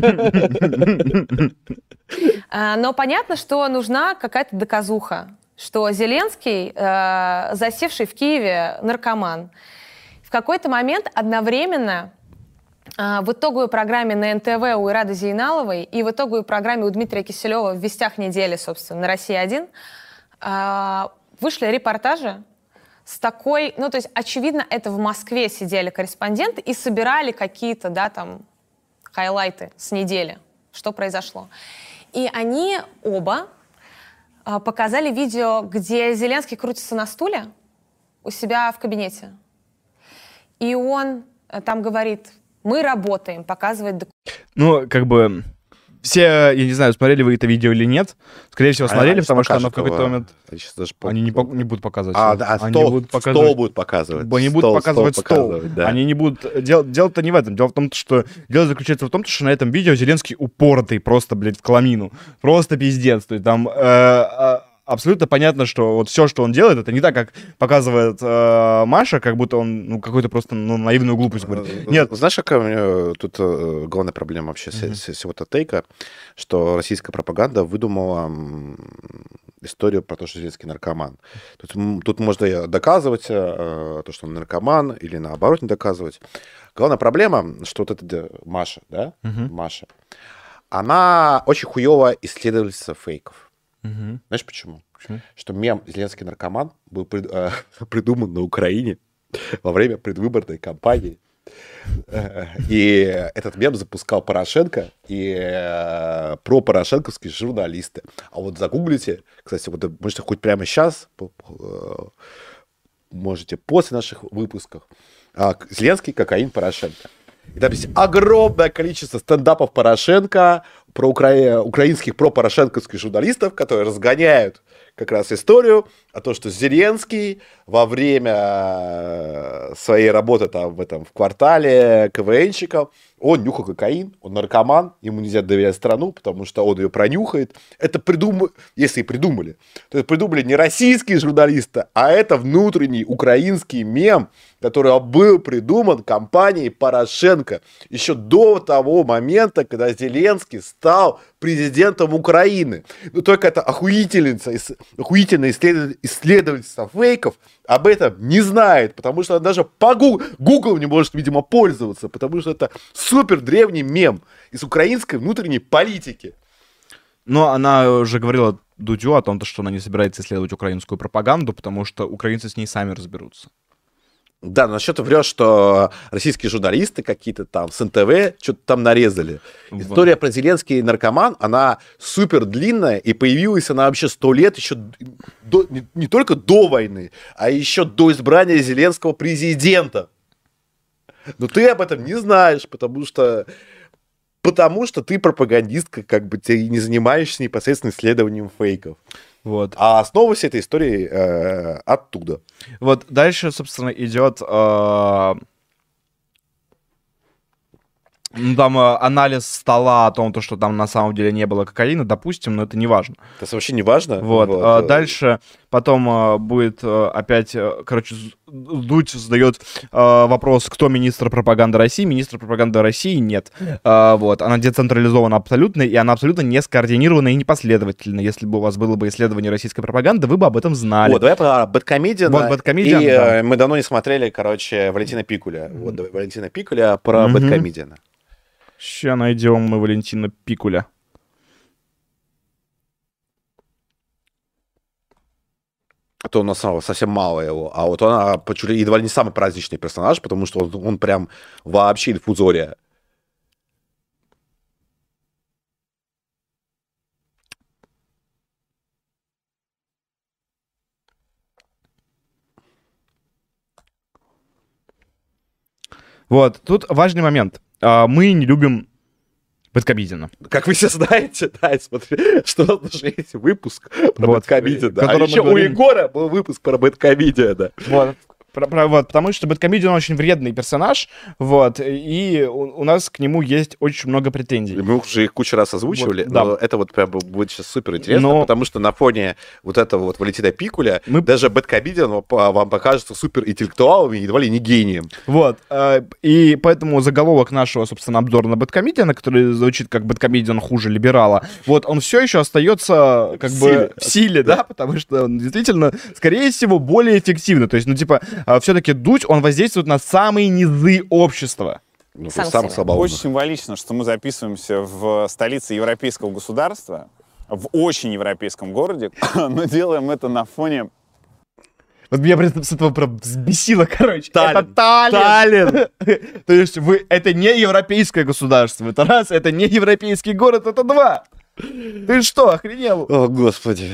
Э, Но понятно, что нужна какая-то доказуха, что Зеленский, э, засевший в Киеве, наркоман. В какой-то момент одновременно э, в итоговой программе на эн тэ вэ у Ирады Зейналовой и в итоговой программе у Дмитрия Киселева в «Вестях недели», собственно, на «Россия один», э, вышли репортажи с такой... Ну, то есть, очевидно, это в Москве сидели корреспонденты и собирали какие-то, да, там, хайлайты с недели, что произошло. И они оба а, показали видео, где Зеленский крутится на стуле у себя в кабинете. И он а, там говорит, мы работаем, показывает документы. Ну, как бы... Все, я не знаю, смотрели вы это видео или нет. Скорее всего, смотрели, а потому что оно в какой-то момент... Даже они не, по... не будут показывать. А, да, они стол, будут показывать... стол будут показывать. Они будут стол, показывать стол. стол. Показывать, да. Они не будут... Дел... Дело-то не в этом. Дело в том, что... Дело заключается в том, что на этом видео Зеленский упоротый просто, блядь, в хламину. Просто пиздец. То есть там... Э, э, абсолютно понятно, что вот все, что он делает, это не так, как показывает э, Маша, как будто он ну, какой-то просто ну, наивную глупость говорит. Нет. Знаешь, какая у меня тут э, главная проблема вообще mm-hmm. с, с, всего этого тейка, что российская пропаганда выдумала м, историю про то, что Зеленский наркоман. Тут, м, тут можно доказывать э, то, что он наркоман, или наоборот не доказывать. Главная проблема, что вот эта Маша, да, mm-hmm. Маша, она очень хуевая исследовательница фейков. Угу. Знаешь почему? почему? Что мем «Зеленский наркоман» был прид, э, придуман на Украине во время предвыборной кампании. И этот мем запускал Порошенко и э, пропорошенковские журналисты. А вот загуглите, кстати, вот можете хоть прямо сейчас, можете после наших выпусков, «Зеленский, кокаин, Порошенко». И там есть огромное количество стендапов Порошенко, про укра... украинских пропорошенковских журналистов, которые разгоняют как раз историю о том, что Зеленский во время своей работы там в этом в квартале КВНщиков, он нюхал кокаин, он наркоман, ему нельзя доверять страну, потому что он ее пронюхает. Это придумали, если и придумали, то это придумали не российские журналисты, а это внутренний украинский мем, который был придуман компанией Порошенко еще до того момента, когда Зеленский стал президентом Украины. Но только эта охуительница, охуительная исследовательница фейков об этом не знает, потому что она даже по Google не может, видимо, пользоваться, потому что это супер древний мем из украинской внутренней политики. Но она уже говорила Дудю о том, что она не собирается исследовать украинскую пропаганду, потому что украинцы с ней сами разберутся. Да, насчет врешь, что российские журналисты какие-то там с эн тэ вэ что-то там нарезали. История про Зеленский наркоман, она супер длинная, и появилась она вообще сто лет еще до, не, не только до войны, а еще до избрания Зеленского президента. Но ты об этом не знаешь, потому что, потому что ты пропагандистка, как бы ты не занимаешься непосредственно исследованием фейков. Вот. А основа всей этой истории э, оттуда. Вот дальше, собственно, идет э, ну, там э, анализ стола о том, то, что там на самом деле не было кокаина, допустим, но это не важно. Это вообще не важно. Вот. Вот. Э, дальше потом э, будет э, опять, э, короче, Дудь задает э, вопрос, кто министр пропаганды России. Министра пропаганды России нет. Э, вот. Она децентрализована абсолютно, и она абсолютно не скоординирована и непоследовательна. Если бы у вас было бы исследование российской пропаганды, вы бы об этом знали. Вот, давай про Бэдкомедиана. Вот, Бэдкомедиан, и да. мы давно не смотрели, короче, Валентина Пикуля. Вот, давай, Валентина Пикуля про mm-hmm. Бэдкомедиана. Сейчас найдем мы Валентина Пикуля. А то у нас совсем мало его. А вот он едва ли не самый праздничный персонаж, потому что он, он прям вообще инфузория. Вот, тут важный момент. Мы не любим Бэдкомедиана. Как вы все знаете, да, смотри, что у нас уже есть выпуск про вот, Бэдкомедиана. А еще говорим... у Егора был выпуск про Бэдкомедиана. Вот. Про, про, вот, потому что Бэдкомедиан очень вредный персонаж, вот, и у, у нас к нему есть очень много претензий. Мы уже их кучу раз озвучивали, вот, но да. это вот прям будет сейчас супер интересно, но... потому что на фоне вот этого вот Валентина Пикуля мы... даже Бэдкомедиан вам покажется супер интеллектуалом и едва ли не гением. Вот, э, и поэтому заголовок нашего, собственно, обзора на Бэдкомедиана, который звучит как «Бэдкомедиан хуже либерала», вот, он все еще остается как в бы силе. в силе, да, потому что он действительно, скорее всего, более эффективный, то есть, ну, типа, все-таки Дудь, он воздействует на самые низы общества. Ну, сам Очень символично, что мы записываемся в столице европейского государства, в очень европейском городе, но делаем это на фоне... Вот меня с этого прям взбесило, короче. Таллин. Это Таллин. Таллин. То есть вы, это не европейское государство, это раз, это не европейский город, это два. Ты что, охренел? О, господи.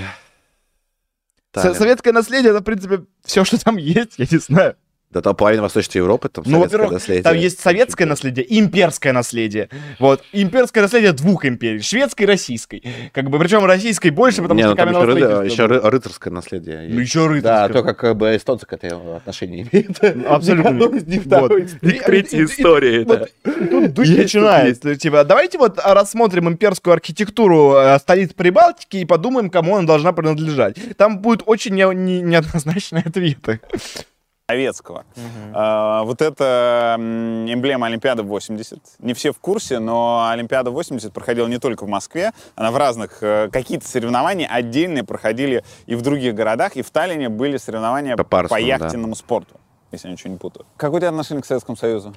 Со- Советское наследие, это, в принципе, все, что там есть, я не знаю. Да там половина Восточной Европы, там Ну, советское во-первых, наследие. там есть советское наследие и имперское наследие. Вот. Имперское наследие двух империй, шведской и российской. Как бы, причем российской больше, потому Не, что ну, там каменного еще, ры- строительства еще было. ры- рыцарское наследие. Ну, есть. еще рыцарское. Да, то, как, как бы эстонцы к этому отношение имеют. Абсолютно. Ни к одной, ни к второй, Вот. ни к третьей И- и- истории. вот это. Тут Дудь Есть, начинает. тут Типа, давайте вот рассмотрим имперскую архитектуру э, столиц Прибалтики и подумаем, кому она должна принадлежать. Там будут очень не- не- неоднозначные ответы. Советского. А, вот это м, эмблема Олимпиады восемьдесят. Не все в курсе, но Олимпиада восемьдесят проходила не только в Москве, она в разных, э, какие-то соревнования отдельные проходили и в других городах, и в Таллине были соревнования По по, парусному, яхтенному спорту, если я ничего не путаю. Какое у тебя отношение к Советскому Союзу?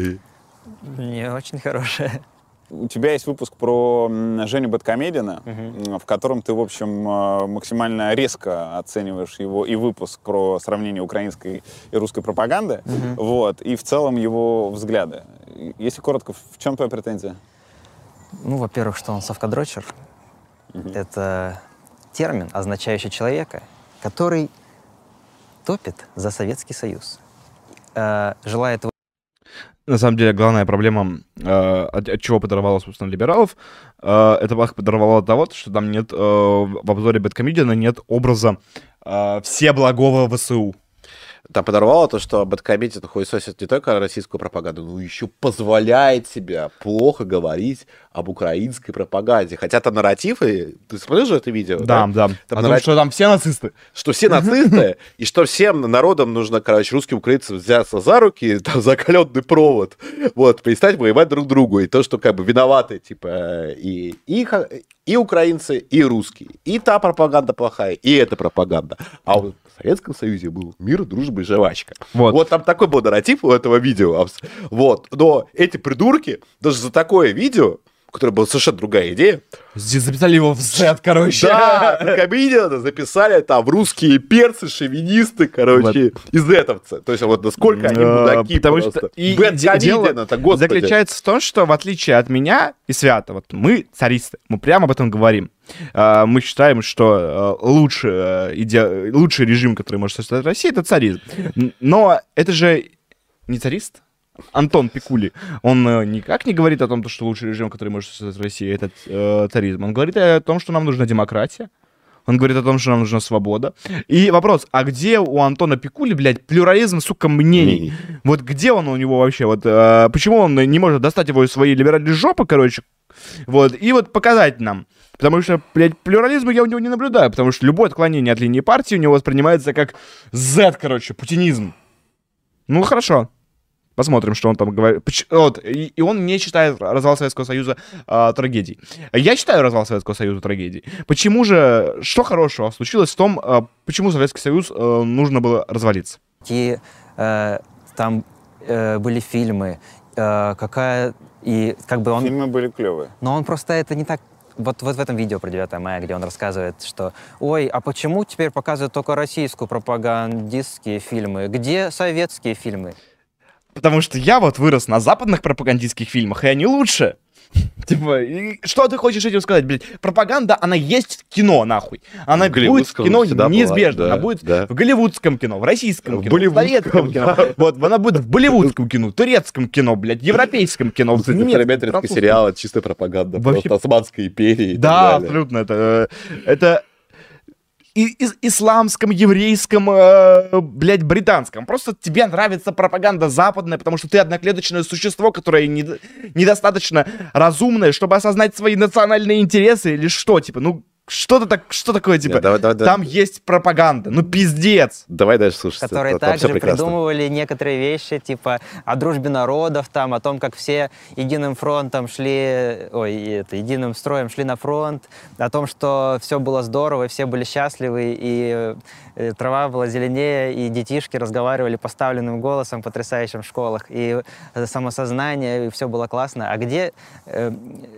Не очень хорошее. У тебя есть выпуск про м, Женю Бэдкомедиана, м, в котором ты, в общем, э, максимально резко оцениваешь его и выпуск про сравнение украинской и русской пропаганды, вот, и в целом его взгляды. Если коротко, в чем твоя претензия? Ну, во-первых, что он совкадрочер. Это термин, означающий человека, который топит за Советский Союз. Э, желает На самом деле, главная проблема, э, от, от чего подорвало, собственно, либералов, э, это их подорвало от того, что там нет, э, в обзоре Бэдкомедиана нет образа э, всеблагого ВСУ. Там подорвало то, что Бэдкомедиан хуесосит не только российскую пропаганду, но еще позволяет себе плохо говорить об украинской пропаганде. Хотя там нарративы, ты смотришь же это видео? Да, да. Там О том, нарратив- что там все нацисты. Что все нацисты, и что всем народам нужно, короче, русским украинцам взяться за руки, там, за каленый провод, вот, перестать воевать друг другу. И то, что как бы виноваты, типа, и, и, ха- и украинцы, и русские. И та пропаганда плохая, и эта пропаганда. А вот в Советском Союзе был мир, дружба и жвачка. Вот. Вот там такой был нарратив у этого видео. Вот. Но эти придурки даже за такое видео, которое была совершенно другая идея, Здесь записали его в Z, короче. да, комедиана записали там русские перцы, шовинисты, короче, изэтовцы. То есть вот насколько они Э, мудаки потому просто. что и Бэд де- дело комедиан-то, господи. заключается в том, что в отличие от меня и Свята, вот мы царисты, мы прямо об этом говорим. Э, Мы считаем, что э, лучше, э, иде- лучший режим, который может существовать в России, это царизм. Н- Но это же не царист. Антон Пикули, он э, никак не говорит о том, что лучший режим, который может существовать в России, это э, царизм. Он говорит о том, что нам нужна демократия. Он говорит о том, что нам нужна свобода. И вопрос, а где у Антона Пикули, блядь, плюрализм, сука, мнений? Мнений. Вот где он у него вообще? Вот э, почему он не может достать его из своей либеральной жопы, короче, вот, и вот показать нам? Потому что, блядь, плюрализма я у него не наблюдаю, потому что любое отклонение от линии партии у него воспринимается как Z, короче, путинизм. Ну, хорошо. Посмотрим, что он там говорит. Поч- Вот, и, и он не считает развал Советского Союза а, трагедией. Я считаю развал Советского Союза трагедией. Почему же, что хорошего случилось в том, а, почему Советский Союз а, нужно было развалиться? И э, там э, были фильмы, э, какая и как бы он, Фильмы были клевые. но он просто это не так. Вот, вот в этом видео про девятое мая, где он рассказывает, что «Ой, а почему теперь показывают только российскую пропагандистские фильмы? Где советские фильмы?» Потому что я вот вырос на западных пропагандистских фильмах, и они лучше. Типа, и что ты хочешь этим сказать, блядь? Пропаганда, она есть в кино, нахуй. Она В будет в голливудском кино всегда была, неизбежно. да, она будет да. в голливудском кино, в российском В кино, в болливудском, советском кино. да. Вот, она будет в болливудском кино, турецком кино, блядь, европейском кино, в Кстати, немецком, Фрэметринский французском. сериал — это чистая пропаганда. Вообще- Просто Османской империи и Да, так далее. абсолютно. Это, э, это и, из- исламском, еврейском, э, блядь, британском. Просто тебе нравится пропаганда западная, потому что ты одноклеточное существо, которое не- недостаточно разумное, чтобы осознать свои национальные интересы или что, типа, ну, что-то так, что такое, типа, давай, давай, давай. там есть пропаганда, ну, пиздец. Давай дальше слушать. которые там всё также прекрасно. придумывали некоторые вещи, типа о дружбе народов, там, о том, как все единым фронтом шли, ой, это, единым строем шли на фронт, о том, что все было здорово, и все были счастливы, и э, трава была зеленее, и детишки разговаривали поставленным голосом, потрясающим в школах, и э, самосознание, и все было классно. А где... э,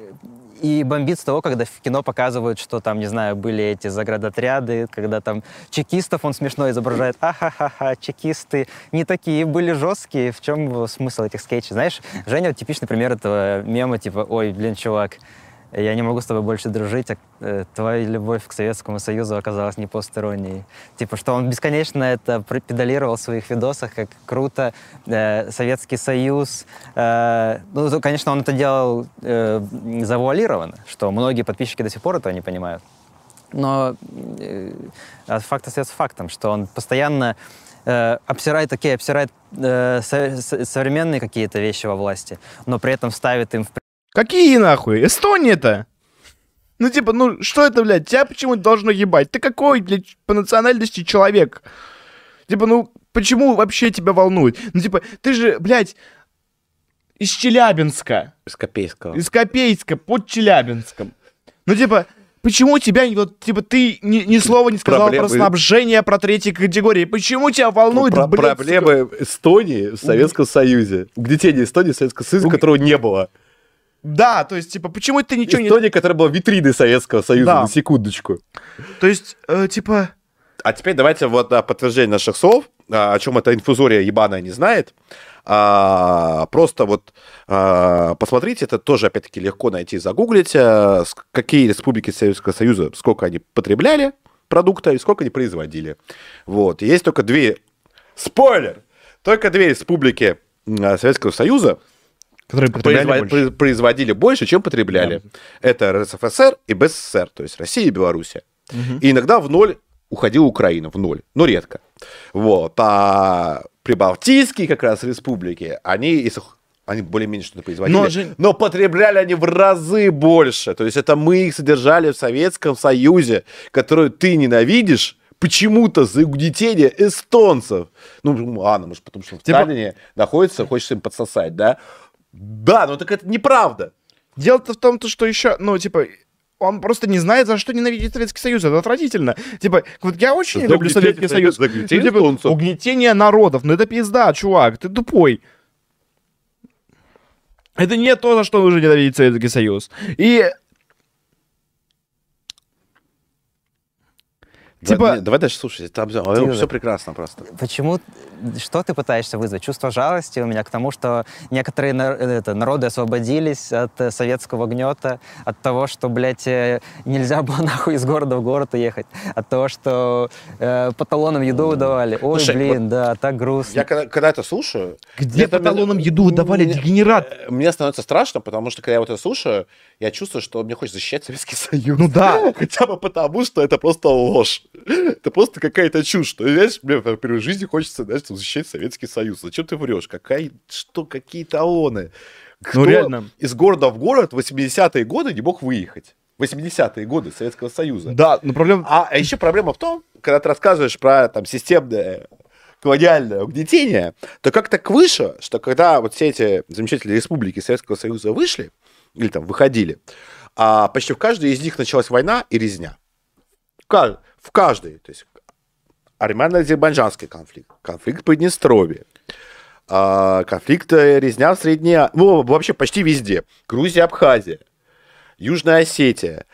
И бомбит с того, когда в кино показывают, что там, не знаю, были эти заградотряды, когда там чекистов он смешно изображает. Ахахаха, чекисты не такие были жесткие. В чем смысл этих скетчей? Знаешь, Женя вот типичный пример этого мема, типа, ой, блин, чувак, я не могу с тобой больше дружить, а э, твоя любовь к Советскому Союзу оказалась не посторонней. Типа, что он бесконечно это педалировал в своих видосах, как круто, э, Советский Союз. Э, ну, конечно, он это делал э, завуалированно, что многие подписчики до сих пор этого не понимают. Но э, факт остается фактом, что он постоянно э, обсирает такие, обсирает э, со- современные какие-то вещи во власти, но при этом ставит им в... Какие нахуй? Эстония-то? Ну, типа, ну, что это, блядь? Тебя почему-то должно ебать? Ты какой, блядь, по национальности человек? Типа, ну, почему вообще тебя волнует? Ну, типа, ты же, блядь, из Челябинска. Из Копейского. Из Копейска, под Челябинском. Ну, типа, почему тебя, вот, типа, ты ни, ни слова не сказал Проблемы... про снабжение, про третьей категории? Почему тебя волнует, про- блядь, Проблемы Эстонии в Советском Союзе. Угнетение Эстонии в Советском Союзе, которого не было. Да, то есть, типа, почему ты ничего не... Эстония, которая была витриной Советского Союза, Да. на секундочку. То есть, э, типа... А теперь давайте вот на подтверждение наших слов, а, о чем эта инфузория ебаная не знает. А, просто вот а, посмотрите, это тоже, опять-таки, легко найти, загуглить, а, с- какие республики Советского Союза, сколько они потребляли продукта и сколько они производили. Вот. И есть только две... Спойлер! Только две республики а, Советского Союза, Которые потребляли произво- больше. произ- производили больше, чем потребляли. Это эр эс эф эс эр и бэ эс эс эс эр, то есть Россия и Белоруссия. И иногда в ноль уходила Украина, в ноль, но редко. Вот. А прибалтийские как раз республики, они, если х- они более-менее что-то производили, Но но, же- потребляли они в разы больше. То есть это мы их содержали в Советском Союзе, который ты ненавидишь, почему-то за угнетение эстонцев. Ну, ладно, может, потому что в Типа- Сталине находится, хочется им подсосать, да? Да, но так это неправда. Дело-то в том, то, что еще, ну, типа, он просто не знает, за что ненавидит Советский Союз. Это отвратительно. Типа, вот я очень За люблю угнетение Советский Союз. за угнетение Ну, типа, эстонцев. угнетение народов. Ну, это пизда, чувак. Ты тупой. Это не то, за что нужно ненавидеть Советский Союз. И... Типа... Да, не, давай дальше слушай, там Ты- все прекрасно просто. Почему, что ты пытаешься вызвать? Чувство жалости у меня к тому, что некоторые на- это, народы освободились от э, советского гнета, от того, что, блядь, э, нельзя было нахуй из города в город уехать, от того, что э, по талонам еду выдавали. Ой, Слушай, блин, да, так грустно. Я когда, когда это слушаю... Где это по талонам мне- еду выдавали, мне- дегенерат? Мне становится страшно, потому что, когда я вот это слушаю, я чувствую, что мне хочется защищать Советский Союз. Ну да. Хотя бы потому, что это просто ложь. Это просто какая-то чушь. Что, знаешь, мне в первой жизни хочется, знаешь, защищать Советский Союз. Зачем ты врешь? Какая, что, какие талоны? Кто реально. из города в город в восьмидесятые годы не мог выехать? восьмидесятые годы Советского Союза. Да, но проблема... А, а еще проблема в том, когда ты рассказываешь про там, системное колониальное угнетение, то как так вышло, что когда вот все эти замечательные республики Советского Союза вышли, или там выходили, а почти в каждой из них началась война и резня. В, ка- в каждой. То есть армяно-азербайджанский конфликт, конфликт в Приднестровье, а, конфликт э, резня в Средней А- ну, вообще почти везде. Грузия, Абхазия, Южная Осетия,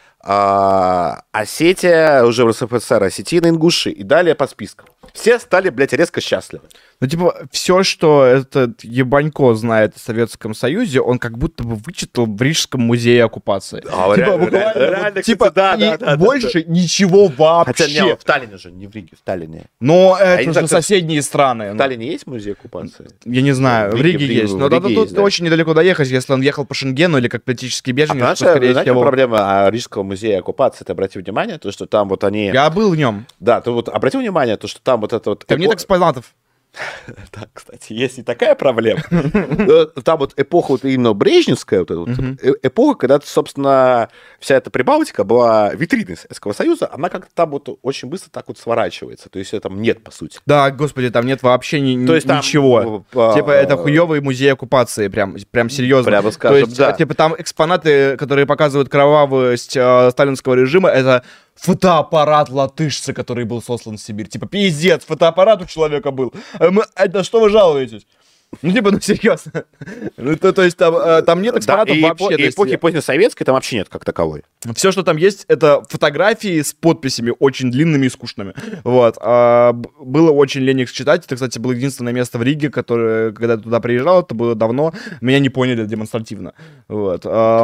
а, Осетия, уже в эр эс эф эс эр, Осетия, Ингуши и далее по списку. Все стали, блядь, резко счастливы. Ну, типа, все, что этот ебанько знает о Советском Союзе, он как будто бы вычитал в Рижском музее оккупации. А, типа, реально, буквально, реально, вот, реально, типа, кстати, да, и да, да, да, больше ничего вообще. Хотя не, в Таллине же, не в Риге, в Таллине. Но я это не же знаю, кто- соседние страны. В Ну, Таллине есть музей оккупации? я не знаю, В в Риге- Риге в Риге- есть. в Но Риге да, есть, тут да. очень недалеко доехать, если он ехал по Шенгену или как политический А беженец, знаешь, то, скорее знаете, всего... проблема а, Рижского музея оккупации, ты обрати внимание, то, что там вот они... Я был в нем. Да, ты вот обрати внимание, то, что там вот это вот... Там нет эпо- экспонатов. Да, кстати, есть и такая проблема. Э, Там вот эпоха вот именно брежневская, вот эта вот э- эпоха, когда, собственно, вся эта Прибалтика была витриной Советского Союза, она как-то там вот очень быстро так вот сворачивается. То есть ее там нет, по сути. Да, господи, там нет вообще ни- То есть там, ничего. э, Типа, это хуёвый музей оккупации, прям, прям серьезно. Прямо скажем, То есть, да. э, типа, там экспонаты, которые показывают кровавость э, сталинского режима, это фотоаппарат латышца, который был сослан в Сибирь. Типа, пиздец, фотоаппарат у человека был. А мы- Это что вы жалуетесь? Ну, типа, ну, серьезно. Ну, то, то есть, там, э, там нет Да, экспонатов и вообще. эпо- то и есть, эпохи позднесоветской там вообще нет как таковой. все, что там есть, это фотографии с подписями очень длинными и скучными. Вот. А, б- было очень лень их читать. Это, кстати, было единственное место в Риге, которое, когда я туда приезжал, это было давно, меня не поняли демонстративно. Вот. А,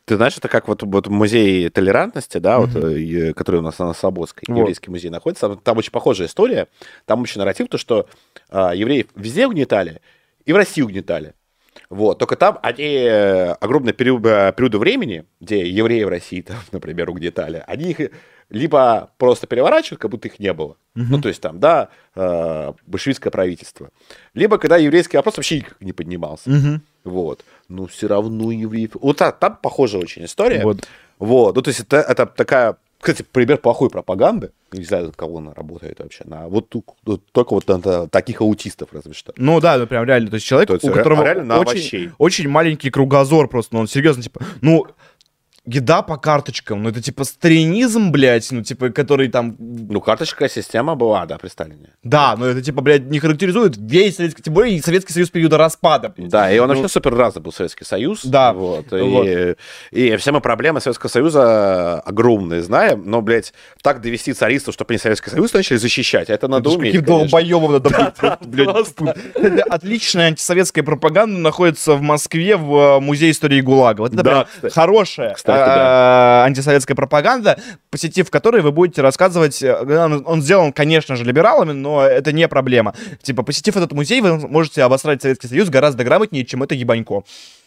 Ты знаешь, это как вот, вот музей толерантности, да, Мгм. вот, э, который у нас на Слободской, Вот. еврейский музей находится. Там, там очень похожая история. Там очень нарратив, то, что а, евреев везде угнетали и в России угнетали. Вот. Только там они э, огромный период, э, периоды времени, где евреи в России, там, например, угнетали, они их либо просто переворачивают, как будто их не было. Мгм. Ну, то есть там, да, э, большевистское правительство. Либо когда еврейский вопрос вообще никак не поднимался. Мгм. Вот. Но все равно евреев... Вот так, там похожая очень история. Вот. Вот. Ну, то есть это, это такая, кстати, пример плохой пропаганды. Не знаю, на кого она работает вообще. На, вот ту- вот только вот на таких аутистов разве что. Ну да, ну прям реально. То есть человек, То есть у ре- которого реально на очень, овощей. очень маленький кругозор просто, ну он серьезно, типа, ну, еда по карточкам, ну это типа сталинизм, блядь, ну типа, который там... Ну, карточная система была, да, при Сталине. Да, но это типа, блядь, не характеризует весь Советский, тем более и Советский Союз периода распада. блядь. Да, и он Ну, вообще супер разный был Советский Союз. Да. Вот. Вот. И, и все мы проблемы Советского Союза огромные знаем, но, блядь, так довести царистов, чтобы они Советский Союз начали защищать, это надо это ж уметь, каким конечно. долбоёбом надо быть. да, блядь. просто. Это отличная антисоветская пропаганда находится в Москве в э, Музее истории ГУЛАГа. Вот это Да, прям кстати. хорошая Кстати, э, антисоветская пропаганда, посетив которой вы будете рассказывать... э, Он, он сделан, конечно же, либералами, но это не проблема. Типа, посетив этот музей, вы можете обосрать Советский Союз гораздо грамотнее, чем это ебанько.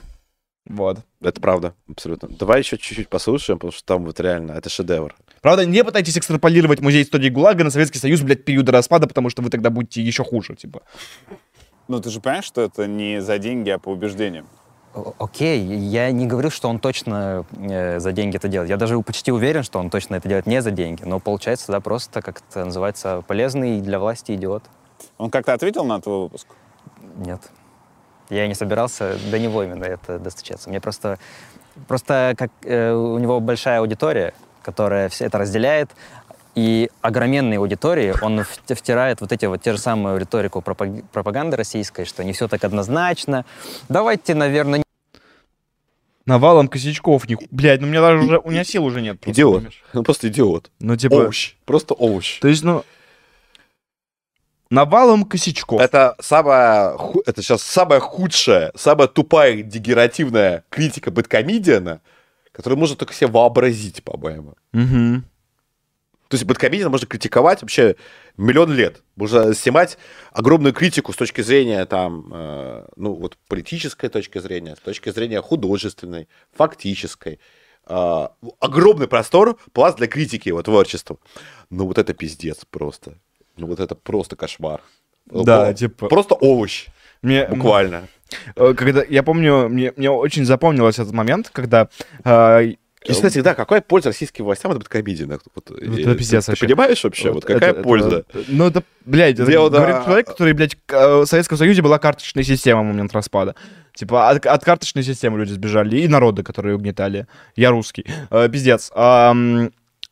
Вот. Это правда, абсолютно. Давай еще чуть-чуть послушаем, потому что там вот реально, это шедевр. Правда, не пытайтесь экстраполировать музей истории ГУЛАГа на Советский Союз, блядь, периода распада, потому что вы тогда будете еще хуже, типа. Ну, ты же понимаешь, что это не за деньги, а по убеждениям. О- Окей, я не говорю, что он точно э, за деньги это делает. Я даже почти уверен, что он точно это делает не за деньги. Но получается, да, просто, как это называется, полезный для власти идиот. Он как-то ответил на твой выпуск? Нет. Я и не собирался до него именно это достучаться. Мне просто... Просто как э, у него большая аудитория, которая все это разделяет, и огроменной аудитории он вт- втирает вот эти вот те же самую риторику пропаг- пропаганды российской, что не все так однозначно. Давайте, наверное, Навалом косячков, них... блядь, ну у меня даже уже, у меня сил уже нет. просто, Идиот. понимаешь? Ну, просто идиот. Ну, типа, Овощ. Просто овощ. то есть, ну, навалом косячков. Это самая, ху- это сейчас самая худшая, самая тупая, дегенеративная критика бэдкомедиана, которую можно только себе вообразить, по-моему. Мгм. То есть бэдкомедиана можно критиковать вообще миллион лет. Можно снимать огромную критику с точки зрения там, э, ну вот политической точки зрения, с точки зрения художественной, фактической. Э, огромный простор, пласт для критики его творчества. Ну вот это пиздец просто. Ну вот это просто кошмар. Да, Ну, типа- Просто овощ, Мне, буквально. э, когда, я помню, мне, мне очень запомнилось этот момент, когда... э, И, кстати, да, какая польза российским властям от бэдкомедиана? Вот, Вот э, это пиздец ты, вообще. ты понимаешь вообще, вот, это- какая это- польза? ну, это, блядь, это Дело, да. говорит человек, который, блядь, к- э, в Советском Союзе была карточная система в момент распада. Типа, от, от карточной системы люди сбежали, и народы, которые угнетали. Я русский. Э, пиздец. Ам,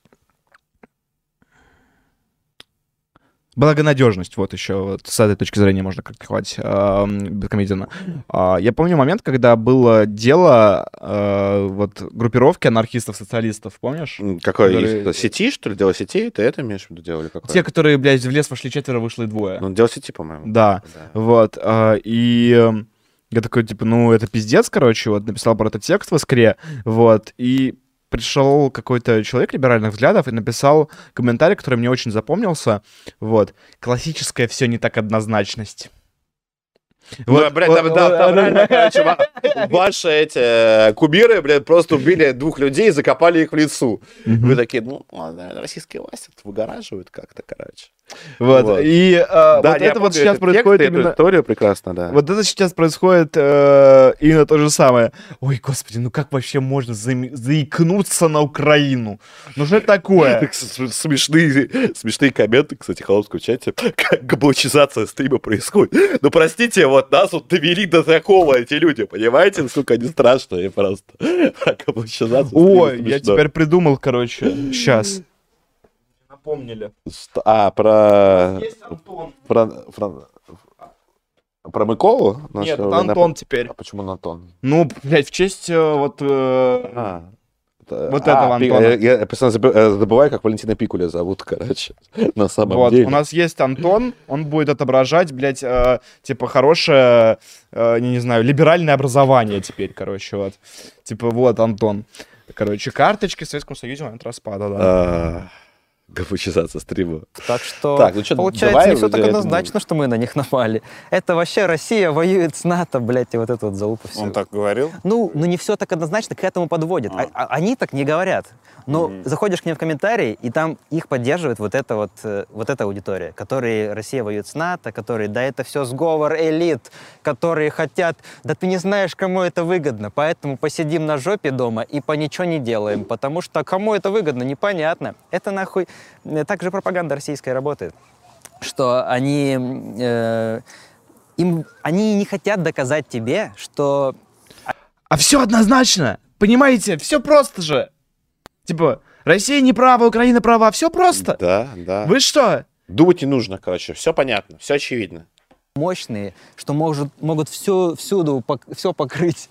Благонадежность, вот еще вот с этой точки зрения можно критиковать э, бэдкомедиана. А, я помню момент, когда было дело э, вот группировки анархистов-социалистов, помнишь? М, Какое Которые- есть? Сети, что ли? Дело сети? Ты это имеешь в виду делали? Какое? Те, которые, блядь, в лес вошли четверо, вышло и двое. Ну, дело сети, по-моему. Да, Да. вот. а, И э, я такой, типа, ну, это пиздец, короче, вот, написал про этот текст в Искре, вот, и пришел какой-то человек либеральных взглядов и написал комментарий, который мне очень запомнился, вот. Классическая все не так однозначность. Ну, блядь, там, вот, да, вот, там вот, реально, короче, ва- ваши эти э, кумиры, блядь, просто убили двух людей и закопали их в лесу. Мгм. Вы такие, ну, ладно, российские власти тут выгораживают как-то, короче. Вот, Вот. и э, Да, вот я это вот помню сейчас этот происходит текст и эту именно... историю прекрасно, да. Вот это сейчас происходит э, именно то же самое. Ой, господи, ну как вообще можно заим- заикнуться на Украину? Ну что это такое? Так с- с- Смешные, смешные комменты, кстати, Холопского в чате, как габлочизация стрима происходит. Ну, простите, вот нас вот довели до такого эти люди, понимаете, насколько они страшные просто. Габлочизация стрима Ой, я смешно. теперь придумал, короче, сейчас. Напомнили. Что- А, про... Есть Антон. Про, про, про Миколу? Нет, Нашего это Антон военного- теперь. А почему на Антон? Ну, блядь, в честь э, вот... э, А, Вот а, этого Антона. Я, я постоянно забываю, как Валентина Пикуля зовут, короче, на самом вот, деле. У нас есть Антон, он будет отображать, блядь, э, типа, хорошее, э, не, не знаю, либеральное образование теперь, короче, вот. Типа, вот, Антон. Короче, карточки в Советском Союзе в момент распада, да. А, Графичизация стрима. Так что, так, ну что, получается, давай не все так этому... однозначно, что мы на них напали. Это вообще Россия воюет с НАТО, блядь, и вот это вот залупа все. Он так говорил? Ну, ну не все так однозначно, к этому подводит. А. А, они так не говорят. Но mm-hmm. заходишь к ним в комментарии, и там их поддерживает вот эта вот, вот эта аудитория, которые Россия воюет с НАТО, которые, да это все сговор элит, которые хотят, да ты не знаешь, кому это выгодно, поэтому посидим на жопе дома и по ничего не делаем, потому что кому это выгодно, непонятно. Это нахуй, так же пропаганда российская работает, что они, э, им, они не хотят доказать тебе, что... А все однозначно, понимаете, все просто же. Типа, Россия не права, Украина права, все просто. Да, да. Вы что? Думать не нужно, короче, все понятно, все очевидно. Мощные, что может, могут всю, всюду пок, все покрыть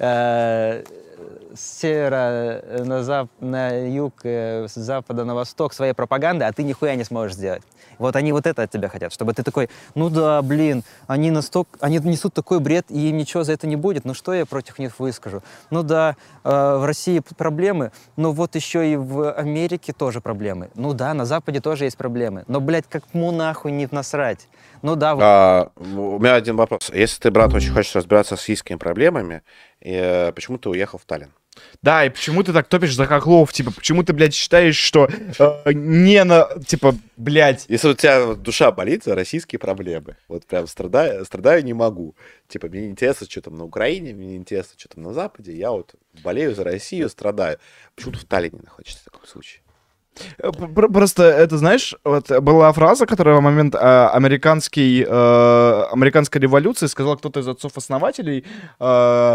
э, с севера на, зап, на юг, э, с запада на восток своей пропагандой, а ты нихуя не сможешь сделать. Вот они вот это от тебя хотят, чтобы ты такой, ну да, блин, они, настолько, они несут такой бред, и им ничего за это не будет, ну что я против них выскажу? Ну да, э, в России проблемы, но вот еще и в Америке тоже проблемы. Ну да, на Западе тоже есть проблемы, но, блядь, как му нахуй не насрать? Ну да. Вот. А, у меня один вопрос. Если ты, брат, очень хочешь разбираться с российскими проблемами, и, почему ты уехал в Таллин? Да, и почему ты так топишь за хохлов? Типа, почему ты, блядь, считаешь, что э, не на... Типа, блядь... Если у тебя душа болит за российские проблемы, вот прям страдаю, страдаю не могу. Типа, мне интересно, что там на Украине, мне интересно, что там на Западе, я вот болею за Россию, страдаю. Почему ты в Таллине находишься в таком случае? Просто, это, знаешь, вот была фраза, которая в момент э, американский, э, американской революции сказал кто-то из отцов-основателей... Э,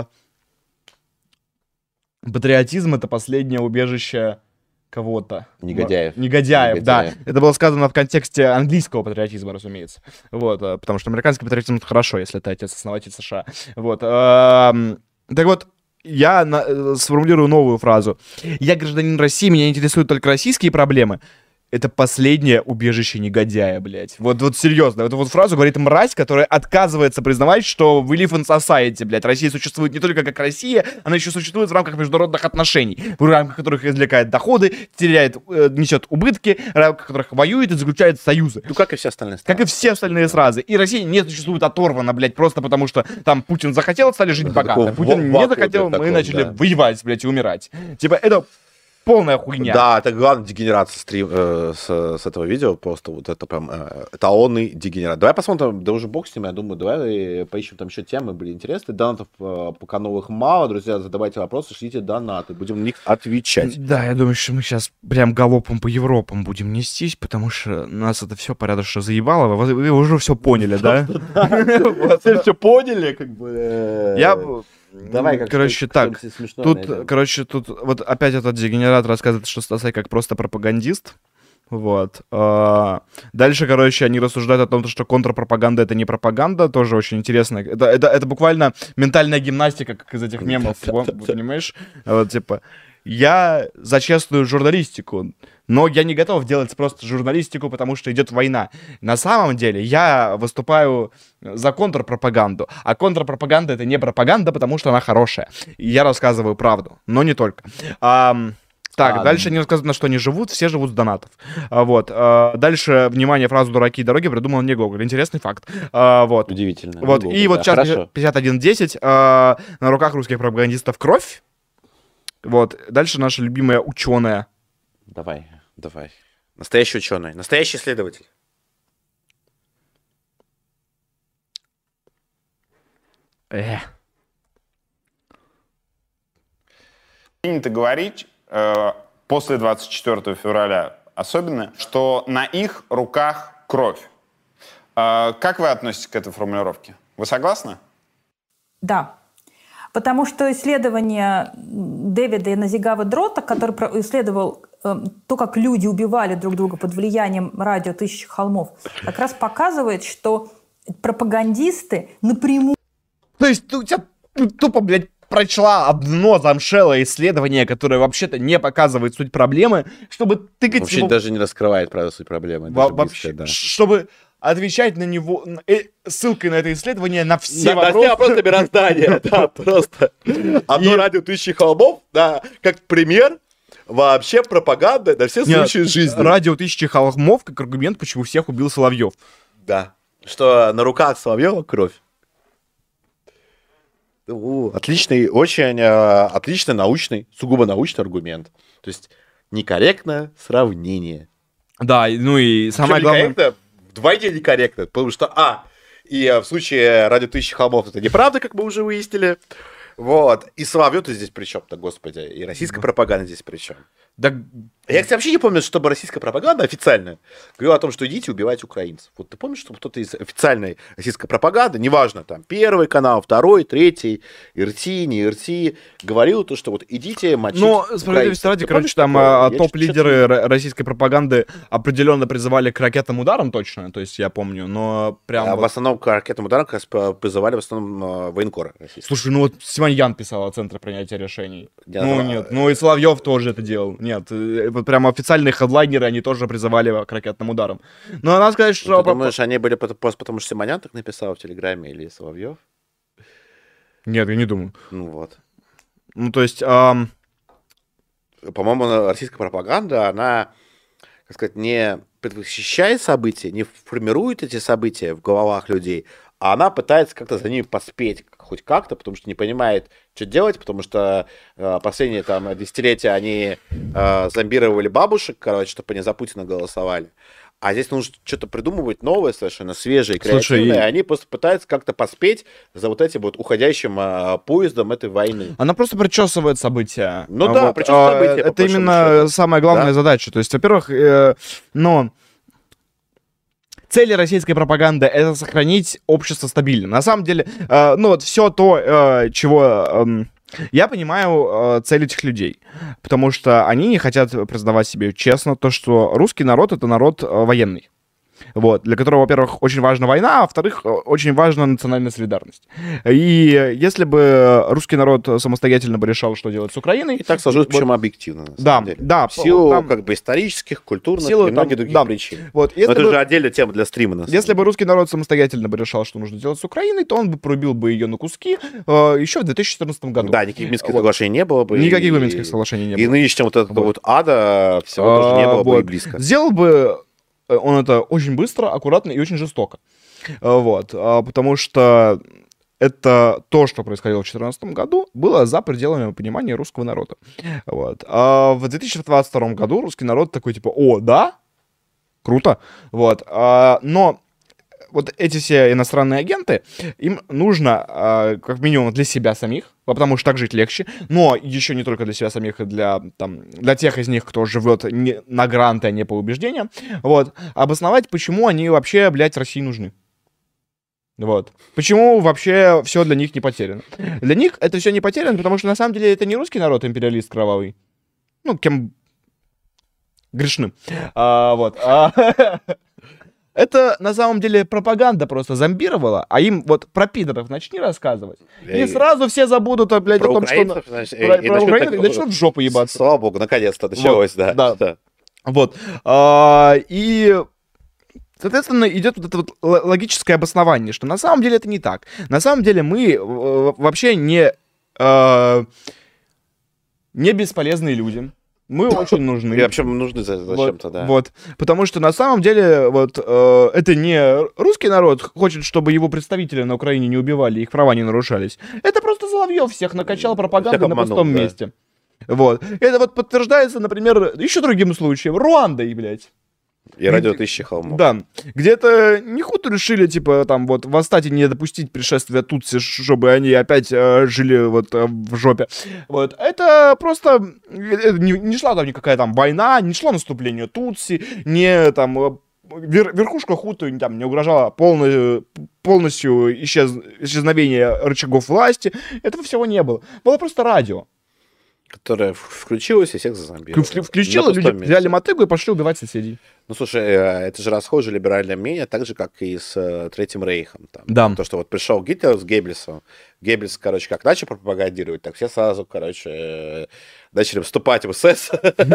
Патриотизм — это последнее убежище кого-то. Негодяев. Негодяев, Негодяев, да. Это было сказано в контексте английского патриотизма, разумеется. Вот, потому что американский патриотизм — это хорошо, если ты отец-основатель США. Вот. Так вот, я на, сформулирую новую фразу. Я гражданин России, меня интересуют только российские проблемы. Это последнее убежище негодяя, блядь. Вот, вот серьезно. Эту вот фразу говорит мразь, которая отказывается признавать, что we live in society, блядь. Россия существует не только как Россия, она еще существует в рамках международных отношений, в рамках которых извлекает доходы, теряет, э, несет убытки, в рамках которых воюет и заключает союзы. Ну, как и все остальные страны. Как и все остальные сразы. И Россия не существует оторвана, блядь, просто потому что там Путин захотел, стали жить богато. Путин не захотел, мы начали воевать, блядь, и умирать. Типа, это... полная хуйня. Да, это главная дегенерация стрим, э, с, с этого видео. Просто вот это прям э, эталонный дегенерат. Давай посмотрим, да уже бог с ним, я думаю, давай поищем там еще темы, были интересные. Донатов э, пока новых мало. Друзья, задавайте вопросы, шлите донаты, будем на них отвечать. Да, я думаю, что мы сейчас прям галопом по Европам будем нестись, потому что нас это все порядочно заебало. Вы, вы уже все поняли, да? Все все поняли, как бы. Я... Давай, как короче, так, тут, короче, тут вот опять этот дегенерат рассказывает, что Стасай как просто пропагандист, вот. А, дальше, короче, они рассуждают о том, что контрпропаганда — это не пропаганда, тоже очень интересно. Это, это, это буквально ментальная гимнастика, как из этих мемов, понимаешь? Вот, типа, я за честную журналистику, но я не готов делать просто журналистику, потому что идет война. На самом деле я выступаю за контрпропаганду, а контрпропаганда — это не пропаганда, потому что она хорошая. И я рассказываю правду, но не только. А, так, а, дальше не рассказывают, на что они живут, все живут с донатов. А, вот. А, дальше, внимание, фразу «дураки и дороги» придумал не Гоголь. Интересный факт. А, вот. Удивительно. Вот. Гоголь, и вот да, сейчас пятьдесят один десять, а, на руках русских пропагандистов кровь. Вот. Дальше наша любимая ученая. Давай, давай. Настоящий ученый, настоящий исследователь. Эх. Принято говорить э, после двадцать четвёртого февраля особенно, что на их руках кровь. Э, как вы относитесь к этой формулировке? Вы согласны? Да. Потому что исследование Дэвида Назигавы Дрота, который исследовал э, то, как люди убивали друг друга под влиянием радио «Тысячи холмов», как раз показывает, что пропагандисты напрямую... То есть у тебя тупо, блядь, прочла одно замшелое исследование, которое вообще-то не показывает суть проблемы, чтобы тыкать Вообще его... даже не раскрывает, правда, суть проблемы. Во- даже вообще, близко, да. чтобы отвечать на него на- э, ссылкой на это исследование на все Да, на все вопросы. вопросы мироздания, да, просто. Одно радио тысячи холмов, да, как пример вообще пропаганды на все Нет, случаи жизни. Радио тысячи холмов как аргумент, почему всех убил Соловьев. Да. Что на руках Соловьева кровь. У, отличный, очень э, отличный научный, сугубо научный аргумент. То есть некорректное сравнение. Да, и- ну и самое Причем главное... некорректно, вдвойне некорректно, потому что, а, и э, в случае радио тысячи холмов это неправда, как мы уже выяснили. Вот. И Соловьев-то здесь при чем-то, господи. И российская пропаганда здесь при чем. Да, Я, кстати, вообще не помню, чтобы российская пропаганда официальная говорила о том, что идите убивать украинцев. Вот ты помнишь, что кто-то из официальной российской пропаганды, неважно, там, первый канал, второй, третий, эр-ти, не эр-ти, говорил то, что вот идите мочить но, украинцев. справедливости ради, Ты короче, помнишь там такое? а, Я топ-лидеры что-то- ро- российской пропаганды определенно призывали к ракетным ударам точно, то есть я помню, но прям... А вот- В основном к ракетным ударам как раз по- призывали в основном э, военкоры российские. Слушай, ну вот Симоньян писал о центре принятия решений. Я ну знал, нет, ну и Соловьев тоже это делал. Нет, э, вот прям официальные хедлайнеры, они тоже призывали к ракетным ударам. Но надо сказать, что... Ну, ты думаешь, они были пот- просто потому, что Симонян так написал в Телеграме или Соловьев? Нет, я не думаю. Ну вот. Ну то есть... ам, По-моему, российская пропаганда, она, как сказать, не предвосхищает события, не формирует эти события в головах людей, а она пытается как-то за ними поспеть хоть как-то, потому что не понимает, что делать, потому что э, последние там десятилетия они э, зомбировали бабушек, короче, чтобы они за Путина голосовали. А здесь нужно что-то придумывать новое, совершенно свежее, Слушай, креативное. и- Они просто пытаются как-то поспеть за вот этим вот уходящим э, поездом этой войны. Она просто причесывает события. Ну А да, вот, причесывает а, события, по Это большому именно счету. самая главная Да. задача. То есть, во-первых, э, ну... Цели российской пропаганды — это сохранить общество стабильным. На самом деле, э, ну вот все то, э, чего... эм, я понимаю э, цель этих людей, потому что они не хотят признавать себе честно то, что русский народ — это народ э, военный. Вот, для которого, во-первых, очень важна война, а во-вторых, э, очень важна национальная солидарность. И если бы русский народ самостоятельно бы решал, что делать с Украиной... И так сложилось, вот- причем объективно. На Да, самом деле. да, В силу там- как бы исторических, культурных в силу и многих там- других да. причин. Вот, Но если это бы- уже отдельная тема для стрима. На самом Если бы деле. русский народ самостоятельно бы решал, что нужно делать с Украиной, то он бы порубил бы ее на куски э, еще в две тысячи четырнадцатом году. Да, никаких Минских Вот. соглашений не было бы. Никаких бы и- Минских соглашений не было. И нынешнего вот этого Вот. вот ада всего тоже не А, было бы вот. и близко. Сделал бы э, он это очень быстро, аккуратно и очень жестоко. Э, Вот. А, Потому что это то, что происходило в две тысячи четырнадцатом году, было за пределами понимания русского народа. Вот. А в две тысячи двадцать втором году русский народ такой типа: о, да? Круто. Вот. А, Но вот эти все иностранные агенты, им нужно, а, как минимум, для себя самих, потому что так жить легче, но еще не только для себя самих, и для, там, для тех из них, кто живет не, на гранты, а не по убеждениям, вот, обосновать, почему они вообще, блядь, России нужны. Вот. Почему вообще все для них не потеряно? Для них это все не потеряно, потому что на самом деле это не русский народ империалист кровавый. Ну, кем грешным. А, вот. А, это на самом деле пропаганда просто зомбировала, а им вот про пидоров начни рассказывать. И И- сразу все забудут, а, блядь, Про о том, что... украинцев, значит, Про, и- и про начнут украинцев, так- и начнут в жопу ебаться. Слава богу, наконец-то началось, да. да. Вот. А, и, соответственно, идет вот это вот л- логическое обоснование, что на самом деле это не так. На самом деле мы э, вообще не, э, не бесполезные люди. Мы очень нужны. И вообще нужны за- Вот, зачем-то, да. Вот. Потому что на самом деле вот э, это не русский народ хочет, чтобы его представители на Украине не убивали, их права не нарушались. Это просто Соловьев всех накачал пропагандой Всех на обманул, пустом да. месте. Вот. Это вот подтверждается, например, еще другим случаем. Руандой, блядь. И радио тысячи холмов. Да, где-то не хуто решили, типа, там, вот, восстать и не допустить пришествия Тутси, чтобы они опять э, жили вот э, в жопе. Вот, это просто, э, не, не шла там никакая там война, не шло наступление Тутси, не там, э, вер- верхушка хуту там не угрожала полностью, полностью исчез, исчезновение рычагов власти, этого всего не было. Было просто радио. Которая включилась и всех зазомбировала. Включила, люди взяли мотыгу и пошли убивать соседей. Ну, слушай, это же расхожее либеральное мнение, так же, как и с uh, Третьим Рейхом. Там. Да. То, что вот пришел Гитлер с Геббельсом, Геббельс, короче, как начал пропагандировать, так все сразу, короче, начали вступать в СС.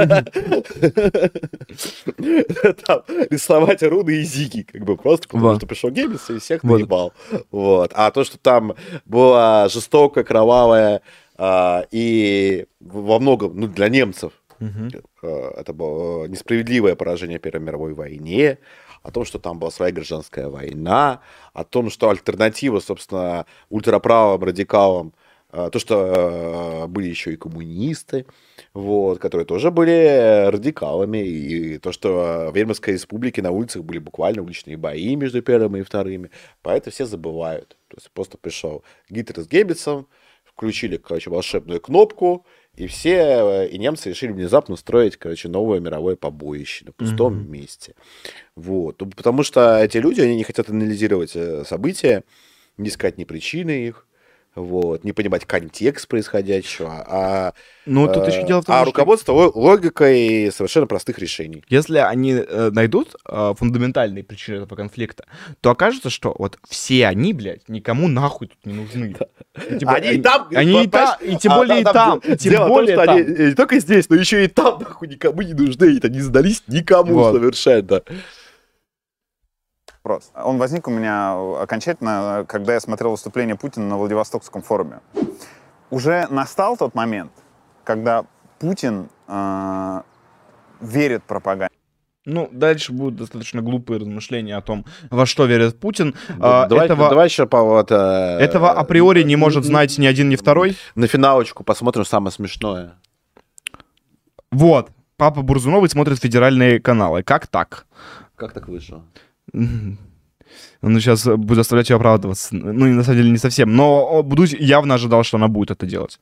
Рисовать руны и зиги, как бы просто потому, что пришел Геббельс и всех наебал. Вот. А то, что там была жестокая, кровавая и во многом, ну, для немцев, Uh-huh. это было несправедливое поражение в Первой мировой войне, о том, что там была своя гражданская война, о том, что альтернатива, собственно, ультраправым радикалам, то, что были еще и коммунисты, вот, которые тоже были радикалами, и то, что в Веймарской республике на улицах были буквально уличные бои между первыми и вторыми, про это все забывают. То есть просто пришел Гитлер с Геббельсом, включили, короче, волшебную кнопку, и все, и немцы решили внезапно устроить, короче, новое мировое побоище на пустом mm-hmm. месте. Вот. Потому что эти люди, они не хотят анализировать события, не искать ни причины их, вот, не понимать контекст происходящего, а, ну, тут еще дело в том, а что... руководство логикой совершенно простых решений. Если они э, найдут э, фундаментальные причины этого конфликта, то окажется, что вот все они, блядь, никому нахуй тут не нужны. Типа, они и там, они и там, и тем более и там, и тем более там. Не только здесь, но еще и там нахуй никому не нужны, это не сдались никому совершенно. Вопрос. Он возник у меня окончательно, когда я смотрел выступление Путина на Владивостокском форуме. Уже настал тот момент, когда Путин э, верит пропаганде. Ну, дальше будут достаточно глупые размышления о том, во что верит Путин. Да, давай, этого, давай еще по вот... Э, этого априори не может знать ни один, ни второй. На финалочку посмотрим самое смешное. Вот. Папа Бурзуновый смотрит федеральные каналы. Как так? Как так вышло? Он сейчас будет заставлять ее оправдываться. Ну, на самом деле, не совсем. Но Дудь явно ожидал, что она будет это делать.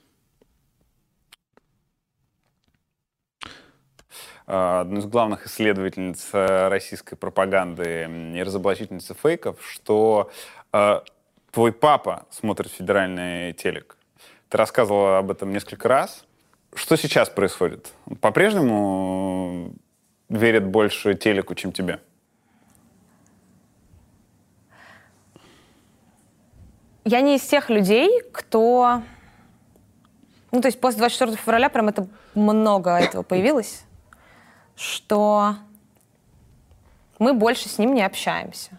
Одну из главных исследовательниц российской пропаганды и разоблачительницы фейков, что э, твой папа смотрит федеральный телек. Ты рассказывала об этом несколько раз. Что сейчас происходит? Он по-прежнему верит больше телеку, чем тебе? Я не из тех людей, кто... Ну, то есть после двадцать четвёртого февраля прям это много этого появилось, что мы больше с ним не общаемся.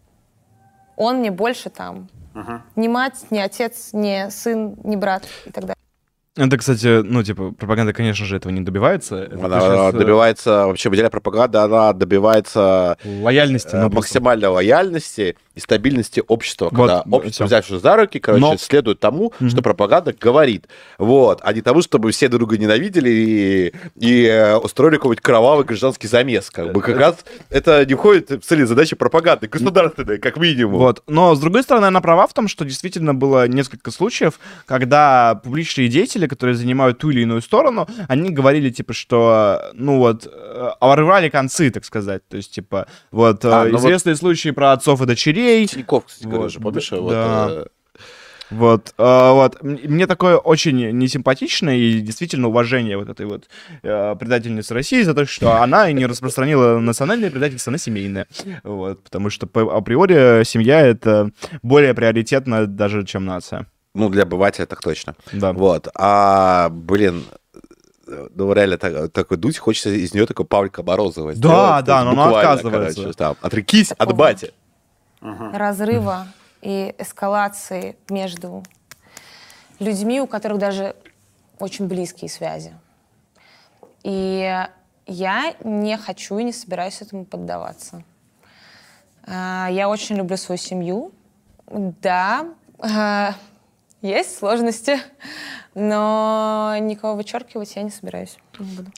Он мне больше там uh-huh. ни мать, ни отец, ни сын, ни брат и так далее. Это, кстати, ну, типа, пропаганда, конечно же, этого не добивается. Это она сейчас... добивается, вообще, в идеале пропаганда, она добивается... Лояльности. Э, максимальной лояльности и стабильности общества. Вот, когда общество, взявшись за руки, короче, Но... следует тому, mm-hmm. что пропаганда говорит. Вот. А не тому, чтобы все друг друга ненавидели и, и э, устроили какой-нибудь кровавый гражданский замес. Как бы как раз это не входит в цели задачи пропаганды, государственной, как минимум. Вот. Но, с другой стороны, она права в том, что действительно было несколько случаев, когда публичные деятели, которые занимают ту или иную сторону, они говорили, типа, что, ну вот, оборвали концы, так сказать. То есть, типа, вот, а, известные вот... случаи про отцов и дочерей. Тинькофф, кстати говоря, же, помнишь? Да. Вот, э... Вот, э, вот, мне такое очень несимпатично и действительно уважение вот этой вот э, предательницы России за то, что она и не распространила национальное предательство на семейное. Вот, потому что по, априори семья — это более приоритетно даже, чем нация. Ну, для обывателя так точно. Да. Вот. А, блин, ну, реально, так, такой Дудь, хочется из нее такой Павлика Морозова сделать. Да, да, но она отказывается. Короче, там, отрекись Такого от бати. Разрыва и эскалации между людьми, у которых даже очень близкие связи. И я не хочу и не собираюсь этому поддаваться. Я очень люблю свою семью. Да, есть сложности, но никого вычеркивать я не собираюсь. Не буду.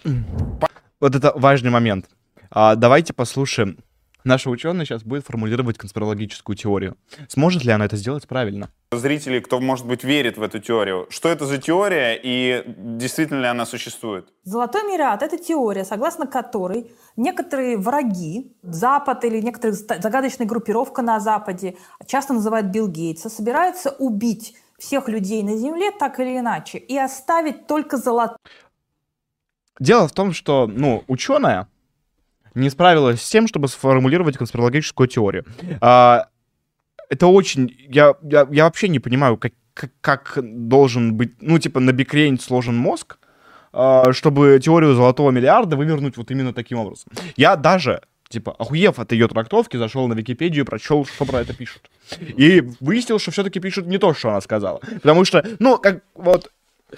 Вот это важный момент. А, давайте послушаем. Наша ученая сейчас будет формулировать конспирологическую теорию. Сможет ли она это сделать правильно? Зрители, кто, может быть, верит в эту теорию, что это за теория и действительно ли она существует? Золотой мириад — это теория, согласно которой некоторые враги, Запад или некоторая загадочная группировка на Западе, часто называют Билл Гейтса, собираются убить всех людей на Земле так или иначе и оставить только золотые. Дело в том, что, ну, ученая не справилась с тем, чтобы сформулировать конспирологическую теорию. А, это очень... Я, я, я вообще не понимаю, как, как, как должен быть, ну, типа, на бикрень сложен мозг, а, чтобы теорию золотого миллиарда вывернуть вот именно таким образом. Я даже, типа, охуев от ее трактовки, зашел на Википедию и прочел, что про это пишут. И выяснил, что все-таки пишут не то, что она сказала. Потому что, ну, как вот...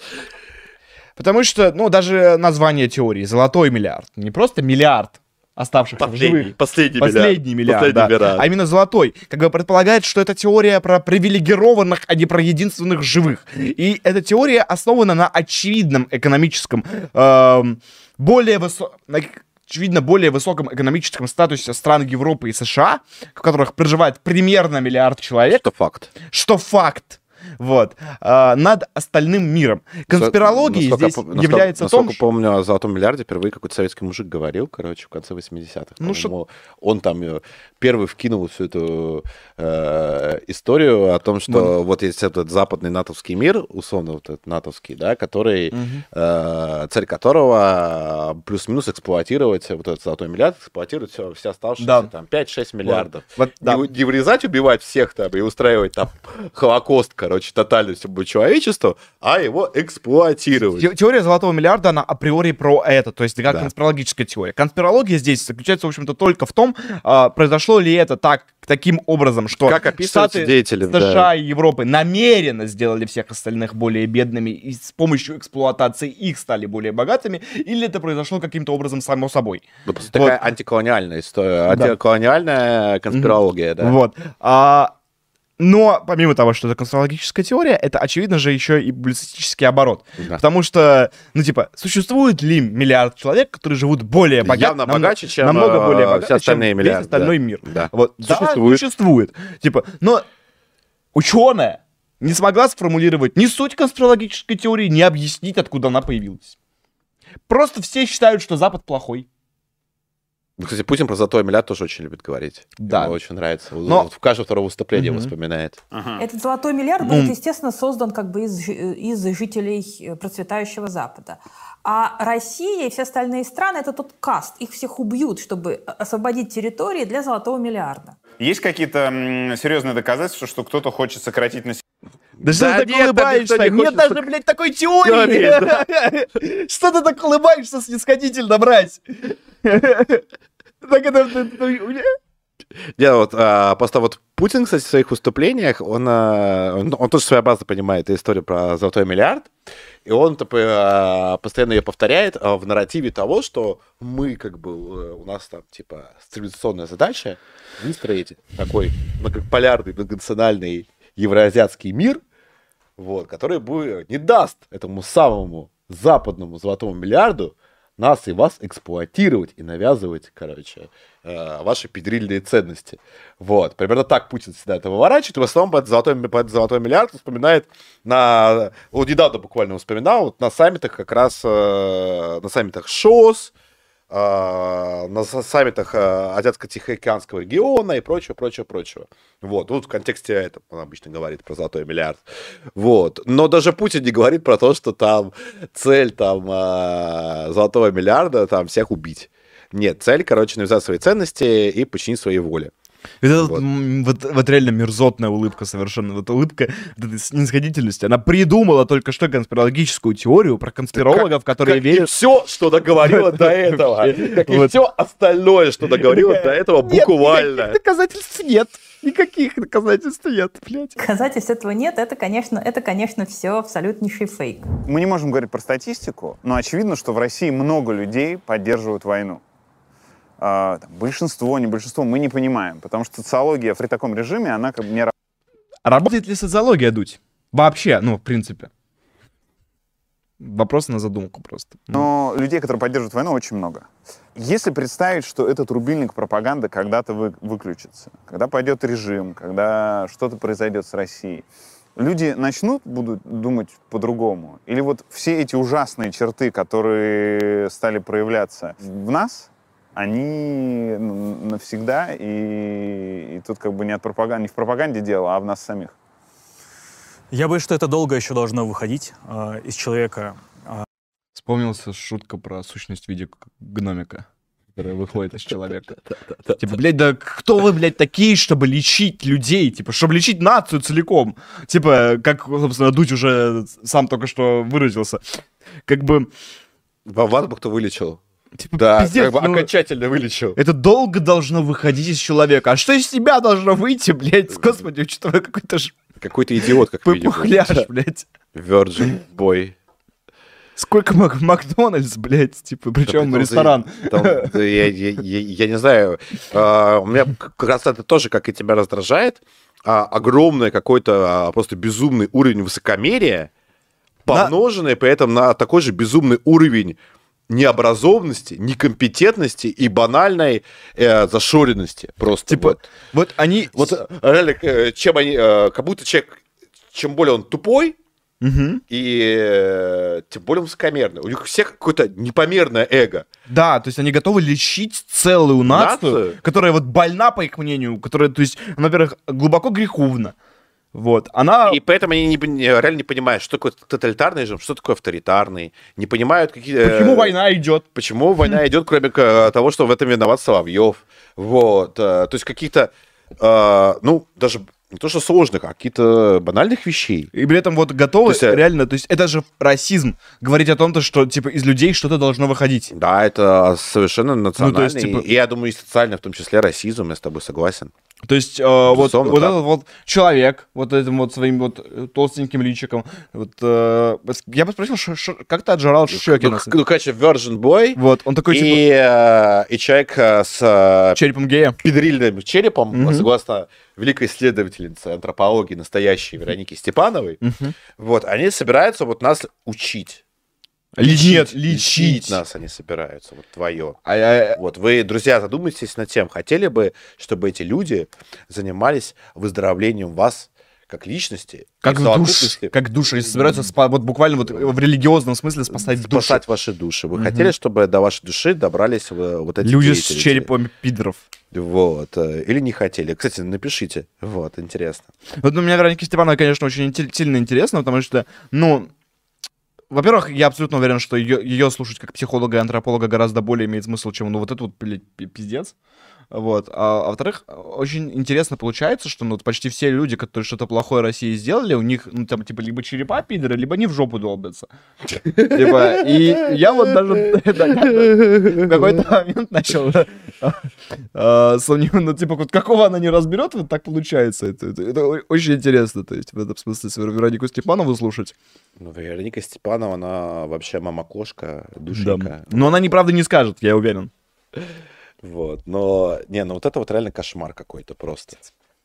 Потому что, ну, даже название теории «Золотой миллиард». Не просто миллиард оставшихся Последний, в живых. последний, Последний миллиард, последний да. миллиард. А именно золотой. Как бы предполагает, что это теория про привилегированных, а не про единственных живых. И эта теория основана на очевидном экономическом, эм, более высоком... очевидно, более высоком экономическом статусе стран Европы и США, в которых проживает примерно миллиард человек. Что факт. Что факт. Вот. А, над остальным миром. Конспирологией насколько, здесь насколько, является насколько том, что... помню, о золотом миллиарде впервые какой-то советский мужик говорил, короче, в конце восьмидесятых. Ну, шо... Он там первый вкинул всю эту э, историю о том, что Вон. вот есть этот западный натовский мир, условно вот этот натовский, да, который, угу. э, цель которого плюс-минус эксплуатировать вот этот золотой миллиард, эксплуатировать все, все оставшиеся да. там пять-шесть миллиардов. Вот, да. не, не вырезать, убивать всех там и устраивать там Холокост, короче, тотальный всему человечеству, а его эксплуатировать. Те- теория золотого миллиарда, она априори про это, то есть как Да. конспирологическая теория. Конспирология здесь заключается, в общем-то, только в том, а, произошло ли это так, таким образом, что Как описываются Штаты, деятели, США да. и Европы намеренно сделали всех остальных более бедными и с помощью эксплуатации их стали более богатыми, или это произошло каким-то образом само собой. Ну, просто вот. Такая антиколониальная история, Да. антиколониальная конспирология, mm-hmm. да. Вот. А, но помимо того, что это конспирологическая теория, это, очевидно же, еще и публицистический оборот. Да. Потому что, ну, типа, существует ли миллиард человек, которые живут более богато, Явно нам, богаче, чем намного более богато, все остальные чем миллиарды, весь остальной да. мир. Да. Вот. Существует. Да, существует. Типа, но ученая не смогла сформулировать ни суть конспирологической теории, ни объяснить, откуда она появилась. Просто все считают, что Запад плохой. Кстати, Путин про золотой миллиард тоже очень любит говорить. Да. Ему очень нравится. Но... Вот в каждом втором выступлении угу. его вспоминает. Ага. Этот золотой миллиард Ну... будет, естественно, создан как бы из, из жителей процветающего Запада. А Россия и все остальные страны — это тот каст. Их всех убьют, чтобы освободить территории для золотого миллиарда. Есть какие-то м, серьезные доказательства, что кто-то хочет сократить население? Да что да ты так улыбаешься? Не Нет даже, блядь, такой теории! Что ты так улыбаешься снисходительно, брать? Так это... Не, вот а, просто вот Путин, кстати, в своих выступлениях, он, а, он, он тоже своеобразно понимает историю про золотой миллиард, и он а, постоянно ее повторяет а, в нарративе того, что мы, как бы, у нас там, типа, цивилизационная задача выстроить такой многополярный, многонациональный евроазиатский мир, вот, который будет, не даст этому самому западному золотому миллиарду нас и вас эксплуатировать и навязывать, короче, э, ваши педрильные ценности. Вот. Примерно так Путин всегда это выворачивает. И в основном под золотой, под золотой миллиард он вспоминает на... Вот недавно буквально он вспоминал, вот на саммитах как раз, э, на саммитах ШОС, э, на саммитах э, Азиатско-Тихоокеанского региона и прочего, прочего, прочего. Вот. Тут в контексте этого он обычно говорит про золотой миллиард. Вот. Но даже Путин не говорит про то, что там цель там, э, золотого миллиарда там всех убить. Нет, цель, короче, навязать свои ценности и подчинить своей воле. Это вот. Вот, вот реально мерзотная улыбка совершенно. Вот улыбка вот этой снисходительности. Она придумала только что конспирологическую теорию про конспирологов, как, которые как верят... И все, что договорила до этого. Как и все остальное, что договорила до этого, буквально. Никаких доказательств нет. Никаких доказательств нет, блядь. Доказательств этого нет. Это, конечно, это, конечно, все абсолютнейший фейк. Мы не можем говорить про статистику, но очевидно, что в России много людей поддерживают войну. Uh, там, большинство, не большинство, мы не понимаем, потому что социология при таком режиме, она как бы не работает. Работает ли социология, Дудь? Вообще, ну, в принципе. Вопрос на задумку просто. Но людей, которые поддерживают войну, очень много. Если представить, что этот рубильник пропаганды когда-то вы, выключится, когда пойдет режим, когда что-то произойдет с Россией, люди начнут, будут думать по-другому? Или вот все эти ужасные черты, которые стали проявляться в нас, они навсегда, и, и тут как бы не, от пропаганды, не в пропаганде дело, а в нас самих. Я боюсь, что это долго еще должно выходить э, из человека. Вспомнился шутка про сущность в виде гномика, которая выходит из человека. Типа, блядь, да кто вы, блядь, такие, чтобы лечить людей? Типа, чтобы лечить нацию целиком. Типа, как, собственно, Дудь уже сам только что выразился. Как бы... Вас бы кто вылечил. Типа, да, пиздец, как бы ну, окончательно вылечил. Это долго должно выходить из человека. А что из себя должно выйти, блядь? Господи, что вы какой-то ж... Какой-то идиот, как видимо. Пухляш, блядь. Virgin Boy. Сколько Мак- Макдональдс, блядь, типа, причем да, ресторан. Там, да, я, я, я, я не знаю, а, у меня как раз это тоже, как и тебя раздражает, а, огромный какой-то а, просто безумный уровень высокомерия, помноженный на... при этом на такой же безумный уровень необразованности, некомпетентности и банальной э, зашоренности. Просто типа, вот. вот они... Вот реально, чем они... Э, как будто человек, чем более он тупой, угу. и э, тем более высокомерный. У них у всех какое-то непомерное эго. Да, то есть они готовы лечить целую нацию, нацию? которая вот больна, по их мнению, которая, то есть, во-первых, глубоко греховна. Вот, она... И поэтому они не, реально не понимают, что такое тоталитарный режим, что такое авторитарный. Не понимают, какие... Почему война идет. Почему война идет, кроме того, что в этом виноват Соловьев. Вот. То есть каких-то, ну, даже не то что сложных, а каких-то банальных вещей. И при этом вот готовы то есть, реально, то есть это же расизм, говорить о том, что типа из людей что-то должно выходить. Да, это совершенно национальный, ну, то есть, типа... и я думаю, и социально, в том числе расизм, я с тобой согласен. То есть э, вот, вот этот вот человек, вот этим вот своим вот толстеньким личиком, вот, э, я бы спросил, ш, ш, как ты отжирал щеки? Ну, ну, конечно, Virgin Boy. Вот, он такой, и, типа... И человек с... Черепом гея. Педрильным черепом, mm-hmm. согласно великой исследовательнице антропологии настоящей Веронике Степановой. Mm-hmm. Вот, они собираются вот нас учить. Лечить, Нет, лечить. лечить нас они собираются, вот твое. А, а, а... Вот вы, друзья, задумайтесь над тем, хотели бы, чтобы эти люди занимались выздоровлением вас как личности, как душ, как души, если собираются спа- вот буквально вот в религиозном смысле спасать души. Спасать ваши души. Вы угу. хотели, чтобы до вашей души добрались вот эти люди деятели? С черепом пидоров. Вот. Или не хотели. Кстати, напишите. Вот, интересно. Вот ну, у меня Вероника Степанова, конечно, очень сильно интересно, потому что, ну, во-первых, я абсолютно уверен, что ее, ее слушать как психолога и антрополога гораздо более имеет смысл, чем ну, вот этот вот, блядь, пиздец. Вот. А, а во-вторых, очень интересно получается, что ну, почти все люди, которые что-то плохое России сделали, у них, ну, там, типа, либо черепа пидоры, либо они в жопу долбятся. Типа, и я вот даже в какой-то момент начал сомневаться, ну, типа, вот какого она не разберет, вот так получается. Это очень интересно, то есть, в этом смысле, Веронику Степанову слушать. Ну, Вероника Степанова, она вообще мама-кошка, душенька. Но она, неправда, не скажет, я уверен. Вот, но, не, ну вот это вот реально кошмар какой-то просто.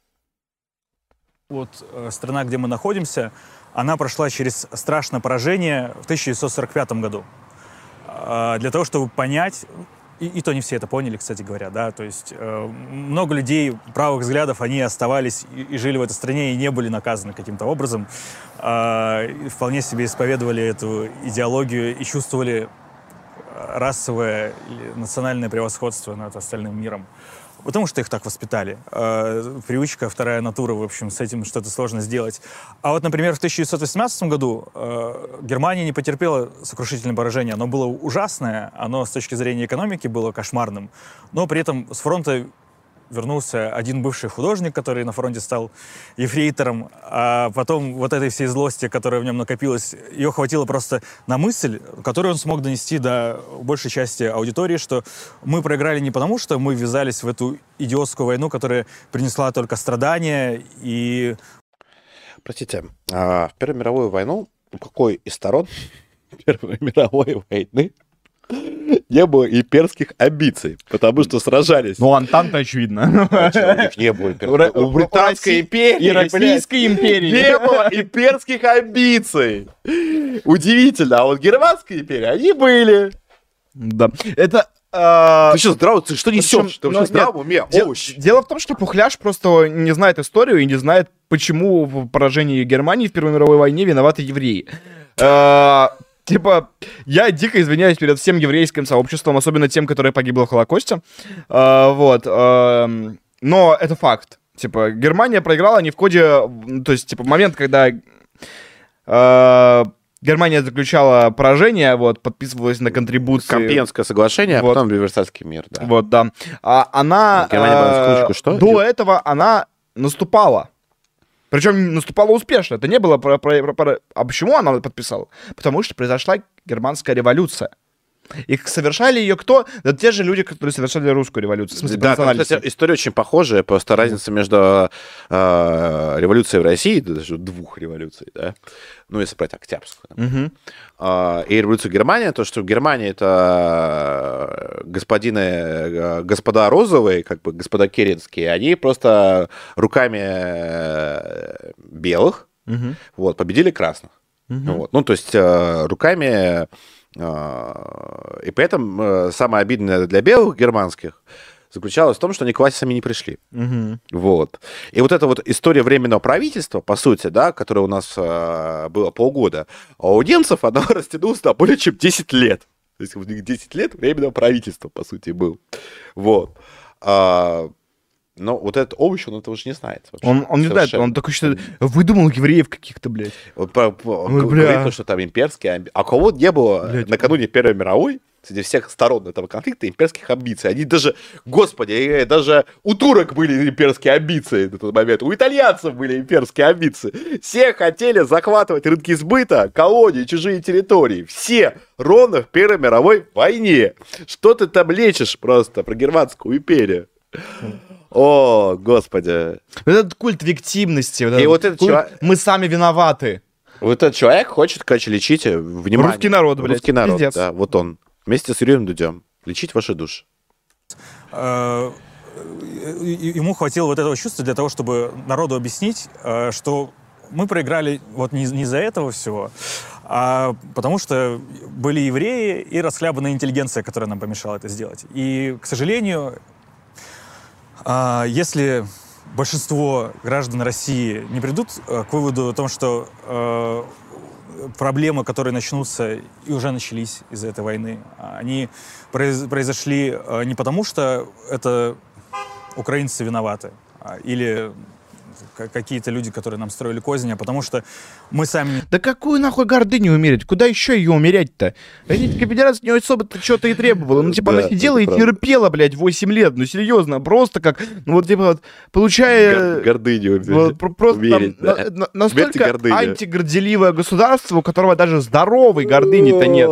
Вот э, страна, где мы находимся, она прошла через страшное поражение в тысяча девятьсот сорок пятом году. Э, для того, чтобы понять, и, и то не все это поняли, кстати говоря, да, то есть э, много людей правых взглядов, они оставались и, и жили в этой стране и не были наказаны каким-то образом, э, вполне себе исповедовали эту идеологию и чувствовали расовое или национальное превосходство над остальным миром. Потому что их так воспитали. Э, привычка, вторая натура, в общем, с этим что-то сложно сделать. А вот, например, в тысяча девятьсот восемнадцатом году э, Германия не потерпела сокрушительное поражение. Оно было ужасное, оно с точки зрения экономики было кошмарным. Но при этом с фронта вернулся один бывший художник, который на фронте стал ефрейтором, а потом вот этой всей злости, которая в нем накопилась, ее хватило просто на мысль, которую он смог донести до большей части аудитории, что мы проиграли не потому, что мы ввязались в эту идиотскую войну, которая принесла только страдания и... Простите, а в Первую мировую войну у какой из сторон Первой мировой войны не было имперских амбиций, потому что сражались. Ну, Антанта, очевидно. А что, у них не было имперских. У Британской империи и Российской империи не было имперских амбиций. Удивительно. А вот Германской империи они были. Да. Это... А... Ты что, здраво, ты что несешь? Ты вообще здраво в уме? Дело, дело в том, что Пухляш просто не знает историю и не знает, почему в поражении Германии в Первой мировой войне виноваты евреи. А... Типа, я дико извиняюсь перед всем еврейским сообществом, особенно тем, которое погибло в Холокосте. А, вот. А, но это факт. Типа, Германия проиграла не в ходе... То есть, типа, момент, когда э, Германия заключала поражение, вот, подписывалась на контрибуции. Компьенское соглашение, вот. а потом Версальский мир, да. Вот, да. А она Германия э, что? до этого она наступала. Причем наступала успешно. Это не было про, про, про... А почему она подписала? Потому что произошла германская революция. И совершали ее кто? Да те же люди, которые совершали русскую революцию. В смысле, да, там, кстати, история очень похожая, просто разница между э, революцией в России, даже двух революций, да, ну, если брать Октябрьскую, угу. э, и революцию Германии, то, что в Германии это господины, э, господа розовые, как бы господа керенские, они просто руками белых угу. вот, победили красных. Угу. Вот. Ну, то есть э, руками... И поэтому самое обидное для белых германских заключалось в том, что они к власти сами не пришли. Угу. Вот. И вот эта вот история временного правительства, по сути, да, которая у нас а, было полгода, а у немцев она растянулась на более чем десять лет. То есть у них десять лет временного правительства, по сути, был. Вот. А, но вот этот овощ, он этого же не знает. Вообще, он, он не знает, он только что выдумал евреев каких-то, блядь. Вот, по, по, Ой, говорит, что там имперские амбиции. А кого не было блядь, накануне Первой мировой, среди всех сторон этого конфликта, имперских амбиций. Они даже, господи, даже у турок были имперские амбиции на тот момент, у итальянцев были имперские амбиции. Все хотели захватывать рынки сбыта, колонии, чужие территории. Все ровно в Первой мировой войне. Что ты там лечишь просто про германскую империю? О, господи. Этот культ виктимности. Вот и этот вот этот культ, человек... Мы сами виноваты. Вот этот человек хочет, короче, лечить, внимание. Русский народ, блядь. Русский народ, Пиздец. да, вот он. Вместе с Юрием Дудем. Лечить ваши души. Ему хватило вот этого чувства для того, чтобы народу объяснить, что мы проиграли вот не, не из-за этого всего, а потому что были евреи и расхлябанная интеллигенция, которая нам помешала это сделать. И, к сожалению, если большинство граждан России не придут к выводу о том, что проблемы, которые начнутся и уже начались из-за этой войны, они произошли не потому, что это украинцы виноваты, или какие-то люди, которые нам строили козни, а потому что мы сами... Да какую нахуй гордыню умерить? Куда еще ее умерять-то? Российская Федерация не особо-то что-то и требовала. Ну, типа, да, она сидела и терпела, блядь, восемь лет. Ну, серьезно, просто как... Ну, вот, типа, вот, получая... Гор- гордыню вот, просто умерить, там, да. на, на, настолько антигорделивое государство, у которого даже здоровой гордыни-то нет.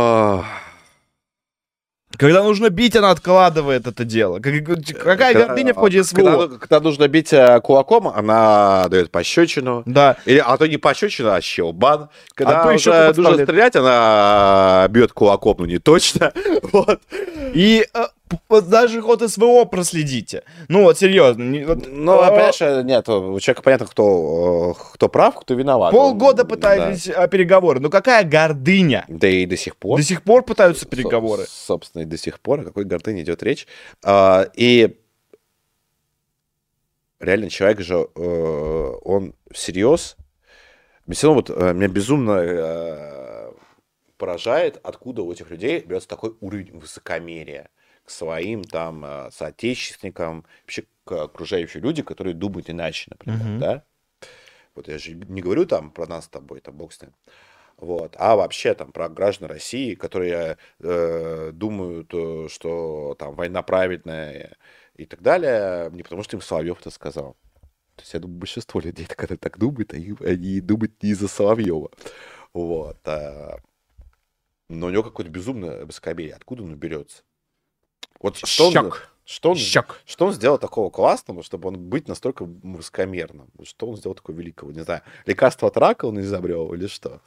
Когда нужно бить, она откладывает это дело. Какая когда, гордыня в ходе СВО? Когда, когда нужно бить кулаком, она дает пощечину. Да. Или, а то не пощечину, а щелбан. Когда а то уже еще нужно стрелять, она бьет кулаком, ну не точно. Вот. И вот даже ход СВО проследите. Ну вот, серьезно. Не, вот, ну, а... понимаешь, нет, у человека понятно, кто, кто прав, кто виноват. Полгода пытались да. переговоры. Ну какая гордыня? Да и до сих пор. До сих пор пытаются переговоры. Со- собственно, и до сих пор. О какой гордыне идет речь. А, и реально человек же, он всерьез... Все равно вот меня безумно поражает, откуда у этих людей берется такой уровень высокомерия к своим там соотечественникам, вообще к окружающим людям, которые думают иначе, например, uh-huh. да? Вот я же не говорю там про нас с тобой, там бог с ним, вот, а вообще там про граждан России, которые э, думают, что там война праведная и так далее, не потому что им Соловьев это сказал. То есть я думаю, большинство людей, которые так думают, они, они думают не из-за Соловьева. Вот. А... Но у него какое-то безумное высокомерие. Откуда он берется? Вот что он, что, он, что он сделал такого классного, чтобы он быть настолько высокомерным? Что он сделал такого великого? Не знаю, лекарство от рака он изобрел или что?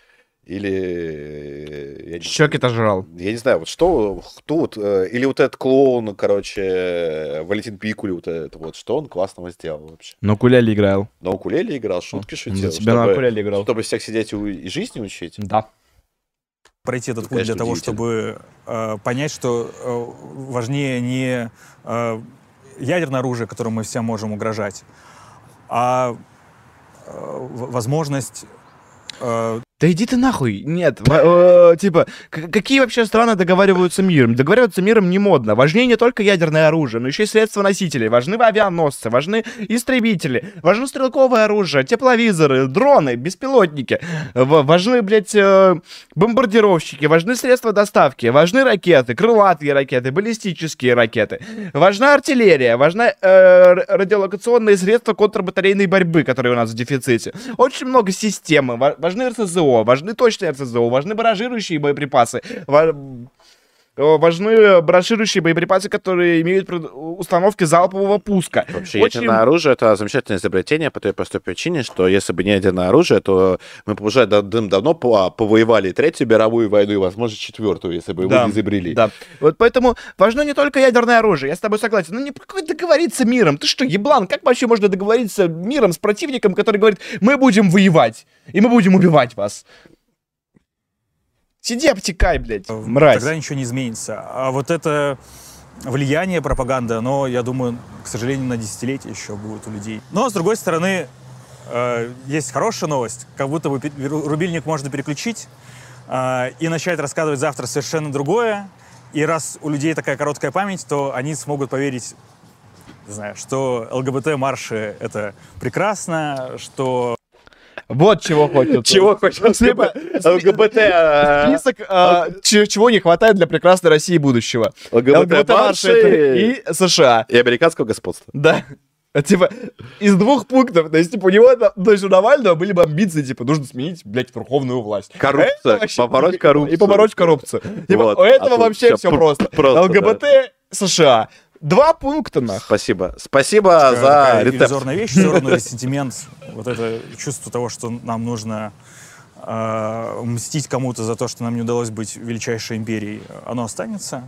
Или... Щеки-то жрал. Я не знаю, вот что, кто вот... Или вот этот клоун, короче, Валентин Пикули, вот это вот, что он классного сделал вообще? На укулеле играл. На укулеле играл, шутки шутил. За тебя чтобы, на укулеле играл. Чтобы всех сидеть и жизни учить? Да. Пройти этот путь для того, чтобы э, понять, что э, важнее не э, ядерное оружие, которым мы всем можем угрожать, а э, возможность... Э... Да иди ты нахуй. Нет, э, типа, какие вообще страны договариваются миром? Договариваться миром не модно. Важнее не только ядерное оружие, но еще и средства носителей. Важны авианосцы, важны истребители, важно стрелковое оружие, тепловизоры, дроны, беспилотники. Важны, блядь, э, бомбардировщики, важны средства доставки, важны ракеты, крылатые ракеты, баллистические ракеты. Важна артиллерия, важны э, радиолокационные средства контрбатарейной борьбы, которые у нас в дефиците. Очень много систем. Важны РСЗО. Важны точные РСЗО, важны баражирующие боеприпасы, важны баражирующие боеприпасы, которые имеют установки залпового пуска. Вообще, Очень... ядерное оружие — это замечательное изобретение по той простой причине, что если бы не ядерное оружие, то мы бы уже давно повоевали Третью мировую войну и, возможно, Четвертую, если бы его да, не изобрели. Да. Вот поэтому важно не только ядерное оружие, я с тобой согласен, но не какой договориться миром. Ты что, еблан, как вообще можно договориться миром с противником, который говорит, мы будем воевать, и мы будем убивать вас? Сиди, обтекай, блядь, мразь. Тогда ничего не изменится. А вот это влияние пропаганды, оно, я думаю, к сожалению, на десятилетия еще будет у людей. Но, с другой стороны, э, есть хорошая новость. Как будто бы рубильник можно переключить э, и начать рассказывать завтра совершенно другое. И раз у людей такая короткая память, то они смогут поверить, не знаю, что ЛГБТ-марши — это прекрасно, что... Вот чего хочется. Чего хочется? ЛГБТ... Список, чего не хватает для прекрасной России будущего. ЛГБТ-марши и США. И американского господства. Да. Типа, из двух пунктов, то есть, типа, у него, то есть, у Навального были бы амбиции, типа, нужно сменить, блядь, верховную власть. Коррупция, побороть коррупцию. И побороть коррупцию. Типа, у этого вообще все просто. ЛГБТ, США. Два пункта, нахуй. Спасибо. Спасибо за рецепт. Иллюзорная вещь, все равно ресентимент, вот это чувство того, что нам нужно э, мстить кому-то за то, что нам не удалось быть величайшей империей, оно останется.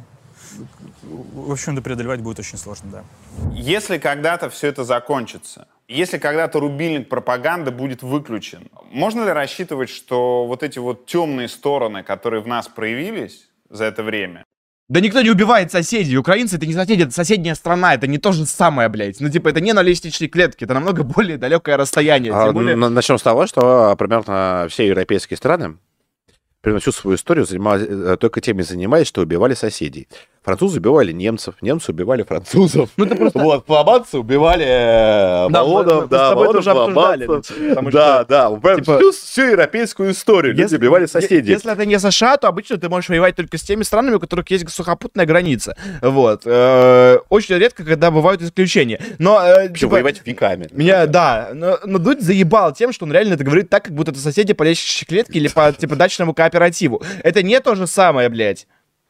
В общем, это преодолевать будет очень сложно, да. Если когда-то все это закончится, если когда-то рубильник пропаганды будет выключен, можно ли рассчитывать, что вот эти вот темные стороны, которые в нас проявились за это время... Да никто не убивает соседей. Украинцы — это не соседи, это соседняя страна. Это не то же самое, блядь. Ну, типа, это не на лестничной клетке, это намного более далекое расстояние. А, более... Начнем с того, что примерно все европейские страны, примерно всю свою историю занимались, только теми занимались, что убивали соседей. Французы убивали немцев, немцы убивали французов. Ну, это просто... Вот, фламандцы убивали болонов, да, болонов, фламандцев. Да, да, всю, всю европейскую историю люди убивали соседей. Если это не США, то обычно ты можешь воевать только с теми странами, у которых есть сухопутная граница. Вот. Очень редко, когда бывают исключения. Но... Почему воевать веками? Меня, да, но, но Дудь заебал тем, что он реально это говорит так, как будто это соседи по лестничной клетке или по, типа, дачному кооперативу. Это не то же самое, блядь.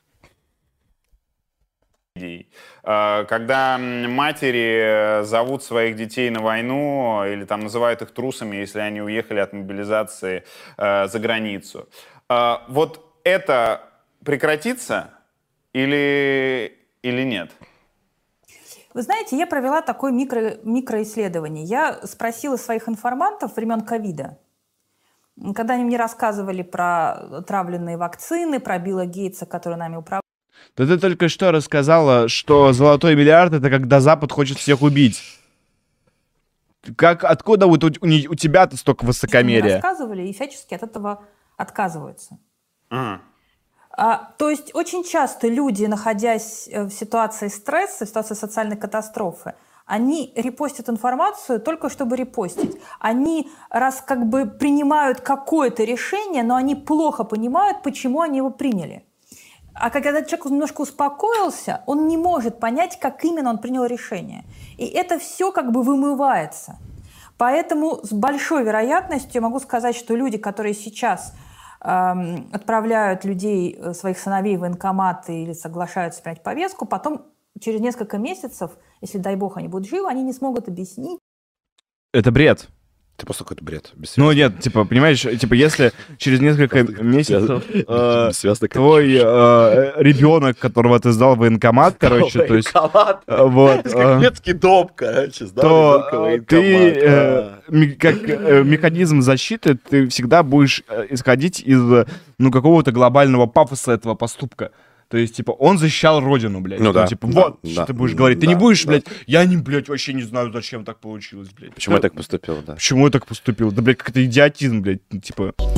Когда матери зовут своих детей на войну или там называют их трусами, если они уехали от мобилизации э, за границу. Э, вот это прекратится или, или нет? Вы знаете, я провела такое микро, микроисследование. Я спросила своих информантов времен ковида, когда они мне рассказывали про отравленные вакцины, про Билла Гейтса, который нами управляет. Да ты только что рассказала, что золотой миллиард — это когда Запад хочет всех убить. Как, откуда вот у, у, у тебя-то столько высокомерия? Они рассказывали и всячески от этого отказываются. Uh-huh. А, то есть очень часто люди, находясь в ситуации стресса, в ситуации социальной катастрофы, они репостят информацию только чтобы репостить. Они раз как бы принимают какое-то решение, но они плохо понимают, почему они его приняли. А когда человек немножко успокоился, он не может понять, как именно он принял решение. И это все как бы вымывается. Поэтому с большой вероятностью могу сказать, что люди, которые сейчас эм, отправляют людей, своих сыновей в военкоматы или соглашаются принять повестку, потом через несколько месяцев, если, дай бог, они будут живы, они не смогут объяснить. Это бред. Это просто какой-то бред. Ну нет, типа, понимаешь, типа, если через несколько месяцев э, твой э, ребенок, которого ты сдал в военкомат, короче, то есть... Вот. Как детский дом, короче, сдал ребенка в военкомат. Ты, э, как э, механизм защиты, ты всегда будешь исходить из, ну, какого-то глобального пафоса этого поступка. То есть, типа, он защищал родину, блядь. Ну, ну да. Типа, да, вот, да, что ты будешь говорить. Да, ты не будешь, да. блядь, я не, блядь, вообще не знаю, зачем так получилось, блядь. Почему я так поступил, да. Почему я так поступил? Да, блядь, как это идиотизм, блядь, ну, типа...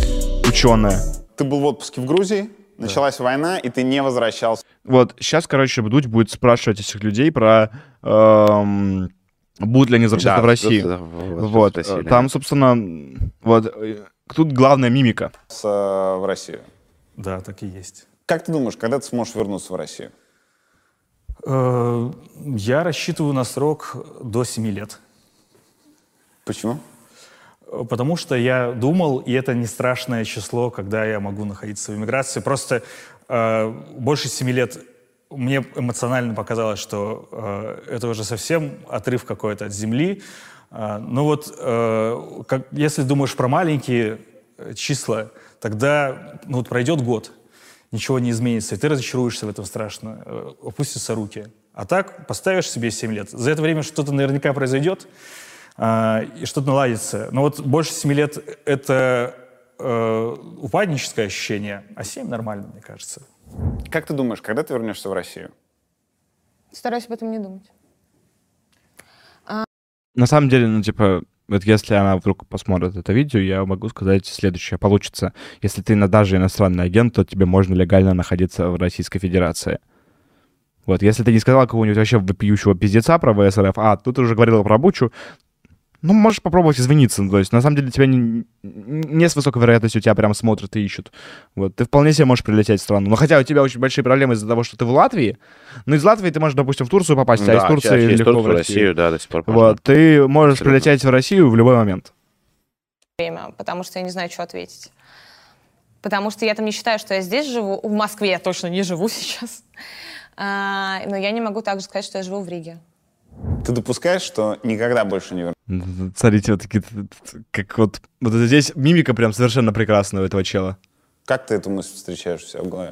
ученая. Ты был в отпуске в Грузии, началась да. война, и ты не возвращался. Вот, сейчас, короче, Дудь будет спрашивать этих людей про... Эм, будут ли они возвращаться да, в Россию. Да, вот, России, там, да. собственно, вот, тут главная мимика. С, э, в Россию. Да, так и есть. Как ты думаешь, когда ты сможешь вернуться в Россию? Э, я рассчитываю на срок до семи лет. Почему? Потому что я думал, и это не страшное число, когда я могу находиться в эмиграции. Просто э, больше семи лет мне эмоционально показалось, что э, это уже совсем отрыв какой-то от земли. Э, ну вот, э, как, если думаешь про маленькие числа, тогда ну, вот пройдет год, ничего не изменится, и ты разочаруешься в этом страшно, э, опустятся руки. А так поставишь себе семь лет. За это время что-то наверняка произойдет, и что-то наладится. Но вот больше семи лет — это э, упадническое ощущение, а семь нормально, мне кажется. Как ты думаешь, когда ты вернешься в Россию? Стараюсь об этом не думать. А... На самом деле, ну, типа, вот если она вдруг посмотрит это видео, я могу сказать следующее. Получится, если ты даже иностранный агент, то тебе можно легально находиться в Российской Федерации. Вот, если ты не сказал какого-нибудь вообще вопиющего пиздеца про ВСРФ, а тут ты уже говорил про Бучу, ну, можешь попробовать извиниться. То есть, на самом деле, тебя не, не с высокой вероятностью тебя прям смотрят и ищут. Вот. Ты вполне себе можешь прилететь в страну. Но хотя у тебя очень большие проблемы из-за того, что ты в Латвии, но из Латвии ты можешь, допустим, в Турцию попасть, да, а из Турции легко Турцию, в Россию. Россию, да, до сих пор можно. Вот. Ты можешь Абсолютно. прилететь в Россию в любой момент. Время, потому что я не знаю, что ответить. Потому что я там не считаю, что я здесь живу. В Москве я точно не живу сейчас. А, но я не могу также сказать, что я живу в Риге. Ты допускаешь, что никогда больше не вернешься? Смотрите, вот такие, как вот, вот здесь мимика прям совершенно прекрасная у этого чела. Как ты эту мысль встречаешь у себя в голове?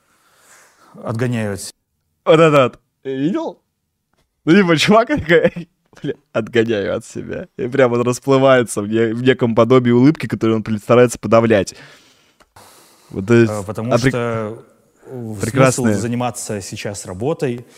Отгоняю от себя. Вот этот, видел? Ну, типа, чувак такой, бля, отгоняю от себя. И прям он расплывается в, не, в неком подобии улыбки, которую он старается подавлять. Вот, есть, Потому а, что прекрасные. Смысл заниматься сейчас работой,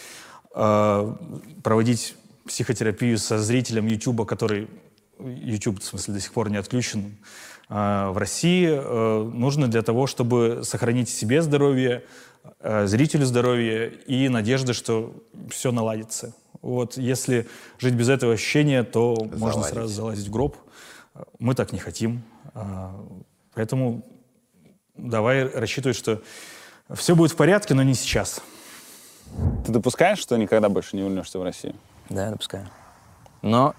проводить психотерапию со зрителем Ютуба, который, YouTube, в смысле, до сих пор не отключен, в России, нужно для того, чтобы сохранить себе здоровье, зрителю здоровье и надежда, что все наладится. Вот если жить без этого ощущения, то Заладить. можно сразу залазить в гроб. Мы так не хотим. Поэтому давай рассчитывать, что все будет в порядке, но не сейчас. Ты допускаешь, что никогда больше не вернешься в Россию? Да, я допускаю. Но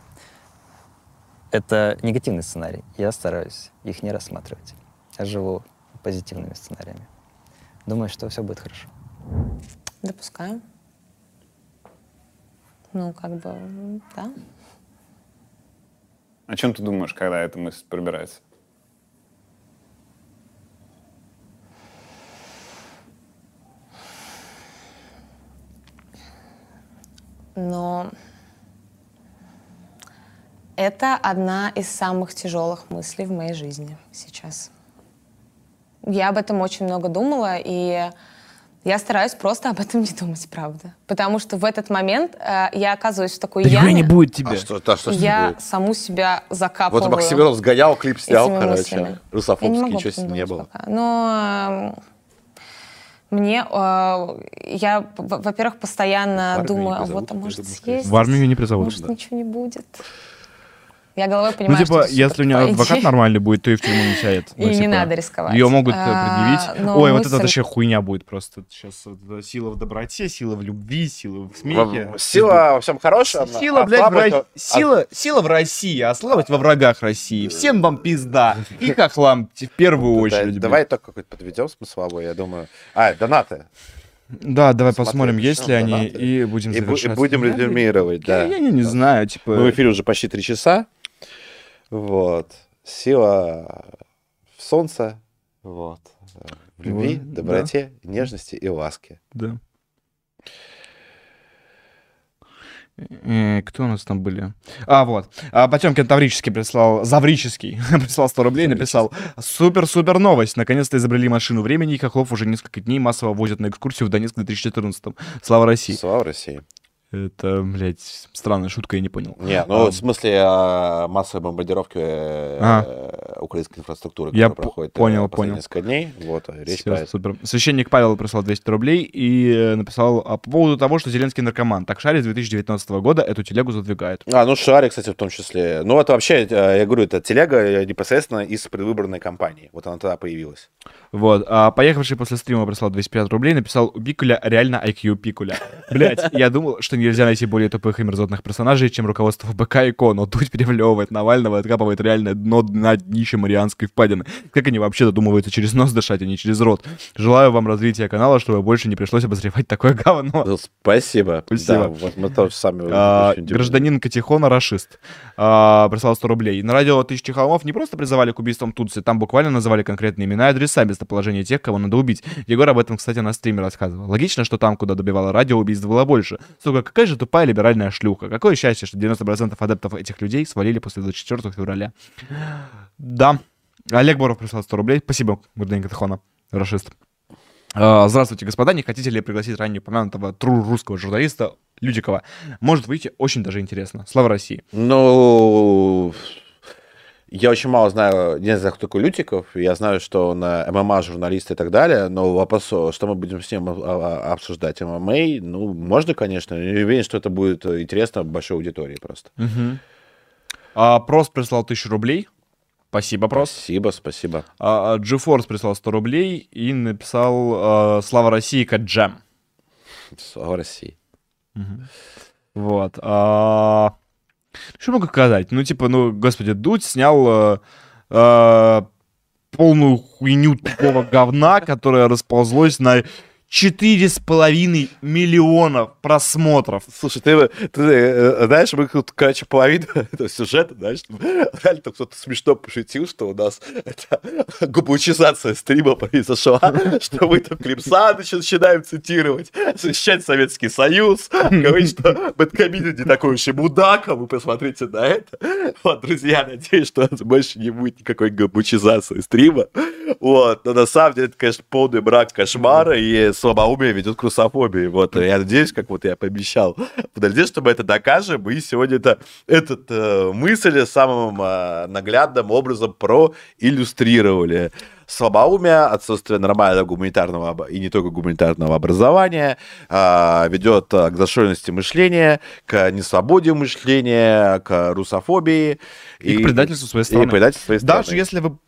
это негативный сценарий. Я стараюсь их не рассматривать. Я живу позитивными сценариями. Думаю, что все будет хорошо. Допускаю. Ну, как бы, да. О чем ты думаешь, когда эта мысль пробирается? Но это одна из самых тяжелых мыслей в моей жизни сейчас. Я об этом очень много думала, и я стараюсь просто об этом не думать, правда. Потому что в этот момент э, я оказываюсь в такой да яме. не будет тебе. А что, да, что я будет? саму себя закапываю. Вот Максимилов сгонял, клип снял, короче. Русофобский, ничего с ним не было. Пока. Но э, мне, э, я, во-первых, постоянно думаю, а вот, а может съесть? В армию не призовут. Может, да. ничего не будет. Я головой понимаю, ну, типа, что если у нее адвокат нормальный будет, то и в тюрьму не сядет. И ну, типа, не надо рисковать. Ее могут предъявить. А, Ой, мысль... вот это вообще хуйня будет просто. Сейчас вот, сила в доброте, сила в любви, сила в смехе. Сила во всем хорошем. Сила, а блядь, в Ро... а... сила, сила в России, а слабость во врагах России. Всем вам пизда. И хохлам в первую очередь. Давай только какой-то подведем смысловой, я думаю. А, донаты. Да, давай Смотри, посмотрим, есть ли они, и будем завершать. И будем резюмировать, да. Я не знаю, типа... Мы в эфире уже почти три часа. Вот. Сила в солнце, вот. В любви, вот, доброте, да. нежности и ласке. Да. И кто у нас там были? А, вот. А, Потемкин Таврический прислал, Заврический прислал сто рублей, написал: супер-супер новость. Наконец-то изобрели машину времени, и Хохлов уже несколько дней массово возят на экскурсию в Донецк в две тысячи четырнадцатом. Слава России. Слава России. Это, блядь, странная шутка, я не понял. Не, ну, а, в смысле массовой бомбардировки а. украинской инфраструктуры, Я которая проходит понял, последние понял. несколько дней. Вот, речь Всё, про это. супер. Священник Павел прислал двести рублей и написал а, по поводу того, что Зеленский наркоман. Так шарит с две тысячи девятнадцатого года эту телегу задвигают. А, ну Шарик, кстати, в том числе. Ну, это вообще, я говорю, это телега непосредственно из предвыборной кампании. Вот она тогда появилась. Вот. А поехавший после стрима прислал двести пятьдесят рублей, написал: у Пикуля реально ай кью Пикуля. Блять, я думал, что нельзя найти более тупых и мерзотных персонажей, чем руководство ФБК и КО, но Дудь переплевывает Навального и откапывает реальное дно на днище Марианской впадины. Как они вообще додумываются через нос дышать, а не через рот? Желаю вам развития канала, чтобы больше не пришлось обозревать такое говно. Ну, спасибо. Спасибо. Да, вот мы тоже сами... А, очень удивлены. гражданин Катихона Рашист а, прислал сто рублей. На радио «Тысячи холмов» не просто призывали к убийствам Тутси, там буквально называли конкретные имена и адреса местоположения тех, кого надо убить. Егор об этом, кстати, на стриме рассказывал. Логично, что там, куда добивало радио, убийств было больше. Сука, какая же тупая либеральная шлюха. Какое счастье, что девяносто процентов адептов этих людей свалили после двадцать четвёртого февраля. Да. Олег Боров прислал сто рублей. Спасибо, гражданин Катихона Рашист. А, здравствуйте, господа. Не хотите ли пригласить ранее упомянутого тру русского журналиста Людикова? Может выйти очень даже интересно. Слава России. Ну, я очень мало знаю, не знаю, кто такой Лютиков. Я знаю, что он эм эм а-журналист и так далее, но вопрос, что мы будем с ним обсуждать эм эм а, ну, можно, конечно. Я уверен, что это будет интересно большой аудитории просто. Угу. А, Прос прислал тысячу рублей. Спасибо, Прос. Спасибо, спасибо. А, GeForce прислал сто рублей и написал а, «Слава России, Каджам». Слава России. Угу. Вот. А... Что могу сказать? Ну, типа, ну, господи, Дудь снял а, а, полную хуйню тупого говна, которое расползлось на четыре с половиной миллионов просмотров. Слушай, ты, ты знаешь, мы тут, короче, половину этого сюжета, знаешь, реально там кто-то смешно пошутил, что у нас это губоучизация стрима произошла, что мы там Климса начинаем цитировать, защищать Советский Союз, говорить, что Бэдкомедиан не такой уж и мудак, а вы посмотрите на это. Вот, друзья, надеюсь, что у нас больше не будет никакой губоучизации стрима. Вот, но на самом деле это, конечно, полный брак кошмара, и слабоумие ведет к русофобии. Вот, я надеюсь, как вот я пообещал, в надежде, что мы это докажем, и сегодня это, этот э, мысль самым э, наглядным образом проиллюстрировали. Слабоумие, отсутствие нормального гуманитарного и не только гуманитарного образования э, ведет к зашоренности мышления, к несвободе мышления, к русофобии. И, и к предательству своей страны. И предательству своей страны. Даже если вы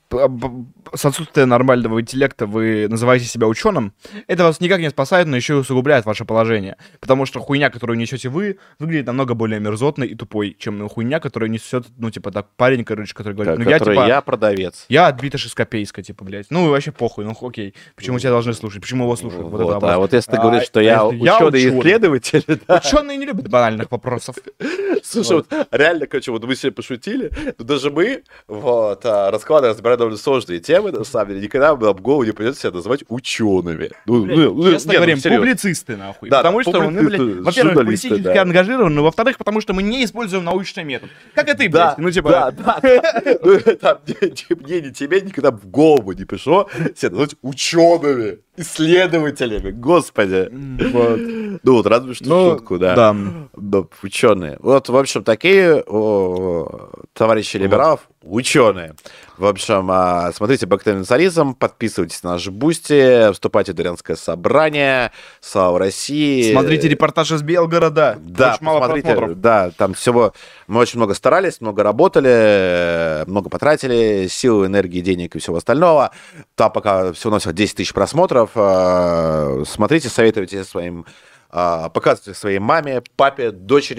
с отсутствием нормального интеллекта вы называете себя ученым, это вас никак не спасает, но еще и усугубляет ваше положение. Потому что хуйня, которую несете вы, выглядит намного более мерзотной и тупой, чем хуйня, которую несет, ну, типа, так, парень, короче, который говорит, ну, я, типа... я продавец. Я отбита шископейска, типа, блядь. Ну, вообще похуй, ну, окей. Почему тебя должны слушать? Почему его слушают? Вот, вот это а вот если ты говоришь, что а, я ученый-исследователь... Да. Ученые не любят банальных вопросов. Слушай, вот. вот реально, короче, вот мы себе пошутили, но даже мы, вот, раскладывая, разбираем довольно сложные темы, на самом деле, никогда нам в голову не придется себя называть учеными. Ну, ну, честно говорим, ну, публицисты, нахуй. Да, потому что мы, блядь, во-первых, политически да. ангажированы, во-вторых, потому что мы не используем научный метод. Как и ты, блядь. Да, ну, типа... Да, да, да. Ну, там, мне, ни тебе никогда в голову не пришло себя назвать учеными, исследователями, господи. Вот. Ну, вот, разве что ну, шутку, да. Да. Но, ученые. Вот, в общем, такие о, товарищи либералов, вот. Ученые. В общем, смотрите «Бэктенцаризм», подписывайтесь на наш Бусти, вступайте в Дворянское собрание, слава России. Смотрите репортаж из Белгорода. Да, очень мало просмотров. Да, там всего... Мы очень много старались, много работали, много потратили, сил, энергии, денег и всего остального. Там пока всего-навсего десять тысяч просмотров. Смотрите, советуйте своим... Показывайте своей маме, папе,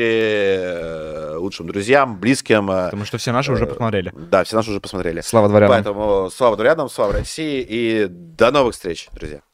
дочери, лучшим друзьям, близким. Потому что все наши уже посмотрели. Да, все наши уже посмотрели. Слава дворянам. Поэтому слава дворянам, слава России и до новых встреч, друзья.